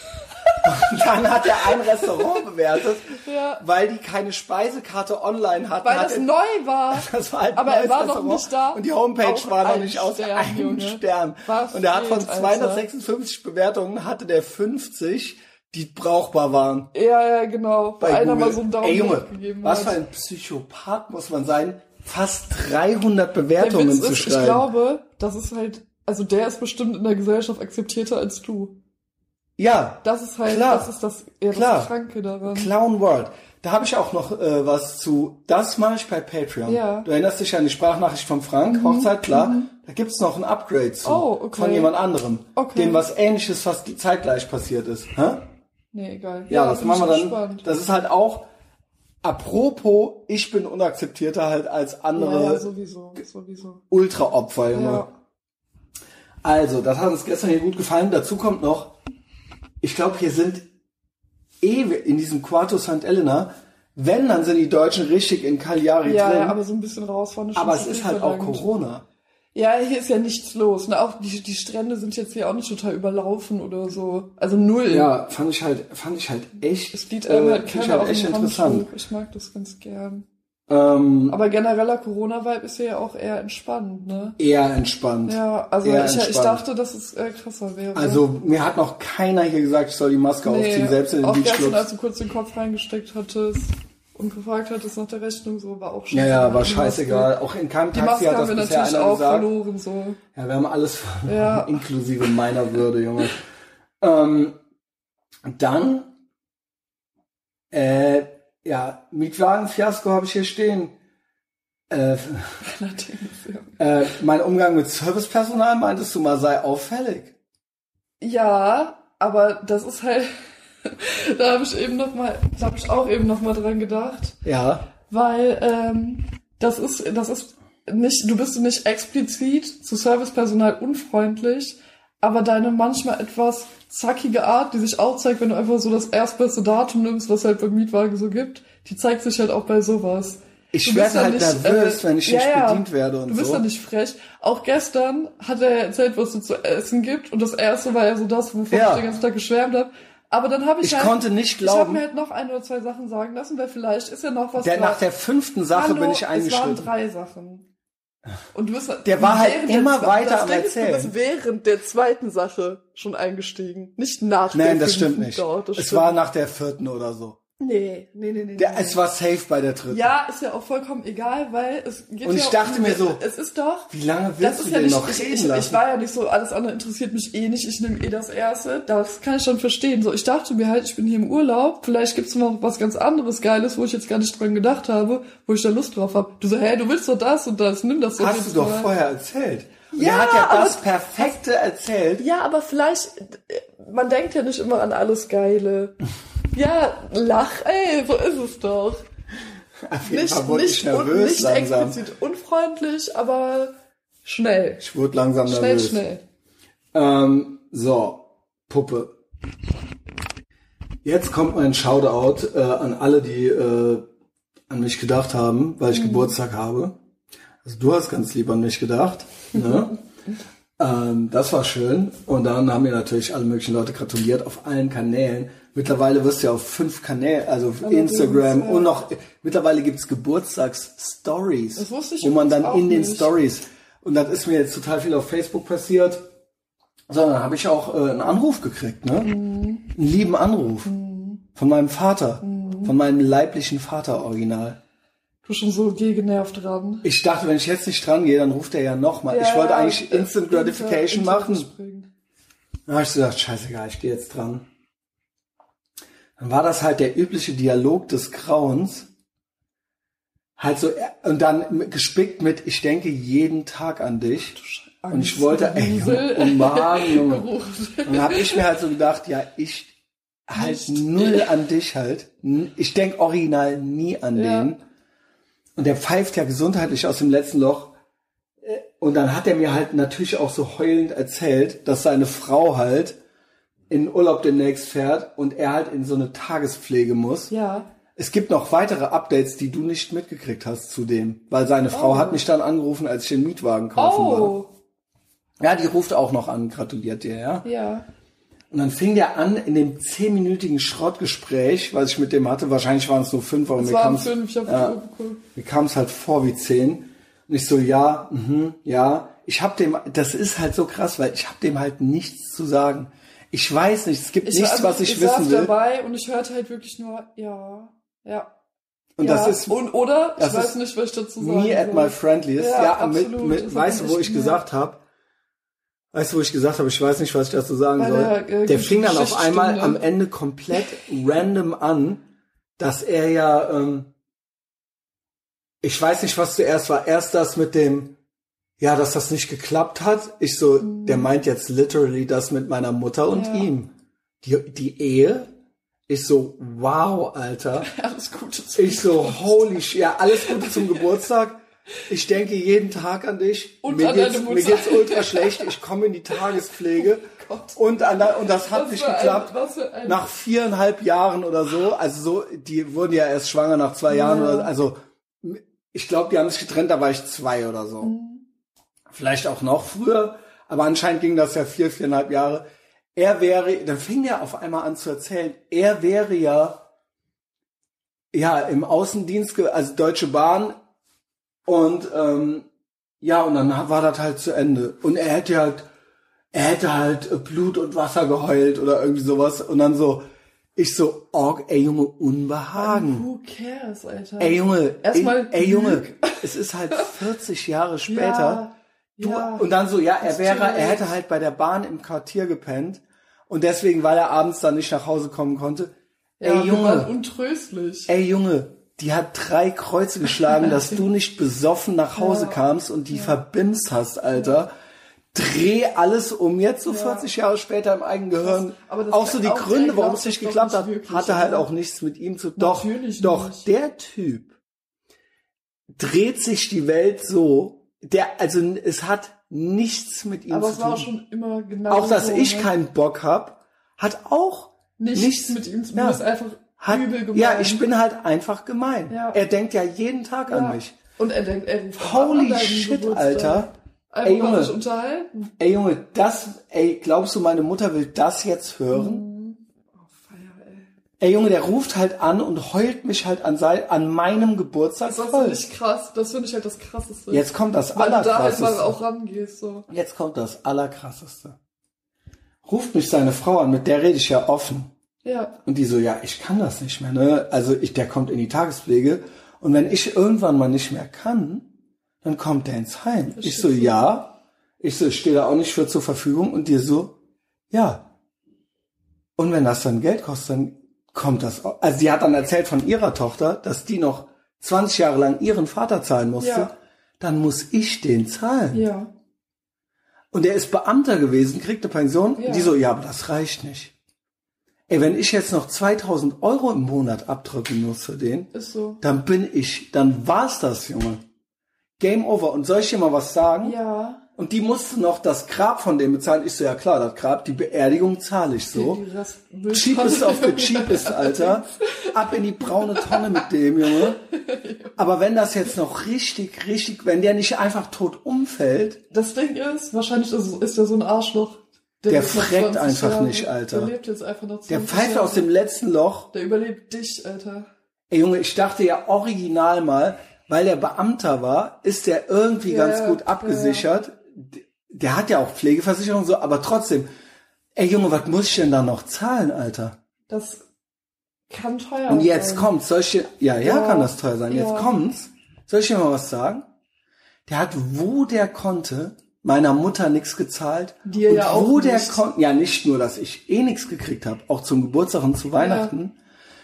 Und dann hat er ein Restaurant bewertet, Ja. weil die keine Speisekarte online hatten. Weil hat das er, neu war. das war halt ein aber er neues war noch Restaurant nicht da. und die Homepage Auch war noch ein nicht aus Stern, einem Junge. Stern. Was Und er hat von geht, Alter? zweihundertsechsundfünfzig Bewertungen hatte der fünfzig, die brauchbar waren. Ja, ja, genau. Weil einer Google. mal so einen Daumen Ey Junge, hoch gegeben was hat. für ein Psychopath muss man sein, fast dreihundert Der Bewertungen Witz zu ist, ich schreiben. glaube, das ist halt, also der ist bestimmt in der Gesellschaft akzeptierter als du. Ja, Das ist halt, Klar. das ist das, ja, Klar. das Kranke daran. Clown World. Da habe ich auch noch äh, was zu. Das mache ich bei Patreon. Ja. Du erinnerst dich an die Sprachnachricht von Frank, Hochzeit, klar. Da gibt's noch ein Upgrade zu. Oh, okay. Von jemand anderem. Okay. Dem was Ähnliches fast zeitgleich passiert ist. Hä? Nee, egal. Ja, das bin machen wir ich dann. gespannt. Das ist halt auch, apropos, ich bin unakzeptierter halt als andere Ja, ja, sowieso, sowieso. Ultraopfer, Junge. Ja. Also, das hat uns gestern hier gut gefallen. Dazu kommt noch, ich glaube, hier sind eh in diesem Quarto Sankt Elena, wenn, dann sind die Deutschen richtig in Cagliari Ja, drin. ja, aber so ein bisschen raus von der aber es Schüssel ist halt auch verlangt. Corona. Ja, hier ist ja nichts los. Ne? Auch die, die Strände sind jetzt hier auch nicht total überlaufen oder so. Also null. Ja, fand ich halt, fand ich halt echt, Es geht einem halt find keiner ich halt auf echt den interessant. Handtuch. Ich mag das ganz gern. Ähm, Aber genereller Corona-Vibe ist ja auch eher entspannt, ne? eher entspannt. Ja, also Eher ich, ich entspannt. dachte, dass es äh, krasser wäre. Also, mir hat noch keiner hier gesagt, ich soll die Maske nee, aufziehen, selbst in den auch gestern, Beachclubs. als du kurz den Kopf reingesteckt hattest und gefragt hattest nach der Rechnung, so war auch schon. Ja, ja, war Die scheißegal. Maske- Auch in keinem Die Taxi Maske hat haben das wir bisher natürlich einer auch gesagt. verloren, so. Ja, wir haben alles verloren, Ja. inklusive meiner Würde, Junge. Ähm, dann, äh, ja, Mietwagen-Fiasko habe ich hier stehen. Äh, Allerdings, ja. äh, mein Umgang mit Servicepersonal, meintest du mal, sei auffällig. Ja, aber das ist halt, da habe ich eben noch mal, da habe ich auch eben noch mal dran gedacht, Ja. weil ähm, das ist, das ist nicht, du bist nicht explizit zu Servicepersonal unfreundlich, aber deine manchmal etwas zackige Art, die sich auch zeigt, wenn du einfach so das erstbeste Datum nimmst, was halt beim Mietwagen so gibt, die zeigt sich halt auch bei sowas. Ich Du werde bist ja halt nicht, nervös, äh, wenn ich ja, nicht ja. bedient werde und Du bist so. ja nicht frech. Auch gestern hat er erzählt, was es zu essen gibt. Und das erste war ja so das, wovon Ja. ich den ganzen Tag geschwärmt habe. Aber dann habe ich, Ich halt... konnte nicht Ich habe glauben, mir halt noch ein oder zwei Sachen sagen lassen, weil vielleicht ist ja noch was der, dran. nach der fünften Sache Hallo, bin ich es waren eingeschritten. drei Sachen. Und du bist der war halt während immer der, weiter das am Ding ist, Erzählen. Du bist während der zweiten Sache schon eingestiegen, nicht nach Nein, der das fünften stimmt nicht. Dort, das es stimmt. war nach der vierten oder so. Nee, nee, nee, nee. Der, nee. es war safe bei der dritten. Ja, ist ja auch vollkommen egal, weil es geht Und ja ich auch dachte um- mir so, es ist doch, wie lange das willst ist du ja den nicht, noch ich, reden ich, lassen? ich war ja nicht so, alles andere interessiert mich eh nicht, ich nehme eh das Erste, das kann ich schon verstehen. So, ich dachte mir halt, ich bin hier im Urlaub, vielleicht gibt's noch was ganz anderes Geiles, wo ich jetzt gar nicht dran gedacht habe, wo ich da Lust drauf habe. Du so, hey, du willst doch das und das, nimm das doch Hast jetzt du doch mal. vorher erzählt. Und Ja, er hat ja aber- das Perfekte erzählt. Ja, aber vielleicht, man denkt ja nicht immer an alles Geile. Ja, lach, ey, so ist es doch. Auf jeden Nicht, Fall wurde ich nicht, un, nervös nicht langsam. explizit unfreundlich, aber schnell. Ich wurde langsam Schnell, nervös. schnell. Ähm, so, Puppe. Jetzt kommt mein Shoutout äh, an alle, die äh, an mich gedacht haben, weil ich mhm. Geburtstag habe. Also du hast ganz lieb an mich gedacht. Ne? ähm, das war schön. Und dann haben mir natürlich alle möglichen Leute gratuliert auf allen Kanälen. Mittlerweile wirst du ja auf fünf Kanälen, also auf Allerdings, Instagram ja. und noch, mittlerweile gibt's Geburtstags-Stories, Das wusste ich wo man dann auch in den nicht. Stories, und das ist mir jetzt total viel auf Facebook passiert, sondern habe ich auch äh, einen Anruf gekriegt, ne? Mhm. Einen lieben Anruf mhm. von meinem Vater, mhm. von meinem leiblichen Vater original. Du schon so genervt dran. Ich dachte, wenn ich jetzt nicht dran gehe, dann ruft er ja nochmal. Ja, ich wollte eigentlich äh, Instant Gratification Inter- machen. Interspringen. Dann habe ich gesagt, scheißegal, ich gehe jetzt dran. Dann war das halt der übliche Dialog des Grauens. Halt so, und dann gespickt mit, ich denke jeden Tag an dich. Angst, Und ich wollte, ey, Junge, um Magen, Junge. Und dann habe ich mir halt so gedacht, ja, ich halt Nicht. null an dich halt. Ich denk original nie an Ja. den. Und der pfeift ja gesundheitlich aus dem letzten Loch. Und dann hat er mir halt natürlich auch so heulend erzählt, dass seine Frau halt in den Urlaub demnächst fährt und er halt in so eine Tagespflege muss. Ja. Es gibt noch weitere Updates, die du nicht mitgekriegt hast zu dem. Weil seine Frau Oh. hat mich dann angerufen, als ich den Mietwagen kaufen war. Oh. Ja, die ruft auch noch an, gratuliert dir, ja. Ja. Und dann fing der an in dem zehnminütigen Schrottgespräch, was ich mit dem hatte, wahrscheinlich waren es nur fünf, aber Es mir waren kam's, fünf, ich hab ja, geguckt. mir kam's halt vor wie zehn. Und ich so, ja, mhm, ja. Ich hab dem, das ist halt so krass, weil ich hab dem halt nichts zu sagen. Ich weiß nicht, es gibt Ich, nichts, also, was ich, ich wissen saß will. dabei und ich hörte halt wirklich nur, ja, ja. Und ja. das ist, und, oder? Ich das weiß ist nicht, was ich dazu sagen me at soll. my friendliest. Ja, Ja, mit, absolut. mit, Das weißt hat du, wo mich ich echt gesagt habe? Weißt du, wo ich gesagt habe, ich weiß nicht, was ich dazu sagen Bei soll. der, äh, Der fing dann auf einmal Geschichtsstunde. am Ende komplett random an, dass er ja, ähm, ich weiß nicht, was zuerst war. Erst das mit dem, ja, dass das nicht geklappt hat. Ich so, mhm. der meint jetzt literally das mit meiner Mutter und Ja. ihm. Die, die Ehe? Ich so, wow, Alter. Alles Gute zum Ich so, holy shit, ja, alles Gute zum Geburtstag. Ich denke jeden Tag an dich. Und mir an geht's, deine Mutter. mir geht's ultra schlecht. Ich komme in die Tagespflege. Oh Gott. Und, an der, und das hat Was nicht für ein- geklappt. was für ein- Nach viereinhalb Jahren oder so, also so, die wurden ja erst schwanger nach zwei Jahren Ja. oder also ich glaube, die haben sich getrennt, da war ich zwei oder so. Mhm. Vielleicht auch noch früher, aber anscheinend ging das ja vier, viereinhalb Jahre. Er wäre, dann fing er auf einmal an zu erzählen, er wäre ja ja im Außendienst, ge- also Deutsche Bahn und ähm, ja, und dann war das halt zu Ende. Und er hätte halt er hätte halt Blut und Wasser geheult oder irgendwie sowas. Und dann so, ich so, oh, ey Junge, Unbehagen. Who cares, Alter? Ey Junge, Erstmal ey, ey Junge, Lüg. es ist halt vierzig Jahre später. Ja, Du, ja. und dann so, ja, er Das wäre, tut mir er hätte leid. halt bei der Bahn im Quartier gepennt. Und deswegen, weil er abends dann nicht nach Hause kommen konnte. Ja, ey wir waren Junge, untröstlich. ey Junge, die hat drei Kreuze geschlagen, dass du nicht besoffen nach Hause Ja. kamst und die verbimst hast, Alter. Dreh alles um, jetzt so Ja. vierzig Jahre später im eigenen Gehirn. Das- aber das auch so die auch Gründe, der warum glaubt es nicht das doch geklappt nicht hat, wirklich, hatte halt oder? auch nichts mit ihm zu tun. Doch, Natürlich doch, nicht. der Typ dreht sich die Welt so, der, also es hat nichts mit ihm Aber zu es war auch tun. schon immer genau Auch, dass so, ich ne? keinen Bock hab, hat auch nichts, nichts mit ihm zu tun. ja. Du bist einfach hat, übel gemein. ja, ich bin halt einfach gemein. Ja. Er denkt ja jeden Tag Ja. an mich. Und er denkt, er ruft an Holy deinen shit, Geburtstag. Alter. Einfach Ey, mal Junge. sich unterhalten. Ey Junge, das, ey, glaubst du, meine Mutter will das jetzt hören? Oh, Feier, ey. Ey Junge, der ruft halt an und heult mich halt an, sein, an meinem Geburtstag voll. Das finde ich krass. Das finde ich halt das Krasseste. Jetzt kommt das Weil Allerkrasseste. Weil du da halt mal auch rangehst, so. Jetzt kommt das Allerkrasseste. Ruft mich seine Frau an, mit der rede ich ja offen. Ja. Und die so, ja, ich kann das nicht mehr, ne? Also ich, der kommt in die Tagespflege. Und wenn ich irgendwann mal nicht mehr kann, dann kommt der ins Heim. Das ich so, ja. Ich so, ich stehe da auch nicht für zur Verfügung. Und die so, ja. Und wenn das dann Geld kostet, dann kommt das auch. Also sie hat dann erzählt von ihrer Tochter, dass die noch zwanzig Jahre lang ihren Vater zahlen musste. Ja. Dann muss ich den zahlen. Ja. Und der ist Beamter gewesen, kriegt eine Pension. Ja. Die so, ja, aber das reicht nicht. Ey, wenn ich jetzt noch zweitausend Euro im Monat abdrücken muss für den, ist so. Dann bin ich, dann war's das, Junge. Game over. Und soll ich dir mal was sagen? Ja. Und die musste noch das Grab von dem bezahlen. Ich so, ja klar, das Grab, die Beerdigung zahle ich so. Cheapest of the cheapest, Alter. Ab in die braune Tonne mit dem, Junge. Aber wenn das jetzt noch richtig, richtig, wenn der nicht einfach tot umfällt. Das Ding ist, wahrscheinlich ist, ist der so ein Arschloch. Der, der freckt einfach Jahre. nicht, Alter. Der lebt jetzt einfach noch zwanzig Der pfeift Jahre. aus dem letzten Loch. Der überlebt dich, Alter. Ey Junge, ich dachte ja original mal, weil der Beamter war, ist der irgendwie ja, ganz gut abgesichert. Ja. Der hat ja auch Pflegeversicherung so, aber trotzdem. Ey Junge, was muss ich denn da noch zahlen, Alter? Das kann teuer sein. Und jetzt kommt's, soll ich dir, ja, ja, ja, kann das teuer sein. Ja. Jetzt kommt's. Soll ich dir mal was sagen? Der hat, wo der konnte, meiner Mutter nichts gezahlt. Dir und ja auch wo der nicht. konnte, ja nicht nur, dass ich eh nichts gekriegt habe, auch zum Geburtstag und zu Weihnachten. Ja.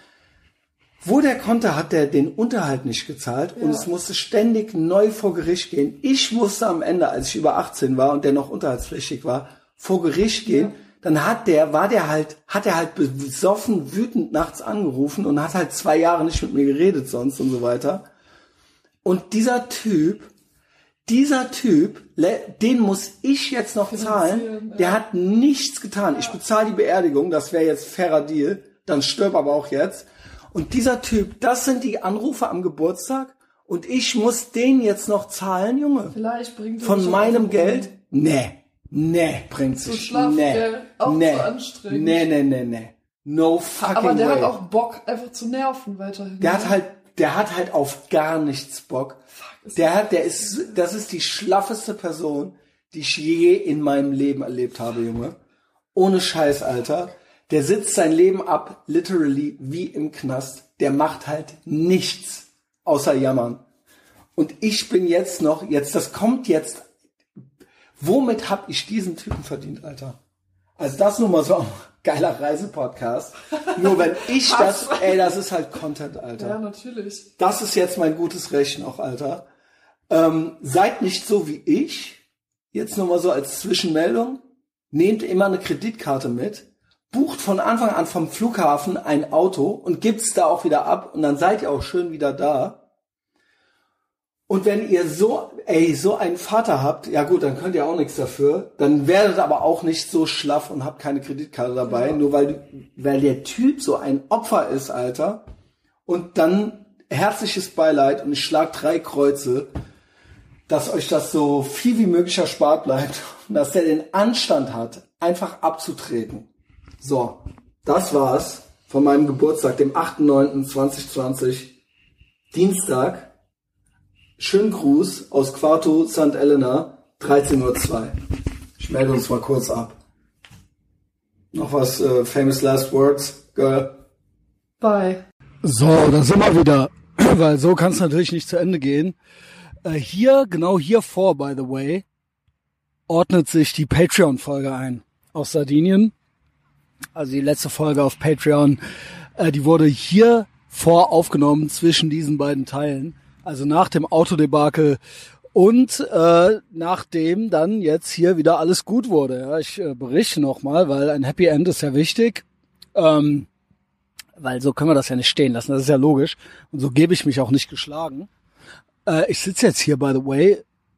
Wo der konnte, hat der den Unterhalt nicht gezahlt. Ja. Und es musste ständig neu vor Gericht gehen. Ich musste am Ende, als ich über achtzehn war und der noch unterhaltspflichtig war, vor Gericht gehen. Ja. Dann hat der, war der halt, hat er halt besoffen, wütend nachts angerufen und hat halt zwei Jahre nicht mit mir geredet sonst und so weiter. Und dieser Typ, dieser Typ, den muss ich jetzt noch zahlen. Der hat nichts getan. Ich bezahle die Beerdigung, das wäre jetzt fairer Deal. Dann stirb aber auch jetzt. Und dieser Typ, das sind die Anrufe am Geburtstag und ich muss den jetzt noch zahlen, Junge. Vielleicht bringt er von meinem Geld? Nee, nee, bringt sich. Zu schlafen, nee, gell? Auch nee, zu anstrengend. Nee, nee, nee, nee. No fucking Aber der way. hat auch Bock, einfach zu nerven weiterhin. Der hat halt, der hat halt auf gar nichts Bock. Fuck, der hat, der ist, das ist die schlaffeste Person, die ich je in meinem Leben erlebt habe, Junge. Ohne Scheiß, Alter. Der sitzt sein Leben ab, literally, wie im Knast. Der macht halt nichts, außer jammern. Und ich bin jetzt noch, jetzt, das kommt jetzt, womit hab ich diesen Typen verdient, Alter? Also das nur mal so ein geiler Reisepodcast. Nur wenn ich das, ey, das ist halt Content, Alter. Ja, natürlich. Das ist jetzt mein gutes Recht noch, Alter. Ähm, seid nicht so wie ich. Jetzt nur mal so als Zwischenmeldung. Nehmt immer eine Kreditkarte mit. Bucht von Anfang an vom Flughafen ein Auto und gibt's da auch wieder ab und dann seid ihr auch schön wieder da. Und wenn ihr so, ey, so einen Vater habt, ja gut, dann könnt ihr auch nichts dafür, dann werdet aber auch nicht so schlaff und habt keine Kreditkarte dabei, ja. Nur weil, weil der Typ so ein Opfer ist, Alter. Und dann herzliches Beileid und ich schlag drei Kreuze, dass euch das so viel wie möglich erspart bleibt und dass der den Anstand hat, einfach abzutreten. So, das war's von meinem Geburtstag, dem achten neunten zweitausendzwanzig, Dienstag. Schönen Gruß aus Quarto, Sankt Elena, dreizehn Uhr zwei. Ich melde uns mal kurz ab. Noch was, äh, famous last words, girl? Bye. So, da sind wir wieder, weil so kann es natürlich nicht zu Ende gehen. Äh, hier, genau hier vor, by the way, ordnet sich die Patreon-Folge ein aus Sardinien. Also die letzte Folge auf Patreon, äh, die wurde hier vor aufgenommen zwischen diesen beiden Teilen. Also nach dem Autodebakel und äh, nachdem dann jetzt hier wieder alles gut wurde. Ja, ich äh, berichte nochmal, weil ein Happy End ist ja wichtig. Ähm, weil so können wir das ja nicht stehen lassen, das ist ja logisch. Und so gebe ich mich auch nicht geschlagen. Äh, ich sitze jetzt hier, by the way,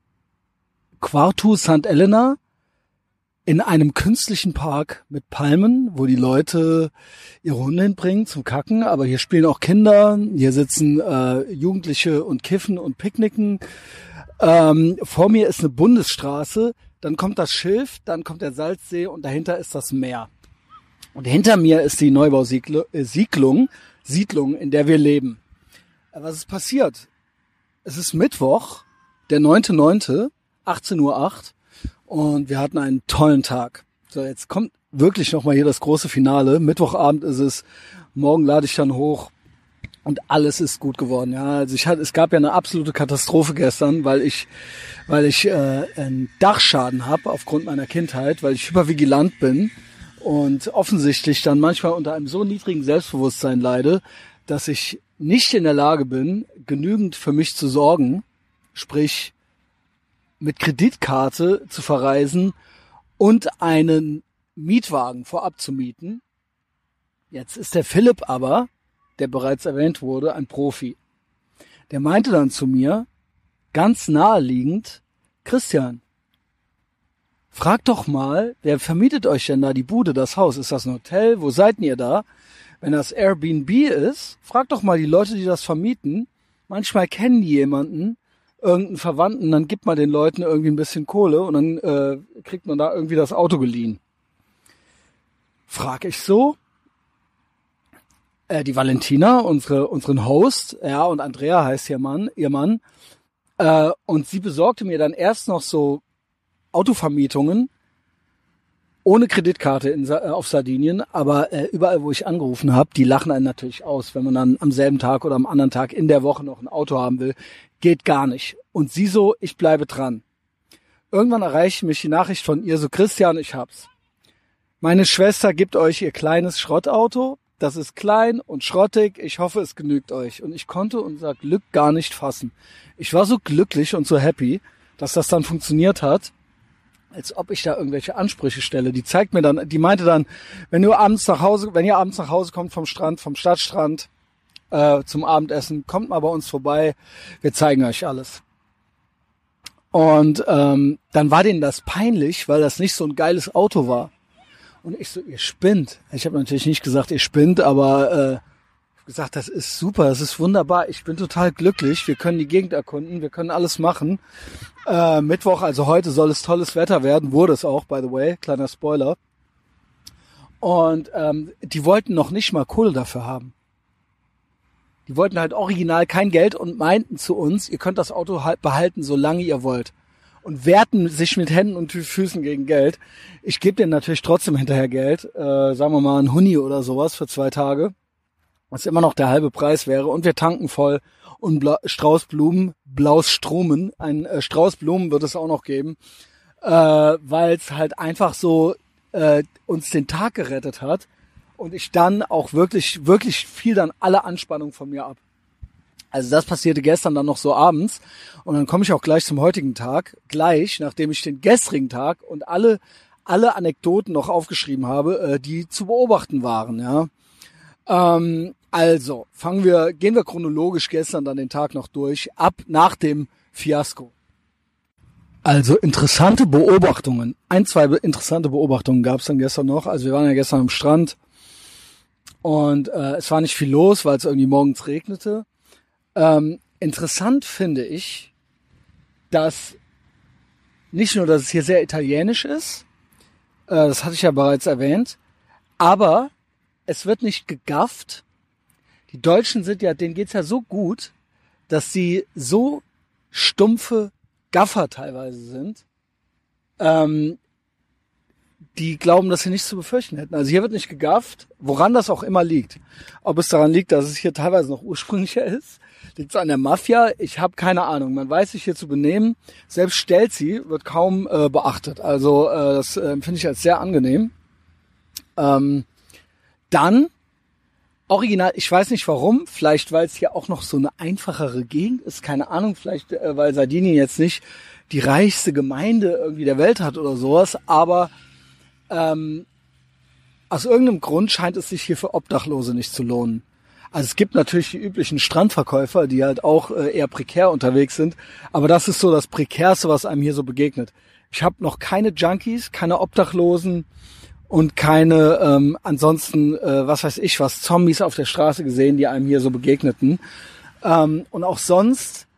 Quarto Sankt Elena, in einem künstlichen Park mit Palmen, wo die Leute ihre Hunde hinbringen zum Kacken, aber hier spielen auch Kinder, hier sitzen äh, Jugendliche und kiffen und picknicken. Ähm, vor mir ist eine Bundesstraße, dann kommt das Schilf, dann kommt der Salzsee und dahinter ist das Meer. Und hinter mir ist die Neubausiedlung, äh, Siedlung, Siedlung, in der wir leben. Was ist passiert? Es ist Mittwoch, der neunter neunter, achtzehn Uhr acht und wir hatten einen tollen Tag. So, jetzt kommt wirklich nochmal hier das große Finale. Mittwochabend ist es, morgen lade ich dann hoch und alles ist gut geworden. Ja, also ich hatte, es gab ja eine absolute Katastrophe gestern, weil ich, weil ich äh, einen Dachschaden habe aufgrund meiner Kindheit, weil ich hypervigilant bin und offensichtlich dann manchmal unter einem so niedrigen Selbstbewusstsein leide, dass ich nicht in der Lage bin, genügend für mich zu sorgen, sprich mit Kreditkarte zu verreisen und einen Mietwagen vorab zu mieten. Jetzt ist der Philipp aber, der bereits erwähnt wurde, ein Profi. Der meinte dann zu mir, ganz naheliegend, Christian, frag doch mal, wer vermietet euch denn da die Bude, das Haus? Ist das ein Hotel? Wo seid ihr da? Wenn das Airbnb ist, frag doch mal die Leute, die das vermieten. Manchmal kennen die jemanden, irgendeinen Verwandten, dann gibt man den Leuten irgendwie ein bisschen Kohle und dann äh, kriegt man da irgendwie das Auto geliehen. Frag ich so. Äh, die Valentina, unsere unseren Host, ja, und Andrea heißt ihr Mann, ihr Mann, äh, und sie besorgte mir dann erst noch so Autovermietungen ohne Kreditkarte in, äh, auf Sardinien, aber äh, überall, wo ich angerufen habe, die lachen einen natürlich aus, wenn man dann am selben Tag oder am anderen Tag in der Woche noch ein Auto haben will. Geht gar nicht. Und sie so, ich bleibe dran. Irgendwann erreicht mich die Nachricht von ihr so, Christian, ich hab's. Meine Schwester gibt euch ihr kleines Schrottauto. Das ist klein und schrottig. Ich hoffe, es genügt euch. Und ich konnte unser Glück gar nicht fassen. Ich war so glücklich und so happy, dass das dann funktioniert hat, als ob ich da irgendwelche Ansprüche stelle. Die zeigt mir dann, die meinte dann, wenn du abends nach Hause, wenn ihr abends nach Hause kommt vom Strand, vom Stadtstrand, äh, zum Abendessen, kommt mal bei uns vorbei. Wir zeigen euch alles. Und ähm, dann war denen das peinlich, weil das nicht so ein geiles Auto war. Und ich so, ihr spinnt. Ich habe natürlich nicht gesagt, ihr spinnt, aber äh, ich hab gesagt, das ist super, das ist wunderbar. Ich bin total glücklich. Wir können die Gegend erkunden, wir können alles machen. Äh, Mittwoch, also heute, soll es tolles Wetter werden. Wurde es auch, by the way. Kleiner Spoiler. Und ähm, die wollten noch nicht mal Kohle dafür haben. Die wollten halt original kein Geld und meinten zu uns, ihr könnt das Auto halt behalten, solange ihr wollt. Und wehrten sich mit Händen und Füßen gegen Geld. Ich gebe denen natürlich trotzdem hinterher Geld, äh, sagen wir mal ein Huni oder sowas für zwei Tage, was immer noch der halbe Preis wäre. Und wir tanken voll und Bla- Strauß Blumen, Blaus Stromen, ein äh, Strauß Blumen wird es auch noch geben, äh, weil es halt einfach so äh, uns den Tag gerettet hat. Und ich dann auch wirklich, wirklich fiel dann alle Anspannung von mir ab. Also das passierte gestern dann noch so abends und dann komme ich auch gleich zum heutigen Tag, gleich, nachdem ich den gestrigen Tag und alle alle Anekdoten noch aufgeschrieben habe, äh, die zu beobachten waren. Ja, ähm, also fangen wir, gehen wir chronologisch gestern dann den Tag noch durch, ab nach dem Fiasko. Also interessante Beobachtungen, ein, zwei be- interessante Beobachtungen gab es dann gestern noch. Also wir waren ja gestern am Strand und äh, es war nicht viel los, weil es irgendwie morgens regnete. Ähm, interessant finde ich, dass nicht nur, dass es hier sehr italienisch ist, äh, das hatte ich ja bereits erwähnt, aber es wird nicht gegafft. Die Deutschen sind ja, denen geht's ja so gut, dass sie so stumpfe Gaffer teilweise sind, ähm, die glauben, dass sie nichts zu befürchten hätten. Also hier wird nicht gegafft, woran das auch immer liegt. Ob es daran liegt, dass es hier teilweise noch ursprünglicher ist, liegt es an der Mafia, ich habe keine Ahnung. Man weiß sich hier zu benehmen, selbst Stelzi wird kaum äh, beachtet. Also äh, das äh, finde ich als sehr angenehm. Ähm, dann, original, ich weiß nicht warum, vielleicht weil es hier auch noch so eine einfachere Gegend ist, keine Ahnung, vielleicht äh, weil Sardinien jetzt nicht die reichste Gemeinde irgendwie der Welt hat oder sowas, aber Ähm, aus irgendeinem Grund scheint es sich hier für Obdachlose nicht zu lohnen. Also es gibt natürlich die üblichen Strandverkäufer, die halt auch äh, eher prekär unterwegs sind, aber das ist so das Prekärste, was einem hier so begegnet. Ich habe noch keine Junkies, keine Obdachlosen und keine ähm, ansonsten, äh, was weiß ich was, Zombies auf der Straße gesehen, die einem hier so begegneten. Ähm, und auch sonst,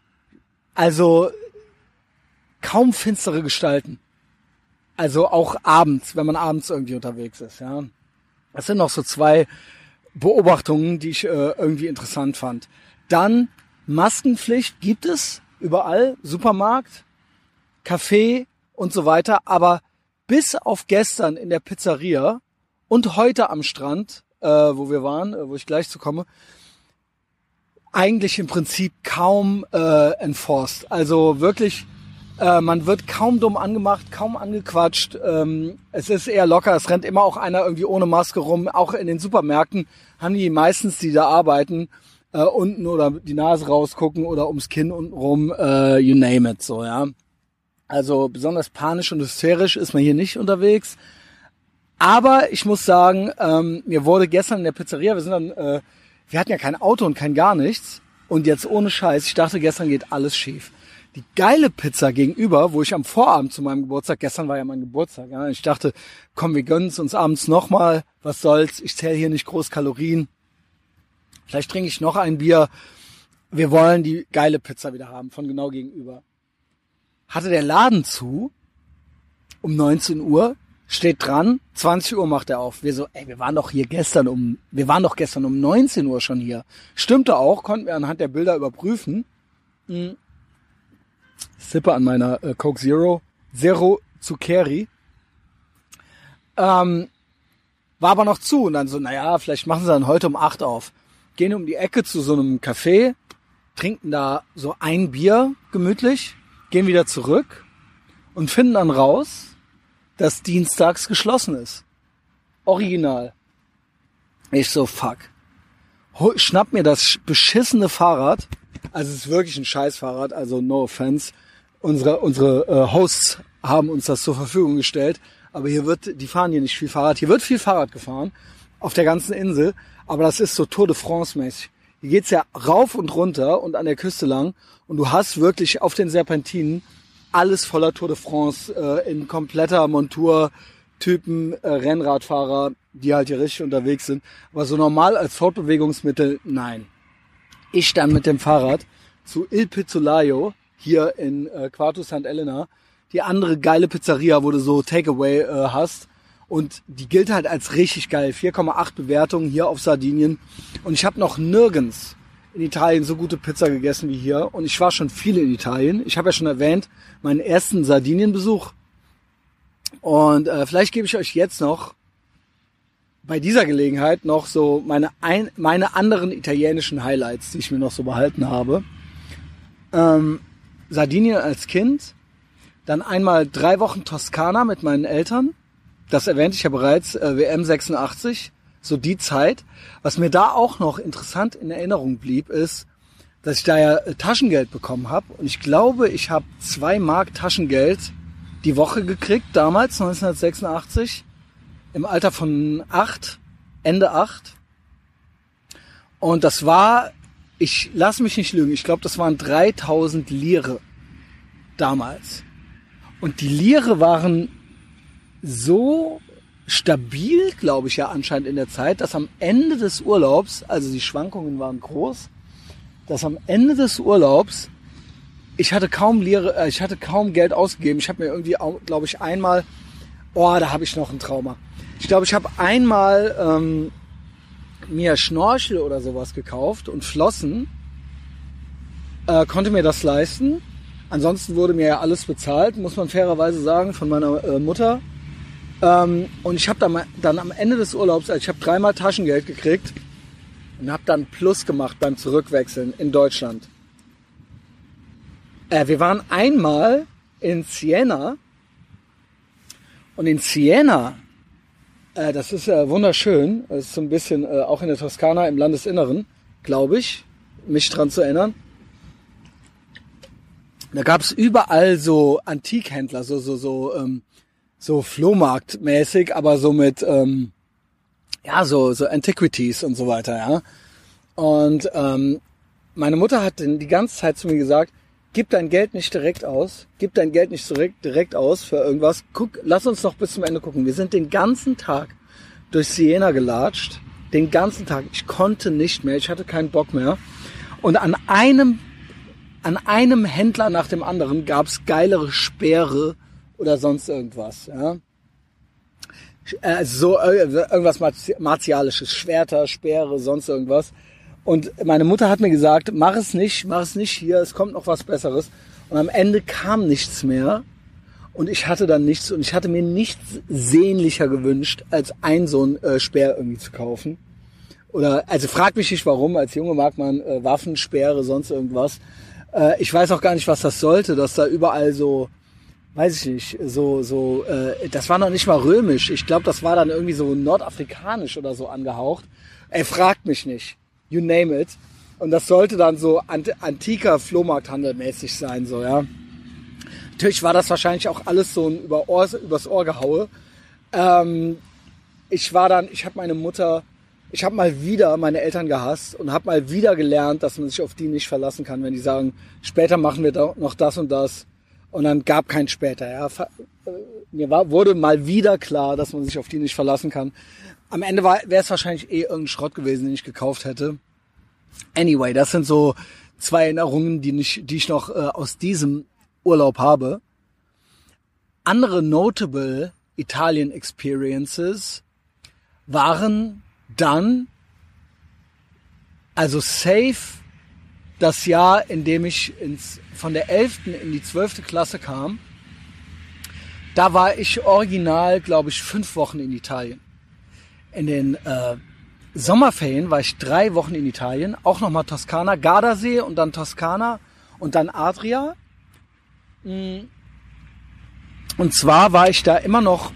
also kaum finstere Gestalten. Also auch abends, wenn man abends irgendwie unterwegs ist, ja. Das sind noch so zwei Beobachtungen, die ich äh, irgendwie interessant fand. Dann Maskenpflicht gibt es überall, Supermarkt, Café und so weiter, aber bis auf gestern in der Pizzeria und heute am Strand, äh, wo wir waren, äh, wo ich gleich zu komme, eigentlich im Prinzip kaum äh, enforced. Also wirklich, äh, man wird kaum dumm angemacht, kaum angequatscht. Ähm, es ist eher locker, es rennt immer auch einer irgendwie ohne Maske rum. Auch in den Supermärkten haben die meistens, die da arbeiten, äh, unten oder die Nase rausgucken oder ums Kinn unten rum, äh, you name it, so, ja. Also besonders panisch und hysterisch ist man hier nicht unterwegs. Aber ich muss sagen, ähm, mir wurde gestern in der Pizzeria, wir sind dann... Äh, Wir hatten ja kein Auto und kein gar nichts. Und jetzt ohne Scheiß, ich dachte, gestern geht alles schief. Die geile Pizza gegenüber, wo ich am Vorabend zu meinem Geburtstag, gestern war ja mein Geburtstag, ja, ich dachte, komm, wir gönnen es uns abends nochmal, was soll's, ich zähle hier nicht groß Kalorien. Vielleicht trinke ich noch ein Bier. Wir wollen die geile Pizza wieder haben, von genau gegenüber. Hatte der Laden zu, um neunzehn Uhr, steht dran, zwanzig Uhr macht er auf. Wir so, ey, wir waren doch hier gestern um, wir waren doch gestern um neunzehn Uhr schon hier. Stimmte auch, konnten wir anhand der Bilder überprüfen. Hm. Sippe an meiner äh, Coke Zero, Zero Zuccheri. Ähm, war aber noch zu und dann so, naja, vielleicht machen sie dann heute um acht auf. Gehen um die Ecke zu so einem Café, trinken da so ein Bier gemütlich, gehen wieder zurück und finden dann raus, dass dienstags geschlossen ist. Original. Ich so, fuck. Schnapp mir das beschissene Fahrrad. Also es ist wirklich ein Scheißfahrrad, also no offense. Unsere, unsere äh, Hosts haben uns das zur Verfügung gestellt. Aber hier wird, die fahren hier nicht viel Fahrrad. Hier wird viel Fahrrad gefahren. Auf der ganzen Insel. Aber das ist so Tour de France mäßig. Hier geht's ja rauf und runter und an der Küste lang. Und du hast wirklich auf den Serpentinen alles voller Tour de France, äh, in kompletter Montur, Typen, äh, Rennradfahrer, die halt hier richtig unterwegs sind. Aber so normal als Fortbewegungsmittel, nein. Ich dann mit dem Fahrrad zu Il Pizzolaio, hier in äh, Quarto Sankt Elena, die andere geile Pizzeria, wo du so Takeaway äh, hast. Und die gilt halt als richtig geil. vier Komma acht Bewertungen hier auf Sardinien. Und ich habe noch nirgends in Italien so gute Pizza gegessen wie hier. Und ich war schon viel in Italien. Ich habe ja schon erwähnt, meinen ersten Sardinienbesuch. Und äh, vielleicht gebe ich euch jetzt noch bei dieser Gelegenheit noch so meine, ein, meine anderen italienischen Highlights, die ich mir noch so behalten habe. Ähm, Sardinien als Kind. Dann einmal drei Wochen Toskana mit meinen Eltern. Das erwähnte ich ja bereits, äh, W M sechsundachtzig. So die Zeit. Was mir da auch noch interessant in Erinnerung blieb, ist, dass ich da ja Taschengeld bekommen habe. Und ich glaube, ich habe zwei Mark Taschengeld die Woche gekriegt, damals, neunzehnhundertsechsundachtzig, im Alter von acht, Ende acht. Und das war, ich lass mich nicht lügen, ich glaube, das waren dreitausend Lire damals. Und die Lire waren so stabil, glaube ich ja anscheinend in der Zeit, dass am Ende des Urlaubs, also die Schwankungen waren groß, dass am Ende des Urlaubs, ich hatte kaum Lehre, äh, ich hatte kaum Geld ausgegeben. Ich habe mir irgendwie, glaube ich, einmal, oh, da habe ich noch ein Trauma. Ich glaube, ich habe einmal ähm, mir Schnorchel oder sowas gekauft und Flossen, äh, konnte mir das leisten. Ansonsten wurde mir ja alles bezahlt, muss man fairerweise sagen, von meiner äh, Mutter. Ähm, und ich habe dann, dann am Ende des Urlaubs, also ich habe dreimal Taschengeld gekriegt und habe dann Plus gemacht beim Zurückwechseln in Deutschland. Äh, wir waren einmal in Siena und in Siena, äh, das ist äh, wunderschön, das ist so ein bisschen äh, auch in der Toskana im Landesinneren, glaube ich, mich dran zu erinnern. Da gab es überall so Antikhändler, so so so ähm, so Flohmarktmäßig, aber so mit ähm, ja so so Antiquities und so weiter, ja. Und ähm, meine Mutter hat die ganze Zeit zu mir gesagt, gib dein Geld nicht direkt aus, gib dein Geld nicht direkt direkt aus für irgendwas. Guck, lass uns noch bis zum Ende gucken. Wir sind den ganzen Tag durch Siena gelatscht, den ganzen Tag. Ich konnte nicht mehr, ich hatte keinen Bock mehr. Und an einem An einem Händler nach dem anderen gab's geilere Speere oder sonst irgendwas. Ja. äh, so äh, irgendwas Martialisches, Schwerter, Speere, sonst irgendwas. Und meine Mutter hat mir gesagt, mach es nicht, mach es nicht hier, es kommt noch was Besseres. Und am Ende kam nichts mehr. Und ich hatte dann nichts und ich hatte mir nichts sehnlicher gewünscht, als ein so ein äh, Speer irgendwie zu kaufen. Oder, also frag mich nicht warum, als Junge mag man äh, Waffen, Speere, sonst irgendwas. Äh, ich weiß auch gar nicht, was das sollte, dass da überall so, weiß ich nicht, so, so, äh, das war noch nicht mal römisch. Ich glaube, das war dann irgendwie so nordafrikanisch oder so angehaucht. Ey, fragt mich nicht. You name it. Und das sollte dann so ant- antiker Flohmarkthandel mäßig sein, so, ja. Natürlich war das wahrscheinlich auch alles so ein über Ohr, übers Ohr gehaue. Ähm, ich war dann, ich habe meine Mutter, ich habe mal wieder meine Eltern gehasst und habe mal wieder gelernt, dass man sich auf die nicht verlassen kann, wenn die sagen, später machen wir da noch das und das. Und dann gab kein später. Ja. Mir war, wurde mal wieder klar, dass man sich auf die nicht verlassen kann. Am Ende wäre es wahrscheinlich eh irgendein Schrott gewesen, den ich gekauft hätte. Anyway, das sind so zwei Erinnerungen, die, nicht, die ich noch äh, aus diesem Urlaub habe. Andere notable Italien Experiences waren dann, also safe, das Jahr, in dem ich ins, von der elften in die zwölfte Klasse kam. Da war ich original, glaube ich, fünf Wochen in Italien. In den äh, Sommerferien war ich drei Wochen in Italien, auch nochmal Toskana, Gardasee und dann Toskana und dann Adria. Und zwar war ich da immer noch,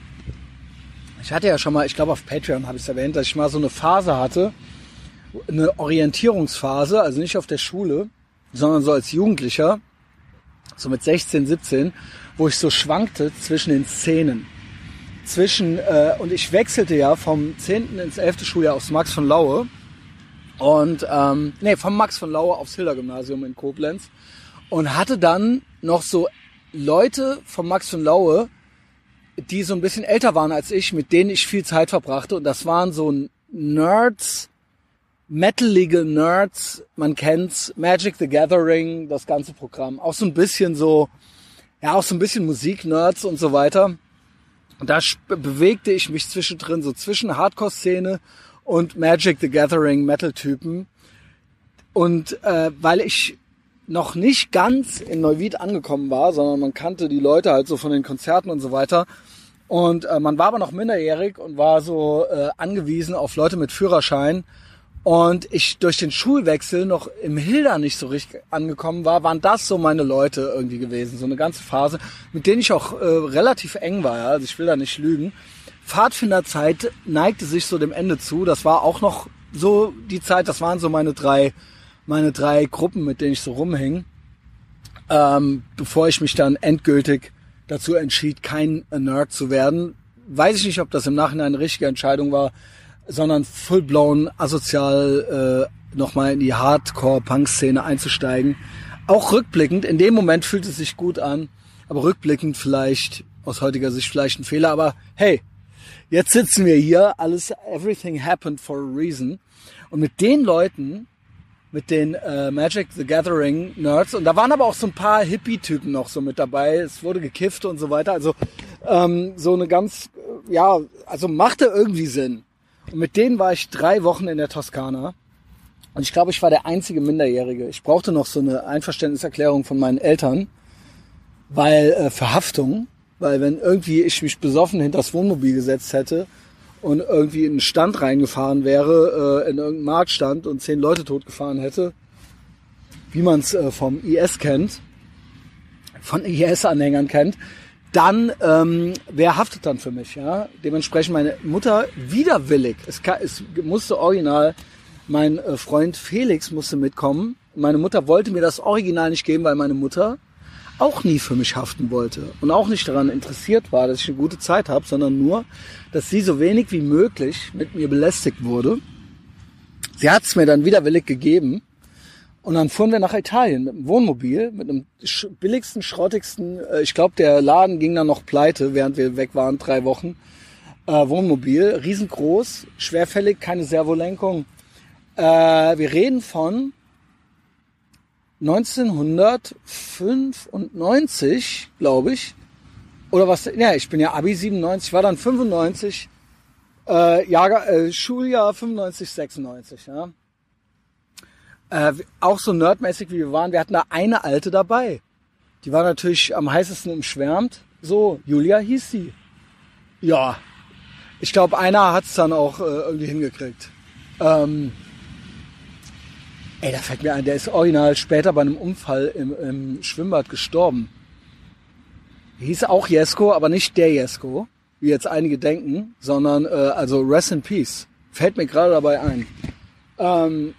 ich hatte ja schon mal, ich glaube auf Patreon habe ich es erwähnt, dass ich mal so eine Phase hatte, eine Orientierungsphase, also nicht auf der Schule, sondern so als Jugendlicher, so mit sechzehn, siebzehn, wo ich so schwankte zwischen den Szenen. Zwischen, äh, und ich wechselte ja vom zehnten ins elfte Schuljahr aufs Max von Laue und, ähm, nee, vom Max von Laue aufs Hilda-Gymnasium in Koblenz und hatte dann noch so Leute vom Max von Laue, die so ein bisschen älter waren als ich, mit denen ich viel Zeit verbrachte. Und das waren so Nerds, metalige Nerds, man kennt's, Magic the Gathering, das ganze Programm. Auch so ein bisschen so, ja, auch so ein bisschen Musik-Nerds und so weiter. Und da bewegte ich mich zwischendrin, so zwischen Hardcore-Szene und Magic the Gathering Metal-Typen. Und äh, weil ich noch nicht ganz in Neuwied angekommen war, sondern man kannte die Leute halt so von den Konzerten und so weiter. Und äh, man war aber noch minderjährig und war so äh, angewiesen auf Leute mit Führerschein. Und ich durch den Schulwechsel noch im Hilda nicht so richtig angekommen war, waren das so meine Leute irgendwie gewesen. So eine ganze Phase, mit denen ich auch äh, relativ eng war. Ja? Also ich will da nicht lügen. Pfadfinderzeit neigte sich so dem Ende zu. Das war auch noch so die Zeit, das waren so meine drei meine drei Gruppen, mit denen ich so rumhing, ähm, bevor ich mich dann endgültig dazu entschied, kein Nerd zu werden. Weiß ich nicht, ob das im Nachhinein eine richtige Entscheidung war, sondern full-blown asozial äh, nochmal in die Hardcore-Punk-Szene einzusteigen. Auch rückblickend, in dem Moment fühlt es sich gut an, aber rückblickend vielleicht, aus heutiger Sicht vielleicht ein Fehler, aber hey, jetzt sitzen wir hier, alles, everything happened for a reason. Und mit den Leuten, mit den äh, Magic the Gathering Nerds. Und da waren aber auch so ein paar Hippie-Typen noch so mit dabei. Es wurde gekifft und so weiter. Also ähm, so eine ganz, äh, ja, also machte irgendwie Sinn. Und mit denen war ich drei Wochen in der Toskana. Und ich glaube, ich war der einzige Minderjährige. Ich brauchte noch so eine Einverständniserklärung von meinen Eltern, weil äh, Verhaftung, weil wenn irgendwie ich mich besoffen hinter das Wohnmobil gesetzt hätte und irgendwie in einen Stand reingefahren wäre, äh, in irgendeinen Marktstand und zehn Leute totgefahren hätte, wie man es äh, vom I S kennt, von I S-Anhängern kennt, dann, ähm, wer haftet dann für mich? Ja? Dementsprechend meine Mutter widerwillig, es, kann, es musste original, mein äh, Freund Felix musste mitkommen. Meine Mutter wollte mir das Original nicht geben, weil meine Mutter auch nie für mich haften wollte und auch nicht daran interessiert war, dass ich eine gute Zeit habe, sondern nur, dass sie so wenig wie möglich mit mir belästigt wurde. Sie hat es mir dann widerwillig gegeben und dann fuhren wir nach Italien mit einem Wohnmobil, mit einem billigsten, schrottigsten, äh, ich glaube der Laden ging dann noch pleite, während wir weg waren, drei Wochen, äh, Wohnmobil, riesengroß, schwerfällig, keine Servolenkung. Äh, wir reden von neunzehnhundertfünfundneunzig, glaube ich, oder was, ja, ich bin ja Abi siebenundneunzig, war dann fünfundneunzig, Äh, Jahr, äh, Schuljahr fünfundneunzig, sechsundneunzig, ja. Äh, auch so nerdmäßig wie wir waren, wir hatten da eine Alte dabei. Die war natürlich am heißesten umschwärmt. So, Julia hieß sie. Ja, ich glaube, einer hat's dann auch äh, irgendwie hingekriegt. Ähm, ey, da fällt mir ein, der ist original später bei einem Unfall im, im Schwimmbad gestorben. Hieß auch Jesko, aber nicht der Jesko, wie jetzt einige denken, sondern äh, also Rest in Peace. Fällt mir gerade dabei ein. Ähm,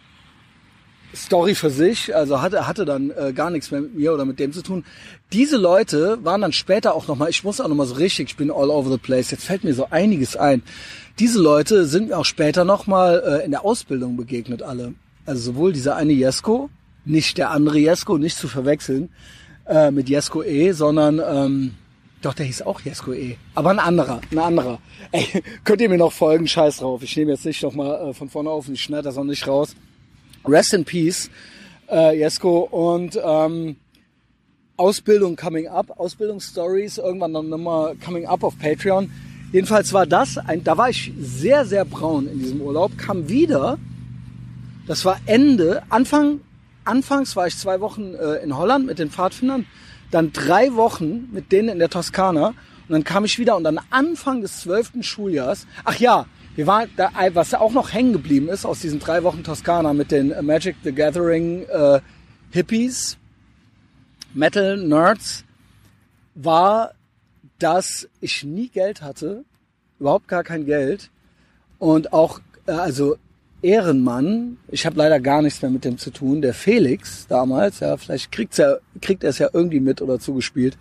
Story für sich, also hatte hatte dann äh, gar nichts mehr mit mir oder mit dem zu tun. Diese Leute waren dann später auch nochmal, ich muss auch nochmal so richtig, ich bin all over the place, jetzt fällt mir so einiges ein. Diese Leute sind mir auch später nochmal äh, in der Ausbildung begegnet, alle. Also sowohl dieser eine Jesko, nicht der andere Jesko, nicht zu verwechseln äh, mit Jesko E, sondern, ähm, doch, der hieß auch Jesko E, aber ein anderer, ein anderer. Ey, könnt ihr mir noch folgen? Scheiß drauf, ich nehme jetzt nicht nochmal äh, von vorne auf und ich schneide das auch nicht raus. Rest in Peace, äh, Jesko, und ähm, Ausbildung coming up, Ausbildungsstories, irgendwann dann nochmal coming up auf Patreon. Jedenfalls war das, ein, da war ich sehr, sehr braun in diesem Urlaub, kam wieder, das war Ende, Anfang, anfangs war ich zwei Wochen äh, in Holland mit den Pfadfindern, dann drei Wochen mit denen in der Toskana und dann kam ich wieder und dann Anfang des zwölften Schuljahrs, ach ja, wir waren da, was auch noch hängen geblieben ist aus diesen drei Wochen Toskana mit den Magic the Gathering äh, Hippies, Metal Nerds, war, dass ich nie Geld hatte, überhaupt gar kein Geld und auch, äh, also Ehrenmann, ich habe leider gar nichts mehr mit dem zu tun, der Felix damals, ja, vielleicht kriegt's ja, kriegt er es ja irgendwie mit oder zugespielt,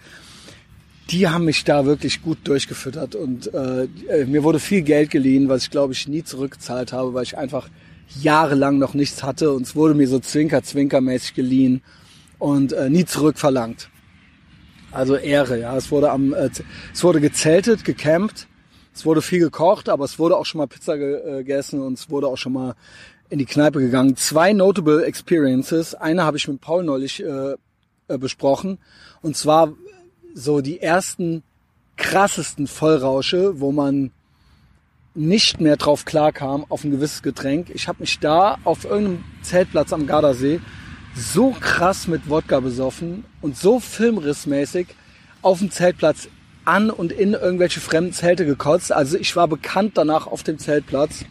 die haben mich da wirklich gut durchgefüttert und äh, mir wurde viel Geld geliehen, was ich glaube ich nie zurückgezahlt habe, weil ich einfach jahrelang noch nichts hatte und es wurde mir so zwinker-zwinker-mäßig geliehen und äh, nie zurückverlangt. Also Ehre, ja. Es wurde am, äh, es wurde gezeltet, gecampt, es wurde viel gekocht, aber es wurde auch schon mal Pizza gegessen und es wurde auch schon mal in die Kneipe gegangen. Zwei notable experiences. Eine habe ich mit Paul neulich äh, äh, besprochen und zwar so die ersten krassesten Vollrausche, wo man nicht mehr drauf klarkam auf ein gewisses Getränk. Ich habe mich da auf irgendeinem Zeltplatz am Gardasee so krass mit Wodka besoffen und so filmrissmäßig auf dem Zeltplatz an und in irgendwelche fremden Zelte gekotzt. Also ich war bekannt danach auf dem Zeltplatz.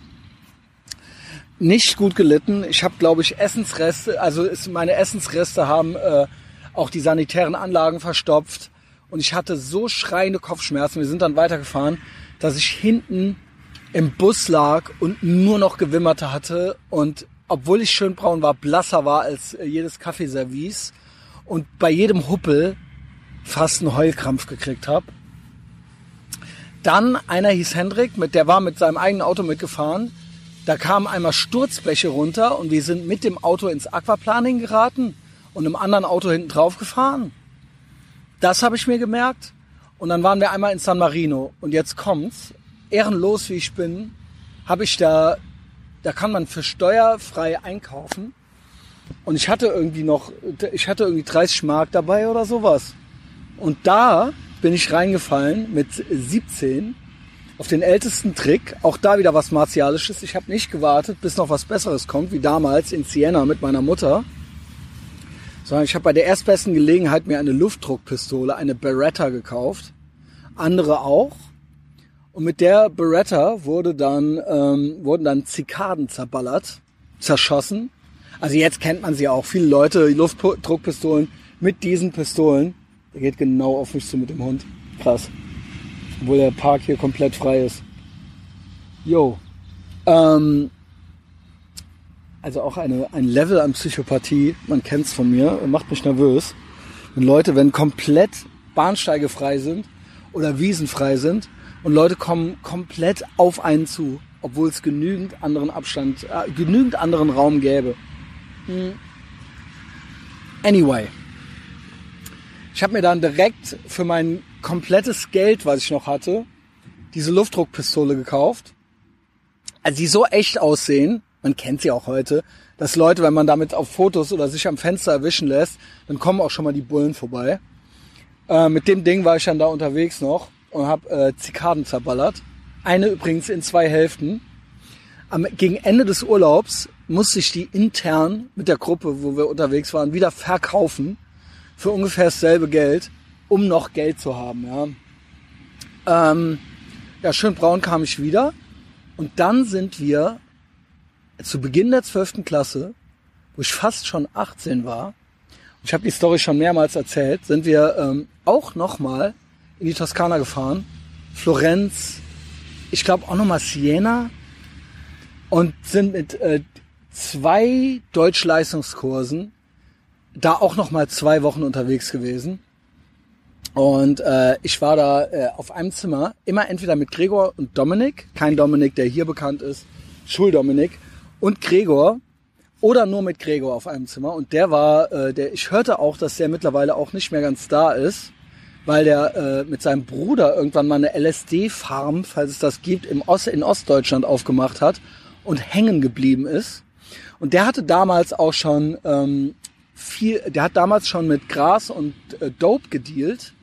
Nicht gut gelitten. Ich habe, glaube ich, Essensreste, also ist, meine Essensreste haben äh, auch die sanitären Anlagen verstopft. Und ich hatte so schreiende Kopfschmerzen, wir sind dann weitergefahren, dass ich hinten im Bus lag und nur noch Gewimmerte hatte. Und obwohl ich schön braun war, blasser war als jedes Kaffeeservice. Und bei jedem Huppel fast einen Heulkrampf gekriegt habe. Dann einer hieß Hendrik, mit der war mit seinem eigenen Auto mitgefahren. Da kamen einmal Sturzbleche runter und wir sind mit dem Auto ins Aquaplaning geraten und im anderen Auto hinten drauf gefahren. Das habe ich mir gemerkt. Und dann waren wir einmal in San Marino. Und jetzt kommt's. Ehrenlos wie ich bin, habe ich da, da kann man für steuerfrei einkaufen. Und ich hatte irgendwie noch, ich hatte irgendwie dreißig Mark dabei oder sowas. Und da bin ich reingefallen mit siebzehn auf den ältesten Trick. Auch da wieder was Martialisches. Ich habe nicht gewartet, bis noch was Besseres kommt, wie damals in Siena mit meiner Mutter. Sondern ich habe bei der erstbesten Gelegenheit mir eine Luftdruckpistole, eine Beretta gekauft. Andere auch. Und mit der Beretta wurde dann, ähm, wurden dann Zikaden zerballert, zerschossen. Also jetzt kennt man sie auch. Viele Leute, Luftdruckpistolen mit diesen Pistolen. Der geht genau auf mich zu mit dem Hund. Krass. Obwohl der Park hier komplett frei ist. Jo. Ähm... Also auch eine, ein Level an Psychopathie, man kennt's von mir, macht mich nervös. Wenn Leute, wenn komplett Bahnsteige frei sind oder Wiesen frei sind und Leute kommen komplett auf einen zu, obwohl es genügend anderen Abstand, äh, genügend anderen Raum gäbe. Hm. Anyway. Ich habe mir dann direkt für mein komplettes Geld, was ich noch hatte, diese Luftdruckpistole gekauft. Also die so echt aussehen, man kennt sie auch heute, dass Leute, wenn man damit auf Fotos oder sich am Fenster erwischen lässt, dann kommen auch schon mal die Bullen vorbei. Äh, mit dem Ding war ich dann da unterwegs noch und habe äh, Zikaden zerballert. Eine übrigens in zwei Hälften. Am, gegen Ende des Urlaubs musste ich die intern mit der Gruppe, wo wir unterwegs waren, wieder verkaufen für ungefähr dasselbe Geld, um noch Geld zu haben. Ja, ähm, ja schön braun kam ich wieder. Und dann sind wir zu Beginn der zwölften Klasse, wo ich fast schon achtzehn war, ich habe die Story schon mehrmals erzählt, sind wir ähm, auch nochmal in die Toskana gefahren. Florenz, ich glaube auch nochmal Siena und sind mit äh, zwei Deutschleistungskursen da auch nochmal zwei Wochen unterwegs gewesen. Und äh, ich war da äh, auf einem Zimmer, immer entweder mit Gregor und Dominik, kein Dominik, der hier bekannt ist, Schuldominik, und Gregor, oder nur mit Gregor auf einem Zimmer. Und der war, äh, der, ich hörte auch, dass der mittlerweile auch nicht mehr ganz da ist, weil der äh, mit seinem Bruder irgendwann mal eine L S D-Farm, falls es das gibt, im Ost, in Ostdeutschland aufgemacht hat und hängen geblieben ist. Und der hatte damals auch schon ähm, viel, der hat damals schon mit Gras und äh, Dope gedealt.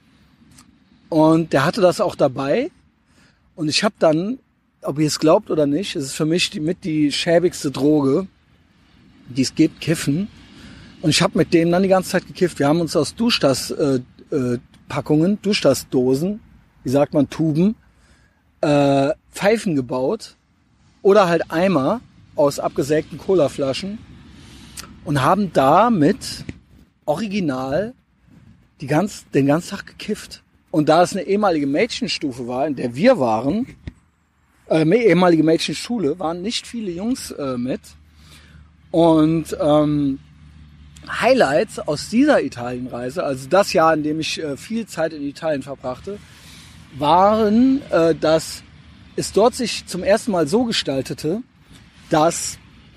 Und der hatte das auch dabei. Und ich habe dann, ob ihr es glaubt oder nicht, es ist für mich die, mit die schäbigste Droge, die es gibt, Kiffen. Und ich habe mit dem dann die ganze Zeit gekifft. Wir haben uns aus Duschdas-Packungen, äh, äh, Packungen, Duschdas-Dosen, wie sagt man, Tuben, äh, Pfeifen gebaut oder halt Eimer aus abgesägten Colaflaschen und haben damit original die ganz, den ganzen Tag gekifft. Und da es eine ehemalige Mädchenstufe war, in der wir waren, äh, ehemalige Mädchenschule, waren nicht viele Jungs äh, mit. Und ähm, Highlights aus dieser Italienreise, also das Jahr, in dem ich äh, viel Zeit in Italien verbrachte, waren, äh, dass es dort sich zum ersten Mal so gestaltete, dass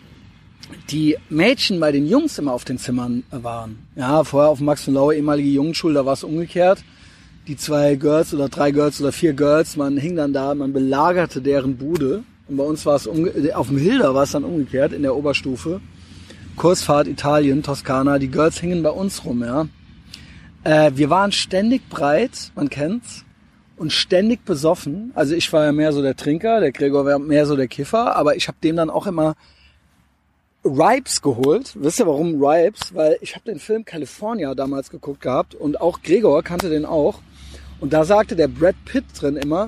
die Mädchen bei den Jungs immer auf den Zimmern waren. Ja, vorher auf Max von Laue, ehemalige Jungenschule, da war es umgekehrt. Die zwei Girls oder drei Girls oder vier Girls, man hing dann da, man belagerte deren Bude. Und bei uns war es, umge- auf dem Hilda war es dann umgekehrt, in der Oberstufe. Kursfahrt Italien, Toskana, die Girls hingen bei uns rum, ja. Äh, wir waren ständig breit, man kennt's, und ständig besoffen. Also ich war ja mehr so der Trinker, der Gregor war mehr so der Kiffer, aber ich habe dem dann auch immer Ripes geholt. Wisst ihr warum Ripes? Weil ich habe den Film California damals geguckt gehabt und auch Gregor kannte den auch. Und da sagte der Brad Pitt drin immer,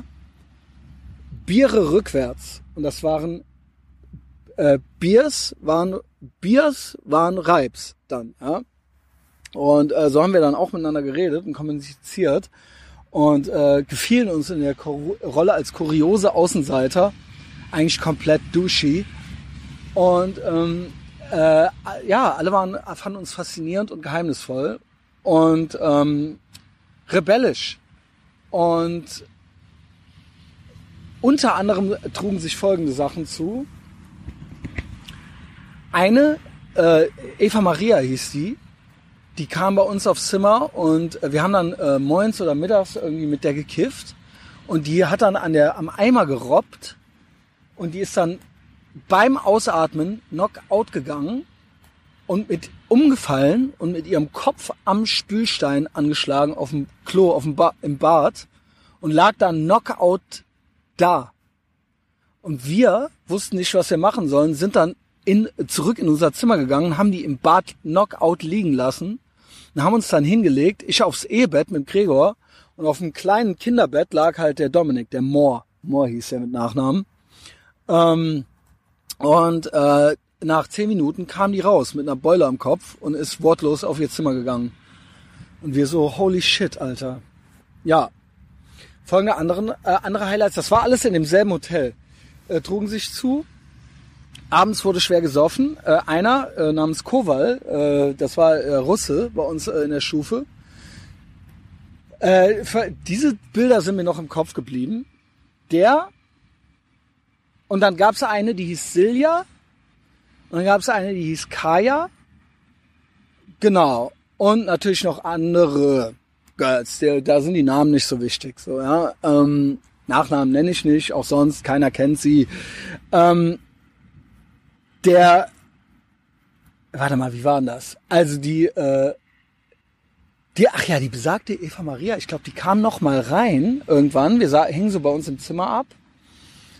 Biere rückwärts. Und das waren äh, Biers, waren Biers waren Ripes dann, ja. Und äh, so haben wir dann auch miteinander geredet und kommuniziert und äh, gefielen uns in der Kor- Rolle als kuriose Außenseiter eigentlich komplett douchey. Und ähm, äh, ja, alle waren, fanden uns faszinierend und geheimnisvoll und ähm, rebellisch. Und unter anderem trugen sich folgende Sachen zu. Eine, äh, Eva Maria hieß die, die kam bei uns aufs Zimmer und wir haben dann äh, morgens oder mittags irgendwie mit der gekifft und die hat dann an der, am Eimer gerobbt und die ist dann beim Ausatmen Knockout gegangen und mit umgefallen und mit ihrem Kopf am Spülstein angeschlagen auf dem Klo, auf dem ba- im Bad und lag dann Knockout da. Und wir wussten nicht, was wir machen sollen, sind dann in, zurück in unser Zimmer gegangen, haben die im Bad Knockout liegen lassen und haben uns dann hingelegt, ich aufs Ehebett mit Gregor und auf dem kleinen Kinderbett lag halt der Dominik, der Moore. Moore hieß der mit Nachnamen. Ähm, und äh, nach zehn Minuten kam die raus mit einer Beule am Kopf und ist wortlos auf ihr Zimmer gegangen. Und wir so, holy shit, Alter. Ja. Folgende anderen, äh, andere Highlights, das war alles in demselben Hotel, äh, trugen sich zu. Abends wurde schwer gesoffen. Äh, einer äh, namens Kowal, äh, das war äh, Russe bei uns äh, in der Stufe. Äh, für, diese Bilder sind mir noch im Kopf geblieben. Der und dann gab es eine, die hieß Silja. Und dann gab es eine, die hieß Kaya. Genau. Und natürlich noch andere Girls. Der, da sind die Namen nicht so wichtig. So, ja. Ähm, Nachnamen nenne ich nicht, auch sonst, keiner kennt sie. Ähm, der, warte mal, wie war denn das? Also die, äh, die, ach ja, die besagte Eva Maria, ich glaube, die kam noch mal rein irgendwann. Wir sah, hingen so bei uns im Zimmer ab.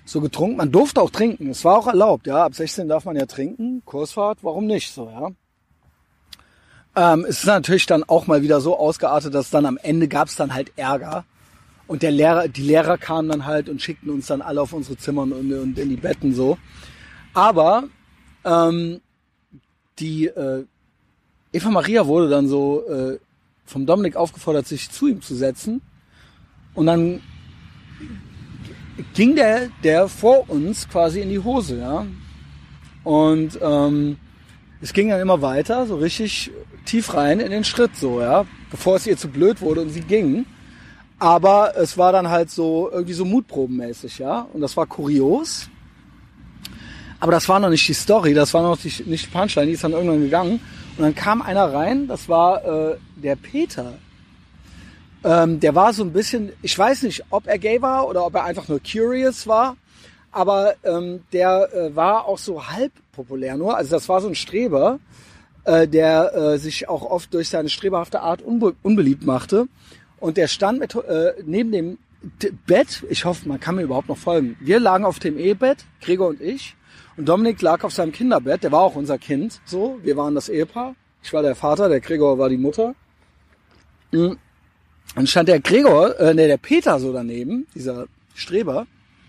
so getrunken. Man durfte auch trinken. Es war auch erlaubt, ja. Ab sechzehn darf man ja trinken. Kursfahrt, warum nicht, so, ja. Ähm, es ist natürlich dann auch mal wieder so ausgeartet, dass dann am Ende gab es dann halt Ärger. Und der Lehrer, die Lehrer kamen dann halt und schickten uns dann alle auf unsere Zimmer und, und in die Betten so. Aber ähm, die äh, Eva Maria wurde dann so äh, vom Dominik aufgefordert, sich zu ihm zu setzen. Und dann ging der, der vor uns quasi in die Hose, ja. Und ähm, es ging dann immer weiter, so richtig tief rein in den Schritt, so, ja, bevor es ihr zu blöd wurde und sie ging. Aber es war dann halt so irgendwie so mutprobenmäßig, ja. Und das war kurios. Aber das war noch nicht die Story, das war noch nicht, nicht die Punchline, die ist dann irgendwann gegangen. Und dann kam einer rein, das war äh, der Peter. Ähm, der war so ein bisschen, ich weiß nicht, ob er gay war oder ob er einfach nur curious war. Aber ähm, der äh, war auch so halb populär nur. Also das war so ein Streber, äh, der äh, sich auch oft durch seine streberhafte Art unbe- unbeliebt machte. Und der stand mit, äh, neben dem D- Bett, ich hoffe, man kann mir überhaupt noch folgen. Wir lagen auf dem Ehebett, Gregor und ich. Und Dominik lag auf seinem Kinderbett, der war auch unser Kind, so. Wir waren das Ehepaar. Ich war der Vater, der Gregor war die Mutter. Und dann stand der Gregor, äh, nee, der Peter so daneben, dieser Streber.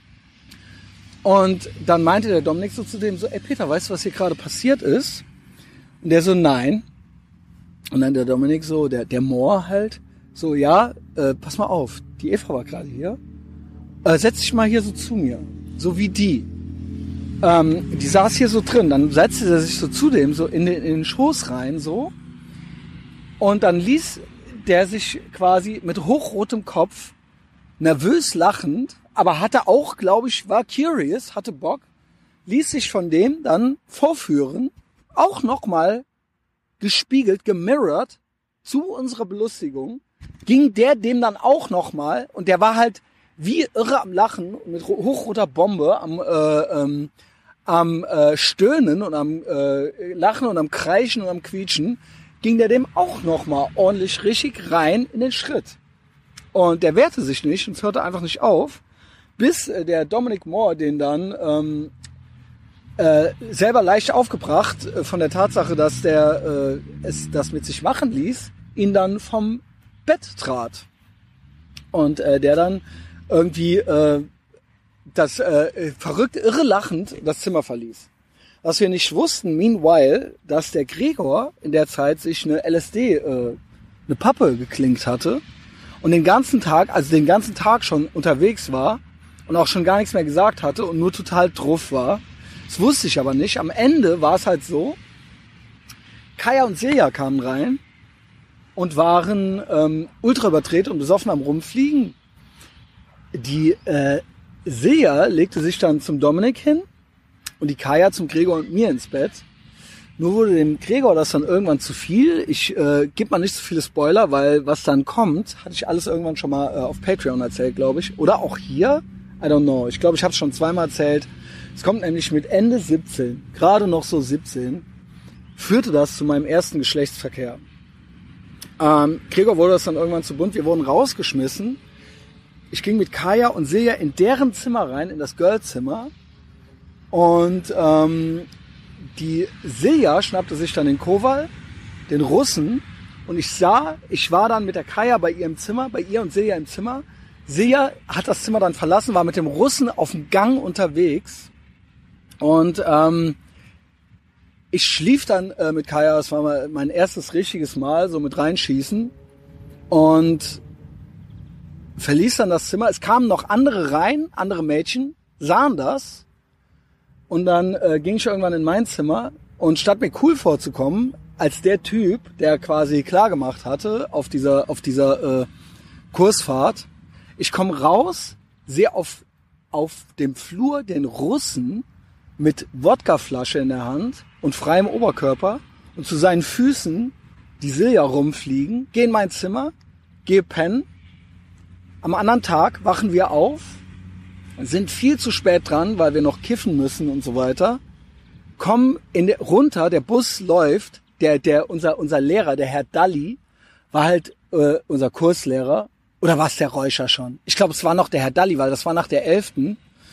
Und dann meinte der Dominik so zu dem so, ey Peter, weißt du, was hier gerade passiert ist? Und der so, nein. Und dann der Dominik so, der, der Moor halt, so, ja, äh, pass mal auf, die Eva war gerade hier. Äh, setz dich mal hier so zu mir, so wie die. Ähm, die saß hier so drin, dann setzte er sich so zu dem, so in den, in den Schoß rein, so. Und dann ließ der sich quasi mit hochrotem Kopf, nervös lachend, aber hatte auch, glaube ich, war curious, hatte Bock, ließ sich von dem dann vorführen, auch nochmal gespiegelt, gemirrored, zu unserer Belustigung, ging der dem dann auch nochmal, und der war halt wie irre am Lachen, mit hochroter Bombe, am, äh, ähm, am äh, Stöhnen und am äh, Lachen und am Kreischen und am Quietschen, ging der dem auch nochmal ordentlich richtig rein in den Schritt. Und der wehrte sich nicht und es hörte einfach nicht auf, bis äh, der Dominic Moore den dann ähm, äh, selber leicht aufgebracht äh, von der Tatsache, dass der äh, es das mit sich machen ließ, ihn dann vom Bett trat. Und äh, der dann irgendwie äh, das äh, verrückt irre lachend das Zimmer verließ. Was wir nicht wussten, meanwhile, dass der Gregor in der Zeit sich eine L S D, äh, eine Pappe geklinkt hatte und den ganzen Tag, also den ganzen Tag schon unterwegs war und auch schon gar nichts mehr gesagt hatte und nur total druff war. Das wusste ich aber nicht. Am Ende war es halt so, Kaya und Silja kamen rein und waren ähm, ultra überdreht und besoffen am Rumfliegen. Die äh, Silja legte sich dann zum Dominik hin und die Kaya zum Gregor und mir ins Bett. Nur wurde dem Gregor das dann irgendwann zu viel. Ich äh, gebe mal nicht so viele Spoiler, weil was dann kommt, hatte ich alles irgendwann schon mal äh, auf Patreon erzählt, glaube ich. Oder auch hier. I don't know. Ich glaube, ich habe es schon zweimal erzählt. Es kommt nämlich mit Ende siebzehn, gerade noch so siebzehn, führte das zu meinem ersten Geschlechtsverkehr. Ähm, Gregor wurde das dann irgendwann zu bunt. Wir wurden rausgeschmissen. Ich ging mit Kaya und Silja in deren Zimmer rein, in das Girlzimmer. Und ähm, die Silja schnappte sich dann den Kowal, den Russen. Und ich sah, ich war dann mit der Kaya bei ihr im Zimmer, bei ihr und Silja im Zimmer. Silja hat das Zimmer dann verlassen, war mit dem Russen auf dem Gang unterwegs. Und ähm, ich schlief dann äh, mit Kaya, das war mal mein erstes richtiges Mal, so mit reinschießen. Und verließ dann das Zimmer. Es kamen noch andere rein, andere Mädchen, sahen das. Und dann äh, ging ich irgendwann in mein Zimmer. Und statt mir cool vorzukommen, als der Typ, der quasi klar gemacht hatte auf dieser, auf dieser äh, Kursfahrt, ich komme raus, sehe auf, auf dem Flur den Russen mit Wodkaflasche in der Hand und freiem Oberkörper und zu seinen Füßen die Silja rumfliegen, gehe in mein Zimmer, gehe pennen. Am anderen Tag wachen wir auf, sind viel zu spät dran, weil wir noch kiffen müssen und so weiter, kommen in der, runter, der Bus läuft, der, der, unser, unser Lehrer, der Herr Dalli, war halt äh, unser Kurslehrer, oder war es der Reuscher schon? Ich glaube, es war noch der Herr Dalli, weil das war nach der elften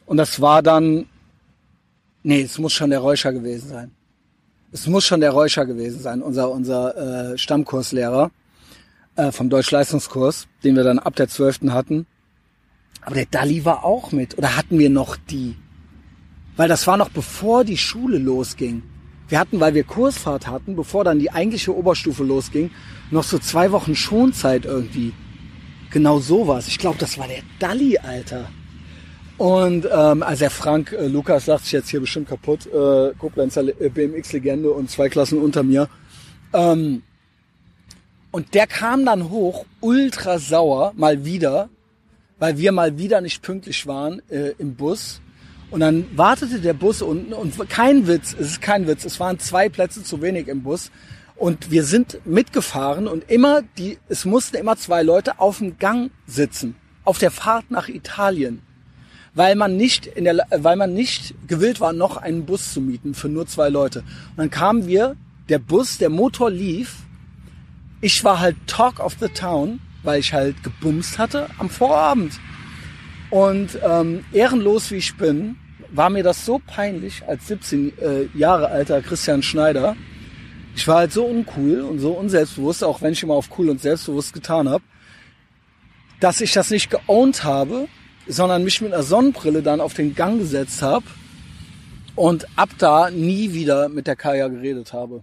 Und das war dann, nee, es muss schon der Reuscher gewesen sein. Es muss schon der Reuscher gewesen sein, unser unser äh, Stammkurslehrer äh, vom Deutschleistungskurs, den wir dann ab der zwölften hatten. Aber der Dalli war auch mit. Oder hatten wir noch die? Weil das war noch bevor die Schule losging. Wir hatten, weil wir Kursfahrt hatten, bevor dann die eigentliche Oberstufe losging, noch so zwei Wochen Schonzeit irgendwie. Genau sowas. Ich glaube, das war der Dalli, Alter. Und ähm, also der Frank äh, Lukas lacht sich jetzt hier bestimmt kaputt. Äh, Koblenzer äh, B M X-Legende und zwei Klassen unter mir. Ähm, und der kam dann hoch, ultra sauer, mal wieder, weil wir mal wieder nicht pünktlich waren äh, im Bus. Und dann wartete der Bus unten und kein Witz, es ist kein Witz, es waren zwei Plätze zu wenig im Bus. Und wir sind mitgefahren und immer die, es mussten immer zwei Leute auf dem Gang sitzen, auf der Fahrt nach Italien, weil man nicht in der, weil man nicht gewillt war, noch einen Bus zu mieten für nur zwei Leute. Und dann kamen wir, der Bus, der Motor lief, ich war halt Talk of the Town, weil ich halt gebumst hatte am Vorabend. Und ähm, ehrenlos wie ich bin, war mir das so peinlich als siebzehn äh, Jahre alter Christian Schneider. Ich war halt so uncool und so unselbstbewusst, auch wenn ich immer auf cool und selbstbewusst getan habe, dass ich das nicht geowned habe, sondern mich mit einer Sonnenbrille dann auf den Gang gesetzt habe und ab da nie wieder mit der Kaya geredet habe.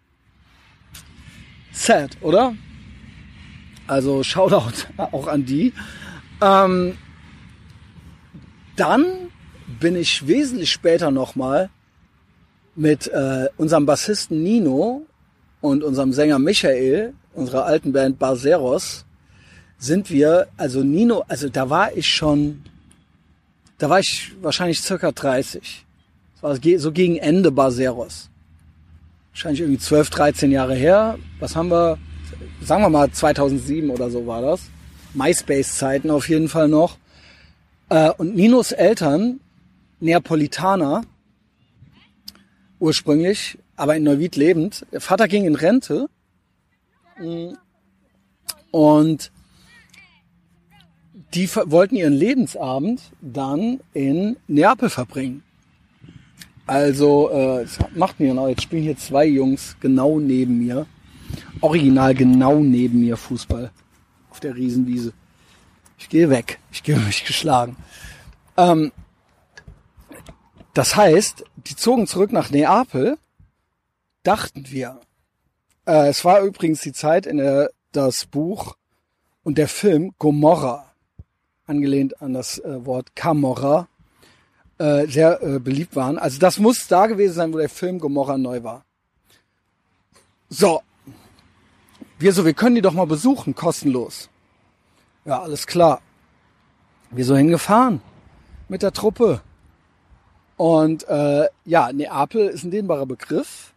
Sad, oder? Also Shoutout auch an die. Ähm, dann bin ich wesentlich später nochmal mit äh, unserem Bassisten Nino und unserem Sänger Michael, unserer alten Band Barceros, sind wir, also Nino, also da war ich schon, da war ich wahrscheinlich circa dreißig. Das war so gegen Ende Barceros. Wahrscheinlich irgendwie zwölf, dreizehn Jahre her. Was haben wir, sagen wir mal zweitausendsieben oder so war das. MySpace-Zeiten auf jeden Fall noch. Äh, und Ninos Eltern, Neapolitaner, ursprünglich, aber in Neuwied lebend. Der Vater ging in Rente und die wollten ihren Lebensabend dann in Neapel verbringen. Also, äh, das macht mir genau, jetzt spielen hier zwei Jungs genau neben mir, original genau neben mir Fußball auf der Riesenwiese. Ich gehe weg, ich gehe mich geschlagen. Ähm, Das heißt, die zogen zurück nach Neapel, dachten wir. Äh, es war übrigens die Zeit, in der das Buch und der Film Gomorra, angelehnt an das äh, Wort Camorra, äh, sehr äh, beliebt waren. Also das muss da gewesen sein, wo der Film Gomorra neu war. So, wir so, wir können die doch mal besuchen, kostenlos. Ja, alles klar. Wir so hingefahren mit der Truppe. Und äh, ja, Neapel ist ein dehnbarer Begriff.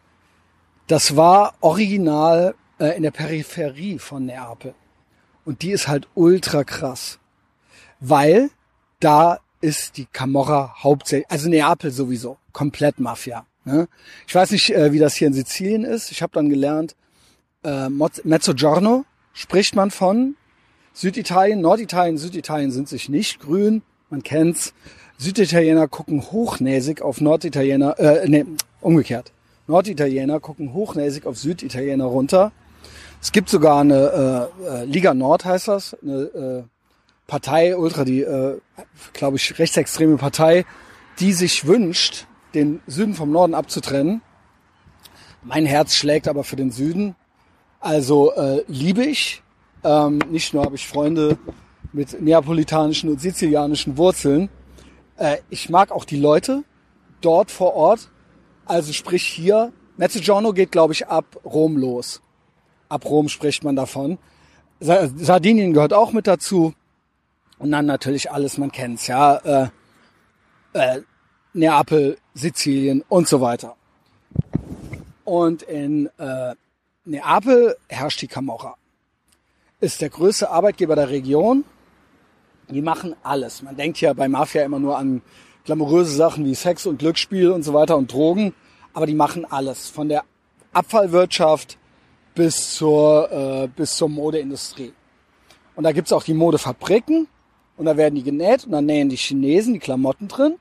Das war original äh, in der Peripherie von Neapel. Und die ist halt ultra krass. Weil da ist die Camorra hauptsächlich, also Neapel sowieso, komplett Mafia. Ne? Ich weiß nicht, äh, wie das hier in Sizilien ist. Ich habe dann gelernt, äh, Mezzogiorno spricht man von. Süditalien, Norditalien, Süditalien sind sich nicht grün, man kennt's. Süditaliener gucken hochnäsig auf Norditaliener, äh, nee, umgekehrt. Norditaliener gucken hochnäsig auf Süditaliener runter. Es gibt sogar eine äh, Liga Nord, heißt das, eine äh, Partei, ultra die, äh, glaube ich, rechtsextreme Partei, die sich wünscht, den Süden vom Norden abzutrennen. Mein Herz schlägt aber für den Süden. Also äh, liebe ich. Ähm, nicht nur habe ich Freunde mit neapolitanischen und sizilianischen Wurzeln. Äh, ich mag auch die Leute dort vor Ort. Also sprich hier, Mezzogiorno geht, glaube ich, ab Rom los. Ab Rom spricht man davon. Sardinien gehört auch mit dazu. Und dann natürlich alles, man kennt's, ja. Äh, äh, Neapel, Sizilien und so weiter. Und in äh, Neapel herrscht die Camorra. Ist der größte Arbeitgeber der Region. Die machen alles. Man denkt ja bei Mafia immer nur an glamouröse Sachen wie Sex und Glücksspiel und so weiter und Drogen. Aber die machen alles. Von der Abfallwirtschaft bis zur, äh, bis zur Modeindustrie. Und da gibt's auch die Modefabriken. und da werden die genäht und dann nähen die Chinesen die Klamotten drin.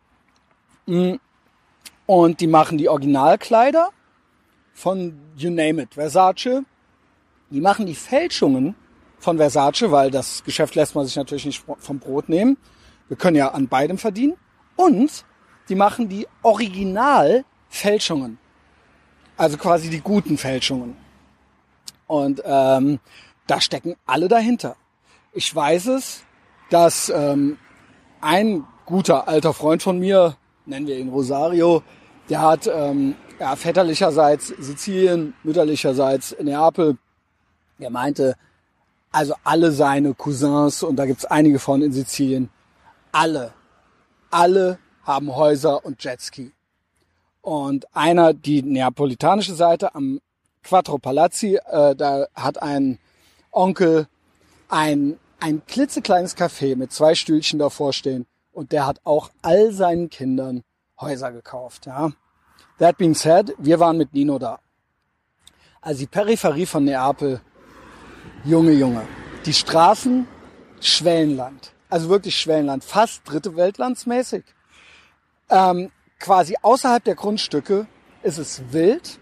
Und die machen die Originalkleider von you name it, Versace. Die machen die Fälschungen von Versace, weil das Geschäft lässt man sich natürlich nicht vom Brot nehmen. Wir können ja an beidem verdienen. Und die machen die Originalfälschungen. Also quasi die guten Fälschungen. Und ähm, da stecken alle dahinter. Ich weiß es, dass ähm, ein guter alter Freund von mir, nennen wir ihn Rosario, der hat ähm, ja, väterlicherseits Sizilien, mütterlicherseits Neapel. Der meinte, also alle seine Cousins, und da gibt's einige von in Sizilien, alle, alle haben Häuser und Jetski. Und einer, die neapolitanische Seite am Quattro Palazzi, äh, da hat ein Onkel ein, ein klitzekleines Café mit zwei Stühlchen davor stehen und der hat auch all seinen Kindern Häuser gekauft. Ja. That being said, wir waren mit Nino da. Also die Peripherie von Neapel, Junge, Junge. Die Straßen, Schwellenland. Also wirklich Schwellenland, fast dritte Weltlandsmäßig. Ähm, quasi außerhalb der Grundstücke ist es wild.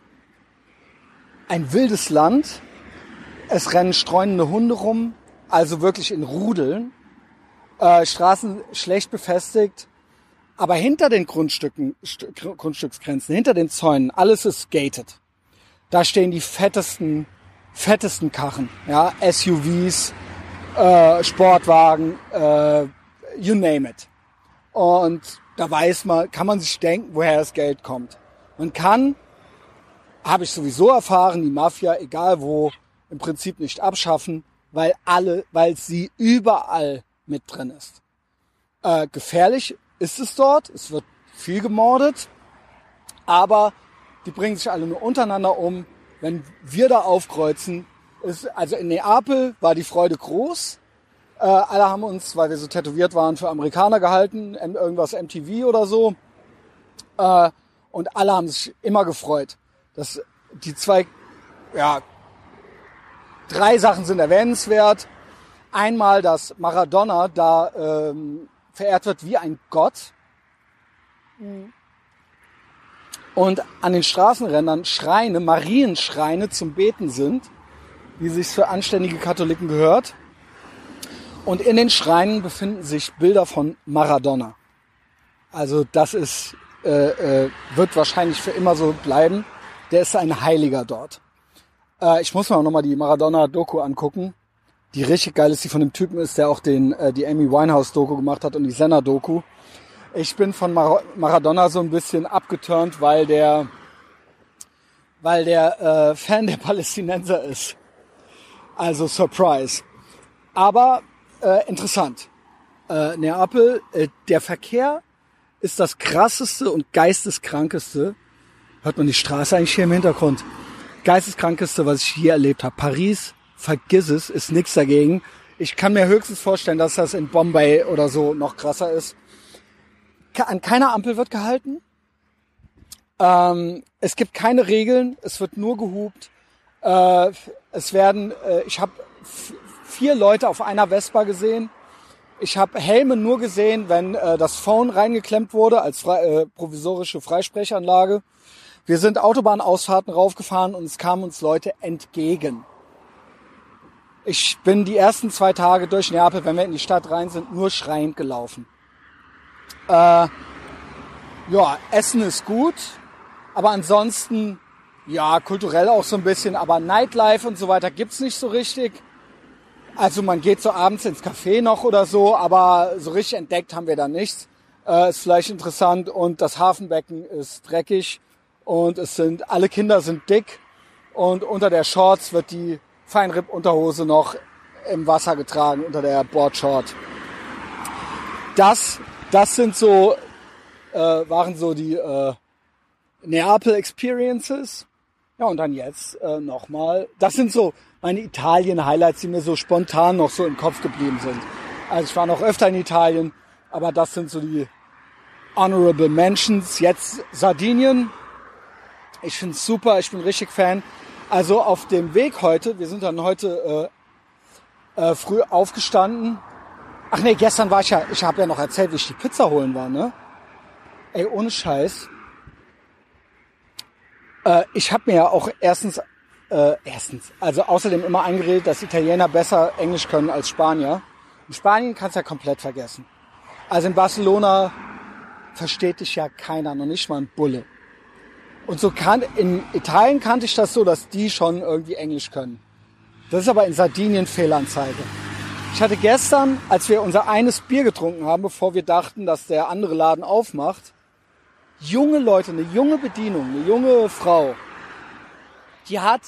Ein wildes Land. Es rennen streunende Hunde rum, also wirklich in Rudeln. Äh, Straßen schlecht befestigt. Aber hinter den Grundstücken, St- Grundstücksgrenzen, hinter den Zäunen, alles ist gated. Da stehen die fettesten, fettesten Karren, ja, S U Vs, äh, Sportwagen, äh, you name it. Und da weiß man, kann man sich denken, woher das Geld kommt. Man kann, habe ich sowieso erfahren, die Mafia, egal wo, im Prinzip nicht abschaffen, weil alle, weil sie überall mit drin ist. Äh, gefährlich ist es dort, es wird viel gemordet, aber die bringen sich alle nur untereinander um. Wenn wir da aufkreuzen, ist, also in Neapel war die Freude groß. Äh, alle haben uns, weil wir so tätowiert waren, für Amerikaner gehalten, irgendwas M T V oder so. Äh, und alle haben sich immer gefreut. Dass die zwei, ja, drei Sachen sind erwähnenswert. Einmal, dass Maradona da ähm, verehrt wird wie ein Gott. Und an den Straßenrändern Schreine, Marienschreine zum Beten sind, wie sich's für anständige Katholiken gehört. Und in den Schreinen befinden sich Bilder von Maradona. Also das ist, äh, äh, wird wahrscheinlich für immer so bleiben. Der ist ein Heiliger dort. Äh, ich muss mir auch nochmal die Maradona-Doku angucken, die richtig geil ist, die von dem Typen ist, der auch den äh, die Amy Winehouse-Doku gemacht hat und die Senna-Doku. Ich bin von Mar- Maradona so ein bisschen abgeturnt, weil der weil der äh, Fan der Palästinenser ist. Also Surprise. Aber äh, interessant. Äh, Neapel, äh, der Verkehr ist das krasseste und geisteskrankeste. Hört man die Straße eigentlich hier im Hintergrund? Geisteskrankeste, was ich hier erlebt habe. Paris, vergiss es, ist nichts dagegen. Ich kann mir höchstens vorstellen, dass das in Bombay oder so noch krasser ist. An keiner Ampel wird gehalten. Ähm, es gibt keine Regeln. Es wird nur gehupt. Äh, es werden, äh, ich habe f- vier Leute auf einer Vespa gesehen. Ich habe Helme nur gesehen, wenn äh, das Phone reingeklemmt wurde als frei, äh, provisorische Freisprechanlage. Wir sind Autobahnausfahrten raufgefahren und es kamen uns Leute entgegen. Ich bin die ersten zwei Tage durch Neapel, wenn wir in die Stadt rein sind, nur schreiend gelaufen. Äh, ja, Essen ist gut, aber ansonsten, ja, kulturell auch so ein bisschen, aber Nightlife und so weiter gibt's nicht so richtig. Also man geht so abends ins Café noch oder so, aber so richtig entdeckt haben wir da nichts. Äh, ist vielleicht interessant und das Hafenbecken ist dreckig und es sind, alle Kinder sind dick und unter der Shorts wird die Feinripp-Unterhose noch im Wasser getragen, unter der Boardshort. Das, das sind so, äh, waren so die äh, Neapel Experiences. Ja, und dann jetzt äh, nochmal. Das sind so meine Italien-Highlights, die mir so spontan noch so im Kopf geblieben sind. Also ich war noch öfter in Italien, aber das sind so die Honorable Mentions. Jetzt Sardinien. Ich find's super, ich bin richtig Fan. Also auf dem Weg heute, wir sind dann heute äh, äh, früh aufgestanden Ach nee, gestern war ich ja, ich habe ja noch erzählt, wie ich die Pizza holen war, ne? Ey, ohne Scheiß. Äh, ich habe mir ja auch erstens, äh, erstens, also außerdem immer eingeredet, dass Italiener besser Englisch können als Spanier. In Spanien kannst du ja komplett vergessen. Also in Barcelona versteht dich ja keiner, noch nicht mal ein Bulle. Und so kann, in Italien kannte ich das so, dass die schon irgendwie Englisch können. Das ist aber in Sardinien Fehlanzeige. Ich hatte gestern, als wir unser eines Bier getrunken haben, bevor wir dachten, dass der andere Laden aufmacht, junge Leute, eine junge Bedienung, eine junge Frau, die hat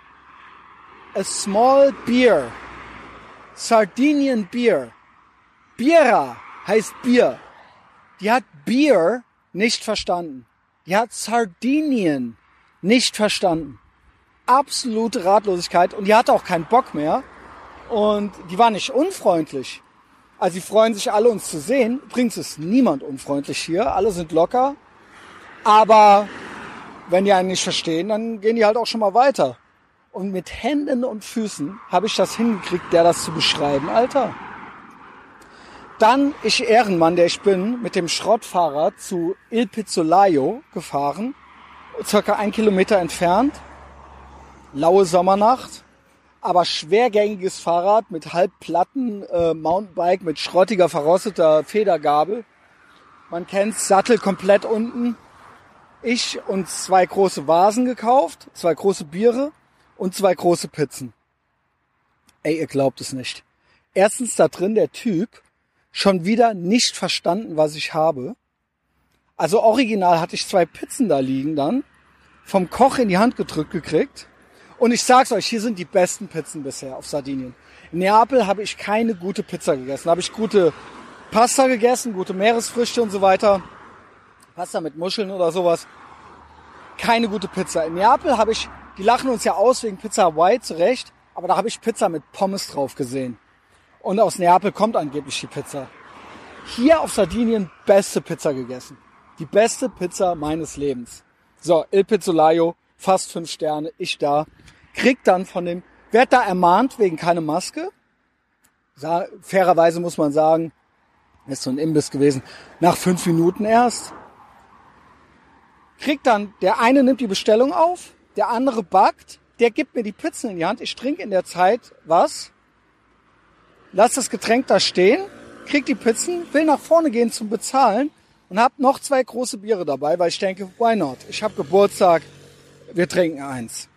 a small beer, Sardinian beer, Biera heißt Bier. Die hat Bier nicht verstanden. Die hat Sardinien nicht verstanden. Absolute Ratlosigkeit. Und die hatte auch keinen Bock mehr. Und die war nicht unfreundlich. Also die freuen sich alle, uns zu sehen. Übrigens ist niemand unfreundlich hier. Alle sind locker. Aber wenn die einen nicht verstehen, dann gehen die halt auch schon mal weiter. Und mit Händen und Füßen habe ich das hingekriegt, der das zu beschreiben. Alter. Dann, ich Ehrenmann, der ich bin, mit dem Schrottfahrrad zu Il Pizzolaio gefahren. Circa ein Kilometer entfernt. Laue Sommernacht. Aber schwergängiges Fahrrad mit halbplatten äh, Mountainbike mit schrottiger, verrosteter Federgabel. Man kennt's, Sattel komplett unten. Ich und zwei große Vasen gekauft, zwei große Biere und zwei große Pizzen. Ey, ihr glaubt es nicht. Erstens da drin der Typ schon wieder nicht verstanden, was ich habe. Also original hatte ich zwei Pizzen da liegen dann, vom Koch in die Hand gedrückt gekriegt. Und ich sag's euch, hier sind die besten Pizzen bisher auf Sardinien. In Neapel habe ich keine gute Pizza gegessen. Da habe ich gute Pasta gegessen, gute Meeresfrüchte und so weiter. Pasta mit Muscheln oder sowas. Keine gute Pizza. In Neapel habe ich, die lachen uns ja aus wegen Pizza Hawaii, zu Recht, aber da habe ich Pizza mit Pommes drauf gesehen. Und aus Neapel kommt angeblich die Pizza. Hier auf Sardinien beste Pizza gegessen. Die beste Pizza meines Lebens. So, Il Pizzolaio, fast fünf Sterne, ich da. Krieg dann von dem, werd da ermahnt wegen keine Maske. Sa- fairerweise muss man sagen, ist so ein Imbiss gewesen, nach fünf Minuten erst. Krieg dann, der eine nimmt die Bestellung auf, der andere backt, der gibt mir die Pizzen in die Hand, ich trinke in der Zeit was, lass das Getränk da stehen, krieg die Pizzen, will nach vorne gehen zum Bezahlen und hab noch zwei große Biere dabei, weil ich denke, why not? Ich hab Geburtstag, wir trinken eins.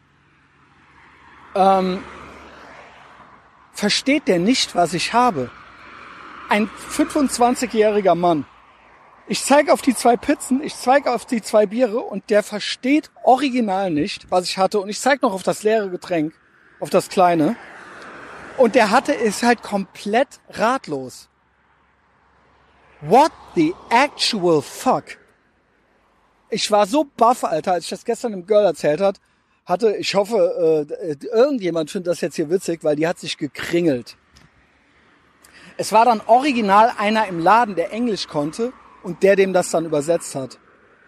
Ähm, versteht der nicht, was ich habe? Ein fünfundzwanzigjähriger Mann. Ich zeige auf die zwei Pizzen, ich zeige auf die zwei Biere und der versteht original nicht, was ich hatte. Und ich zeige noch auf das leere Getränk, auf das kleine. Und der hatte, ist halt komplett ratlos. What the actual fuck? Ich war so baff, Alter, als ich das gestern im Girl erzählt hat, hatte, ich hoffe, äh, irgendjemand findet das jetzt hier witzig, weil die hat sich gekringelt. Es war dann original einer im Laden, der Englisch konnte und der dem das dann übersetzt hat.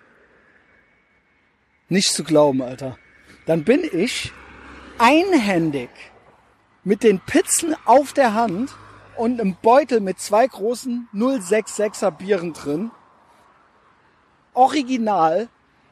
Nicht zu glauben, Alter. Dann bin ich einhändig mit den Pizzen auf der Hand und einem Beutel mit zwei großen null sechs sechser Bieren drin. Original.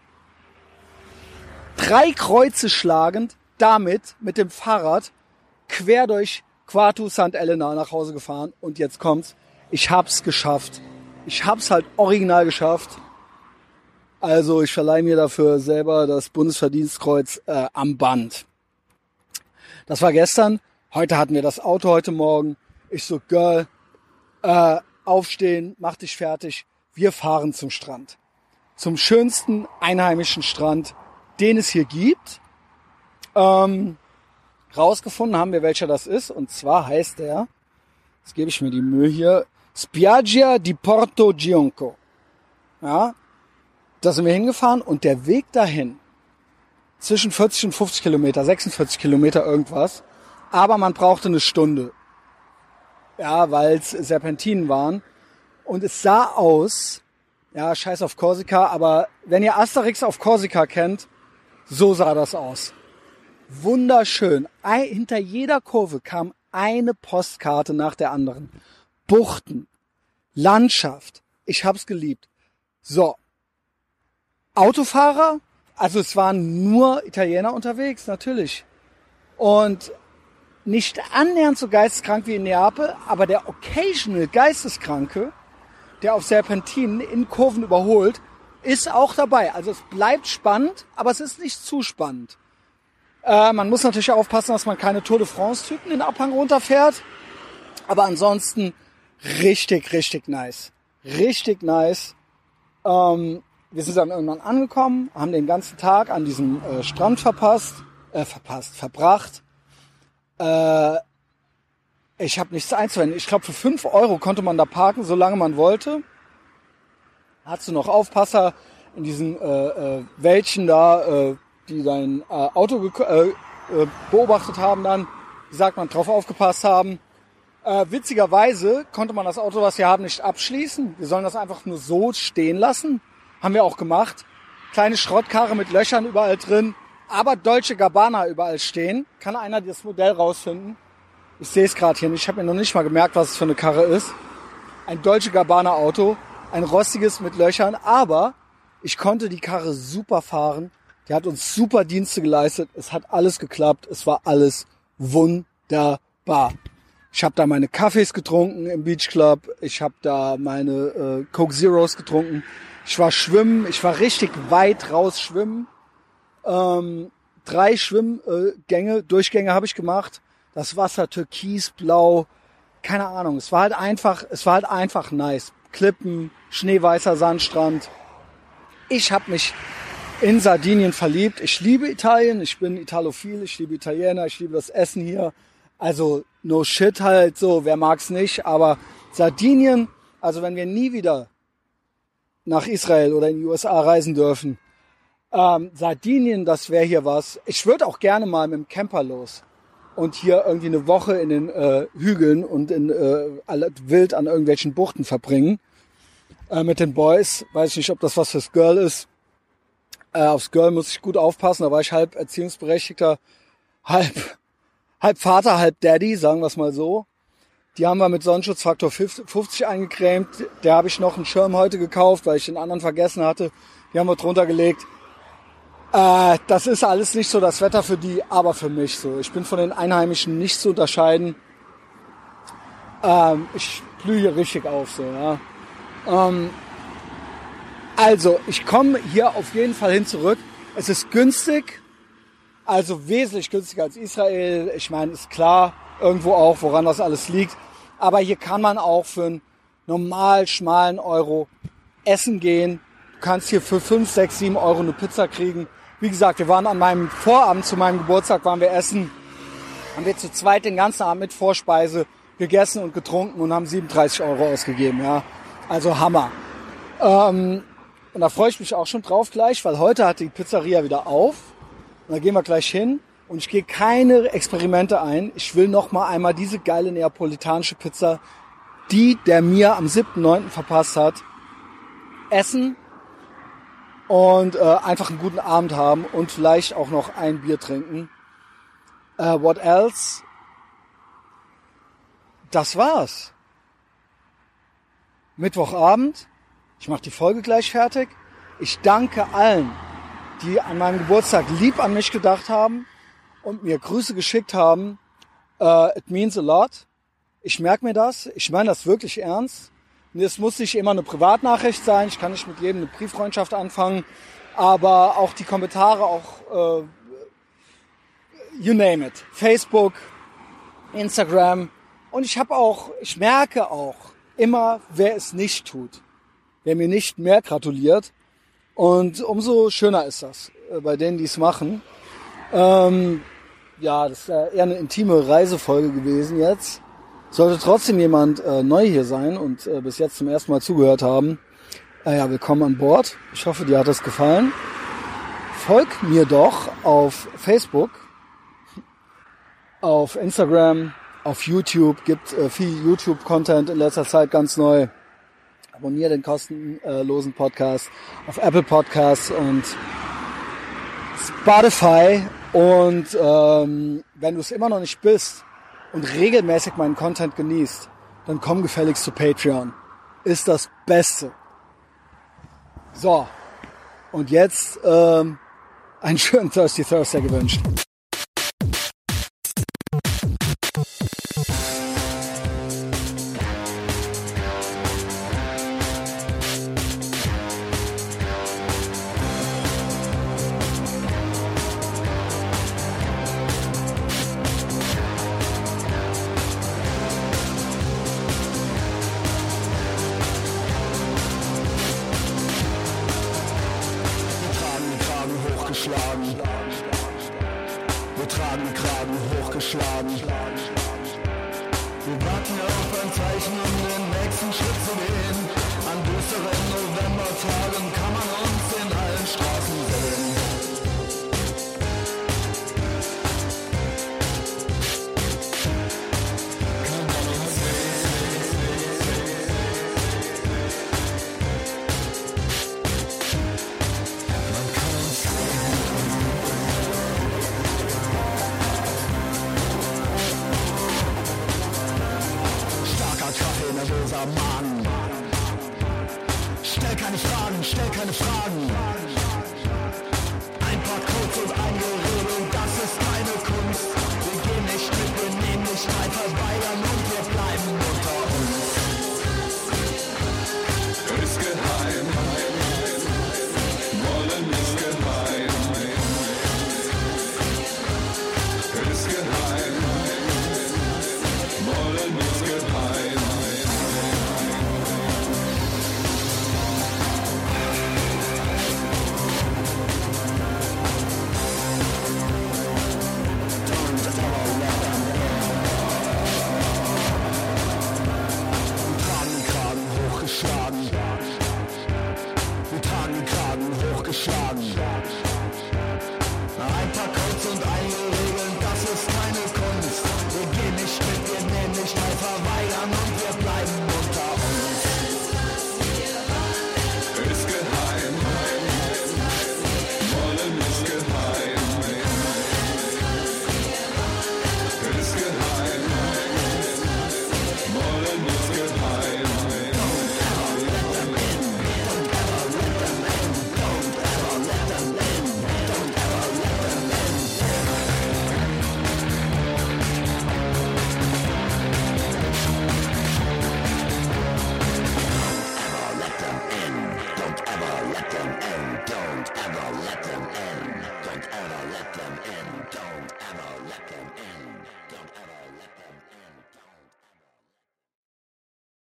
Drei Kreuze schlagend, damit mit dem Fahrrad quer durch Quartu Sankt Elena nach Hause gefahren. Und jetzt kommt's. Ich hab's geschafft. Ich hab's halt original geschafft. Also ich verleihe mir dafür selber das Bundesverdienstkreuz äh, am Band. Das war gestern. Heute hatten wir das Auto, heute Morgen. Ich so, Girl, äh, aufstehen, mach dich fertig. Wir fahren zum Strand. Zum schönsten einheimischen Strand, den es hier gibt. Ähm, rausgefunden haben wir, welcher das ist. Und zwar heißt der, jetzt gebe ich mir die Mühe hier, Spiaggia di Porto Giunco. Ja, da sind wir hingefahren und der Weg dahin, zwischen vierzig und fünfzig Kilometer, sechsundvierzig Kilometer irgendwas, aber man brauchte eine Stunde. Ja, weil es Serpentinen waren. Und es sah aus, ja, scheiß auf Korsika, aber wenn ihr Asterix auf Korsika kennt, so sah das aus. Wunderschön. Ein, hinter jeder Kurve kam eine Postkarte nach der anderen. Buchten, Landschaft. Ich hab's geliebt. So. Autofahrer, also es waren nur Italiener unterwegs, natürlich. Und nicht annähernd so geisteskrank wie in Neapel, aber der occasional Geisteskranke, der auf Serpentinen in Kurven überholt, ist auch dabei. Also es bleibt spannend, aber es ist nicht zu spannend. Äh, man muss natürlich aufpassen, dass man keine Tour de France-Typen den Abhang runterfährt. Aber ansonsten richtig, richtig nice. Richtig nice. Ähm, wir sind dann irgendwann angekommen, haben den ganzen Tag an diesem äh, Strand verpasst, äh, verpasst, verbracht. Äh, ich habe nichts einzuwenden. Ich glaube, für fünf Euro konnte man da parken, solange man wollte. Hattest du noch Aufpasser in diesen äh, äh, Wäldchen da, äh, die dein äh, Auto ge- äh, äh, beobachtet haben dann, wie sagt man, drauf aufgepasst haben. Äh, witzigerweise konnte man das Auto, was wir haben, nicht abschließen. Wir sollen das einfach nur so stehen lassen. Haben wir auch gemacht. Kleine Schrottkarre mit Löchern überall drin, aber Dolce Gabbana überall stehen. Kann einer das Modell rausfinden? Ich sehe es gerade hier nicht. Ich habe mir noch nicht mal gemerkt, was es für eine Karre ist. Ein Dolce Gabbana Auto. Ein rostiges mit Löchern, aber ich konnte die Karre super fahren. Die hat uns super Dienste geleistet. Es hat alles geklappt. Es war alles wunderbar. Ich habe da meine Kaffees getrunken im Beach Club. Ich habe da meine äh, Coke Zeros getrunken. Ich war schwimmen. Ich war richtig weit raus schwimmen. Ähm, drei Schwimmgänge, Durchgänge habe ich gemacht. Das Wasser türkisblau. Keine Ahnung. Es war halt einfach, es war halt einfach nice. Klippen, schneeweißer Sandstrand. Ich habe mich in Sardinien verliebt. Ich liebe Italien, ich bin Italophil, ich liebe Italiener, ich liebe das Essen hier. Also no shit halt so, wer mag's nicht. Aber Sardinien, also wenn wir nie wieder nach Israel oder in die U S A reisen dürfen, ähm, Sardinien, das wäre hier was. Ich würde auch gerne mal mit dem Camper los und hier irgendwie eine Woche in den äh, Hügeln und in äh, wild an irgendwelchen Buchten verbringen. Äh, mit den Boys. Weiß ich nicht, ob das was fürs Girl ist. Äh, aufs Girl muss ich gut aufpassen. Da war ich halb Erziehungsberechtigter, halb, halb Vater, halb Daddy, sagen wir es mal so. Die haben wir mit Sonnenschutzfaktor fünfzig eingecremt. Der habe ich noch einen Schirm heute gekauft, weil ich den anderen vergessen hatte. Die haben wir drunter gelegt. Äh, das ist alles nicht so das Wetter für die, aber für mich so. Ich bin von den Einheimischen nicht zu unterscheiden. Ähm, ich blühe hier richtig auf, so, ja. Ähm, also, ich komme hier auf jeden Fall hin zurück. Es ist günstig, also wesentlich günstiger als Israel. Ich meine, ist klar, irgendwo auch, woran das alles liegt. Aber hier kann man auch für einen normal schmalen Euro essen gehen. Du kannst hier für fünf, sechs, sieben Euro eine Pizza kriegen. Wie gesagt, wir waren an meinem Vorabend zu meinem Geburtstag, waren wir essen. Haben wir zu zweit den ganzen Abend mit Vorspeise gegessen und getrunken und haben siebenunddreißig Euro ausgegeben. Ja, also Hammer. Ähm, und da freue ich mich auch schon drauf gleich, weil heute hat die Pizzeria wieder auf. Und da gehen wir gleich hin. Und ich gehe keine Experimente ein. Ich will noch mal einmal diese geile neapolitanische Pizza, die der mir am siebten neunten verpasst hat, essen und äh, einfach einen guten Abend haben und vielleicht auch noch ein Bier trinken. Äh, what else? Das war's. Mittwochabend. Ich mache die Folge gleich fertig. Ich danke allen, die an meinem Geburtstag lieb an mich gedacht haben und mir Grüße geschickt haben. Uh, it means a lot. Ich merke mir das. Ich meine das wirklich ernst. Und es muss nicht immer eine Privatnachricht sein. Ich kann nicht mit jedem eine Brieffreundschaft anfangen. Aber auch die Kommentare, auch uh, you name it. Facebook, Instagram. Und ich habe auch, ich merke auch immer, wer es nicht tut. Wer mir nicht mehr gratuliert. Und umso schöner ist das äh, bei denen, die es machen. Ähm, ja, das ist ja eher eine intime Reisefolge gewesen jetzt. Sollte trotzdem jemand äh, neu hier sein und äh, bis jetzt zum ersten Mal zugehört haben. Äh, ja, willkommen an Bord. Ich hoffe, dir hat es gefallen. Folg mir doch auf Facebook, auf Instagram, auf YouTube. Gibt äh, viel YouTube-Content in letzter Zeit ganz neu. Abonniere den kostenlosen Podcast auf Apple Podcasts und Spotify. Und ähm, wenn du es immer noch nicht bist und regelmäßig meinen Content genießt, dann komm gefälligst zu Patreon. Ist das Beste. So, und jetzt ähm, einen schönen Thirsty Thursday gewünscht. Wir tragen den Kragen hochgeschlagen. Wir warten auf ein Zeichen, um den nächsten Schritt zu gehen. An düsteren Novembertagen kann man uns in allen Straßen sehen. Kann man uns sehen. Man kann uns sehen. Kaffee, nervöser Mann. Stell keine Fragen, stell keine Fragen.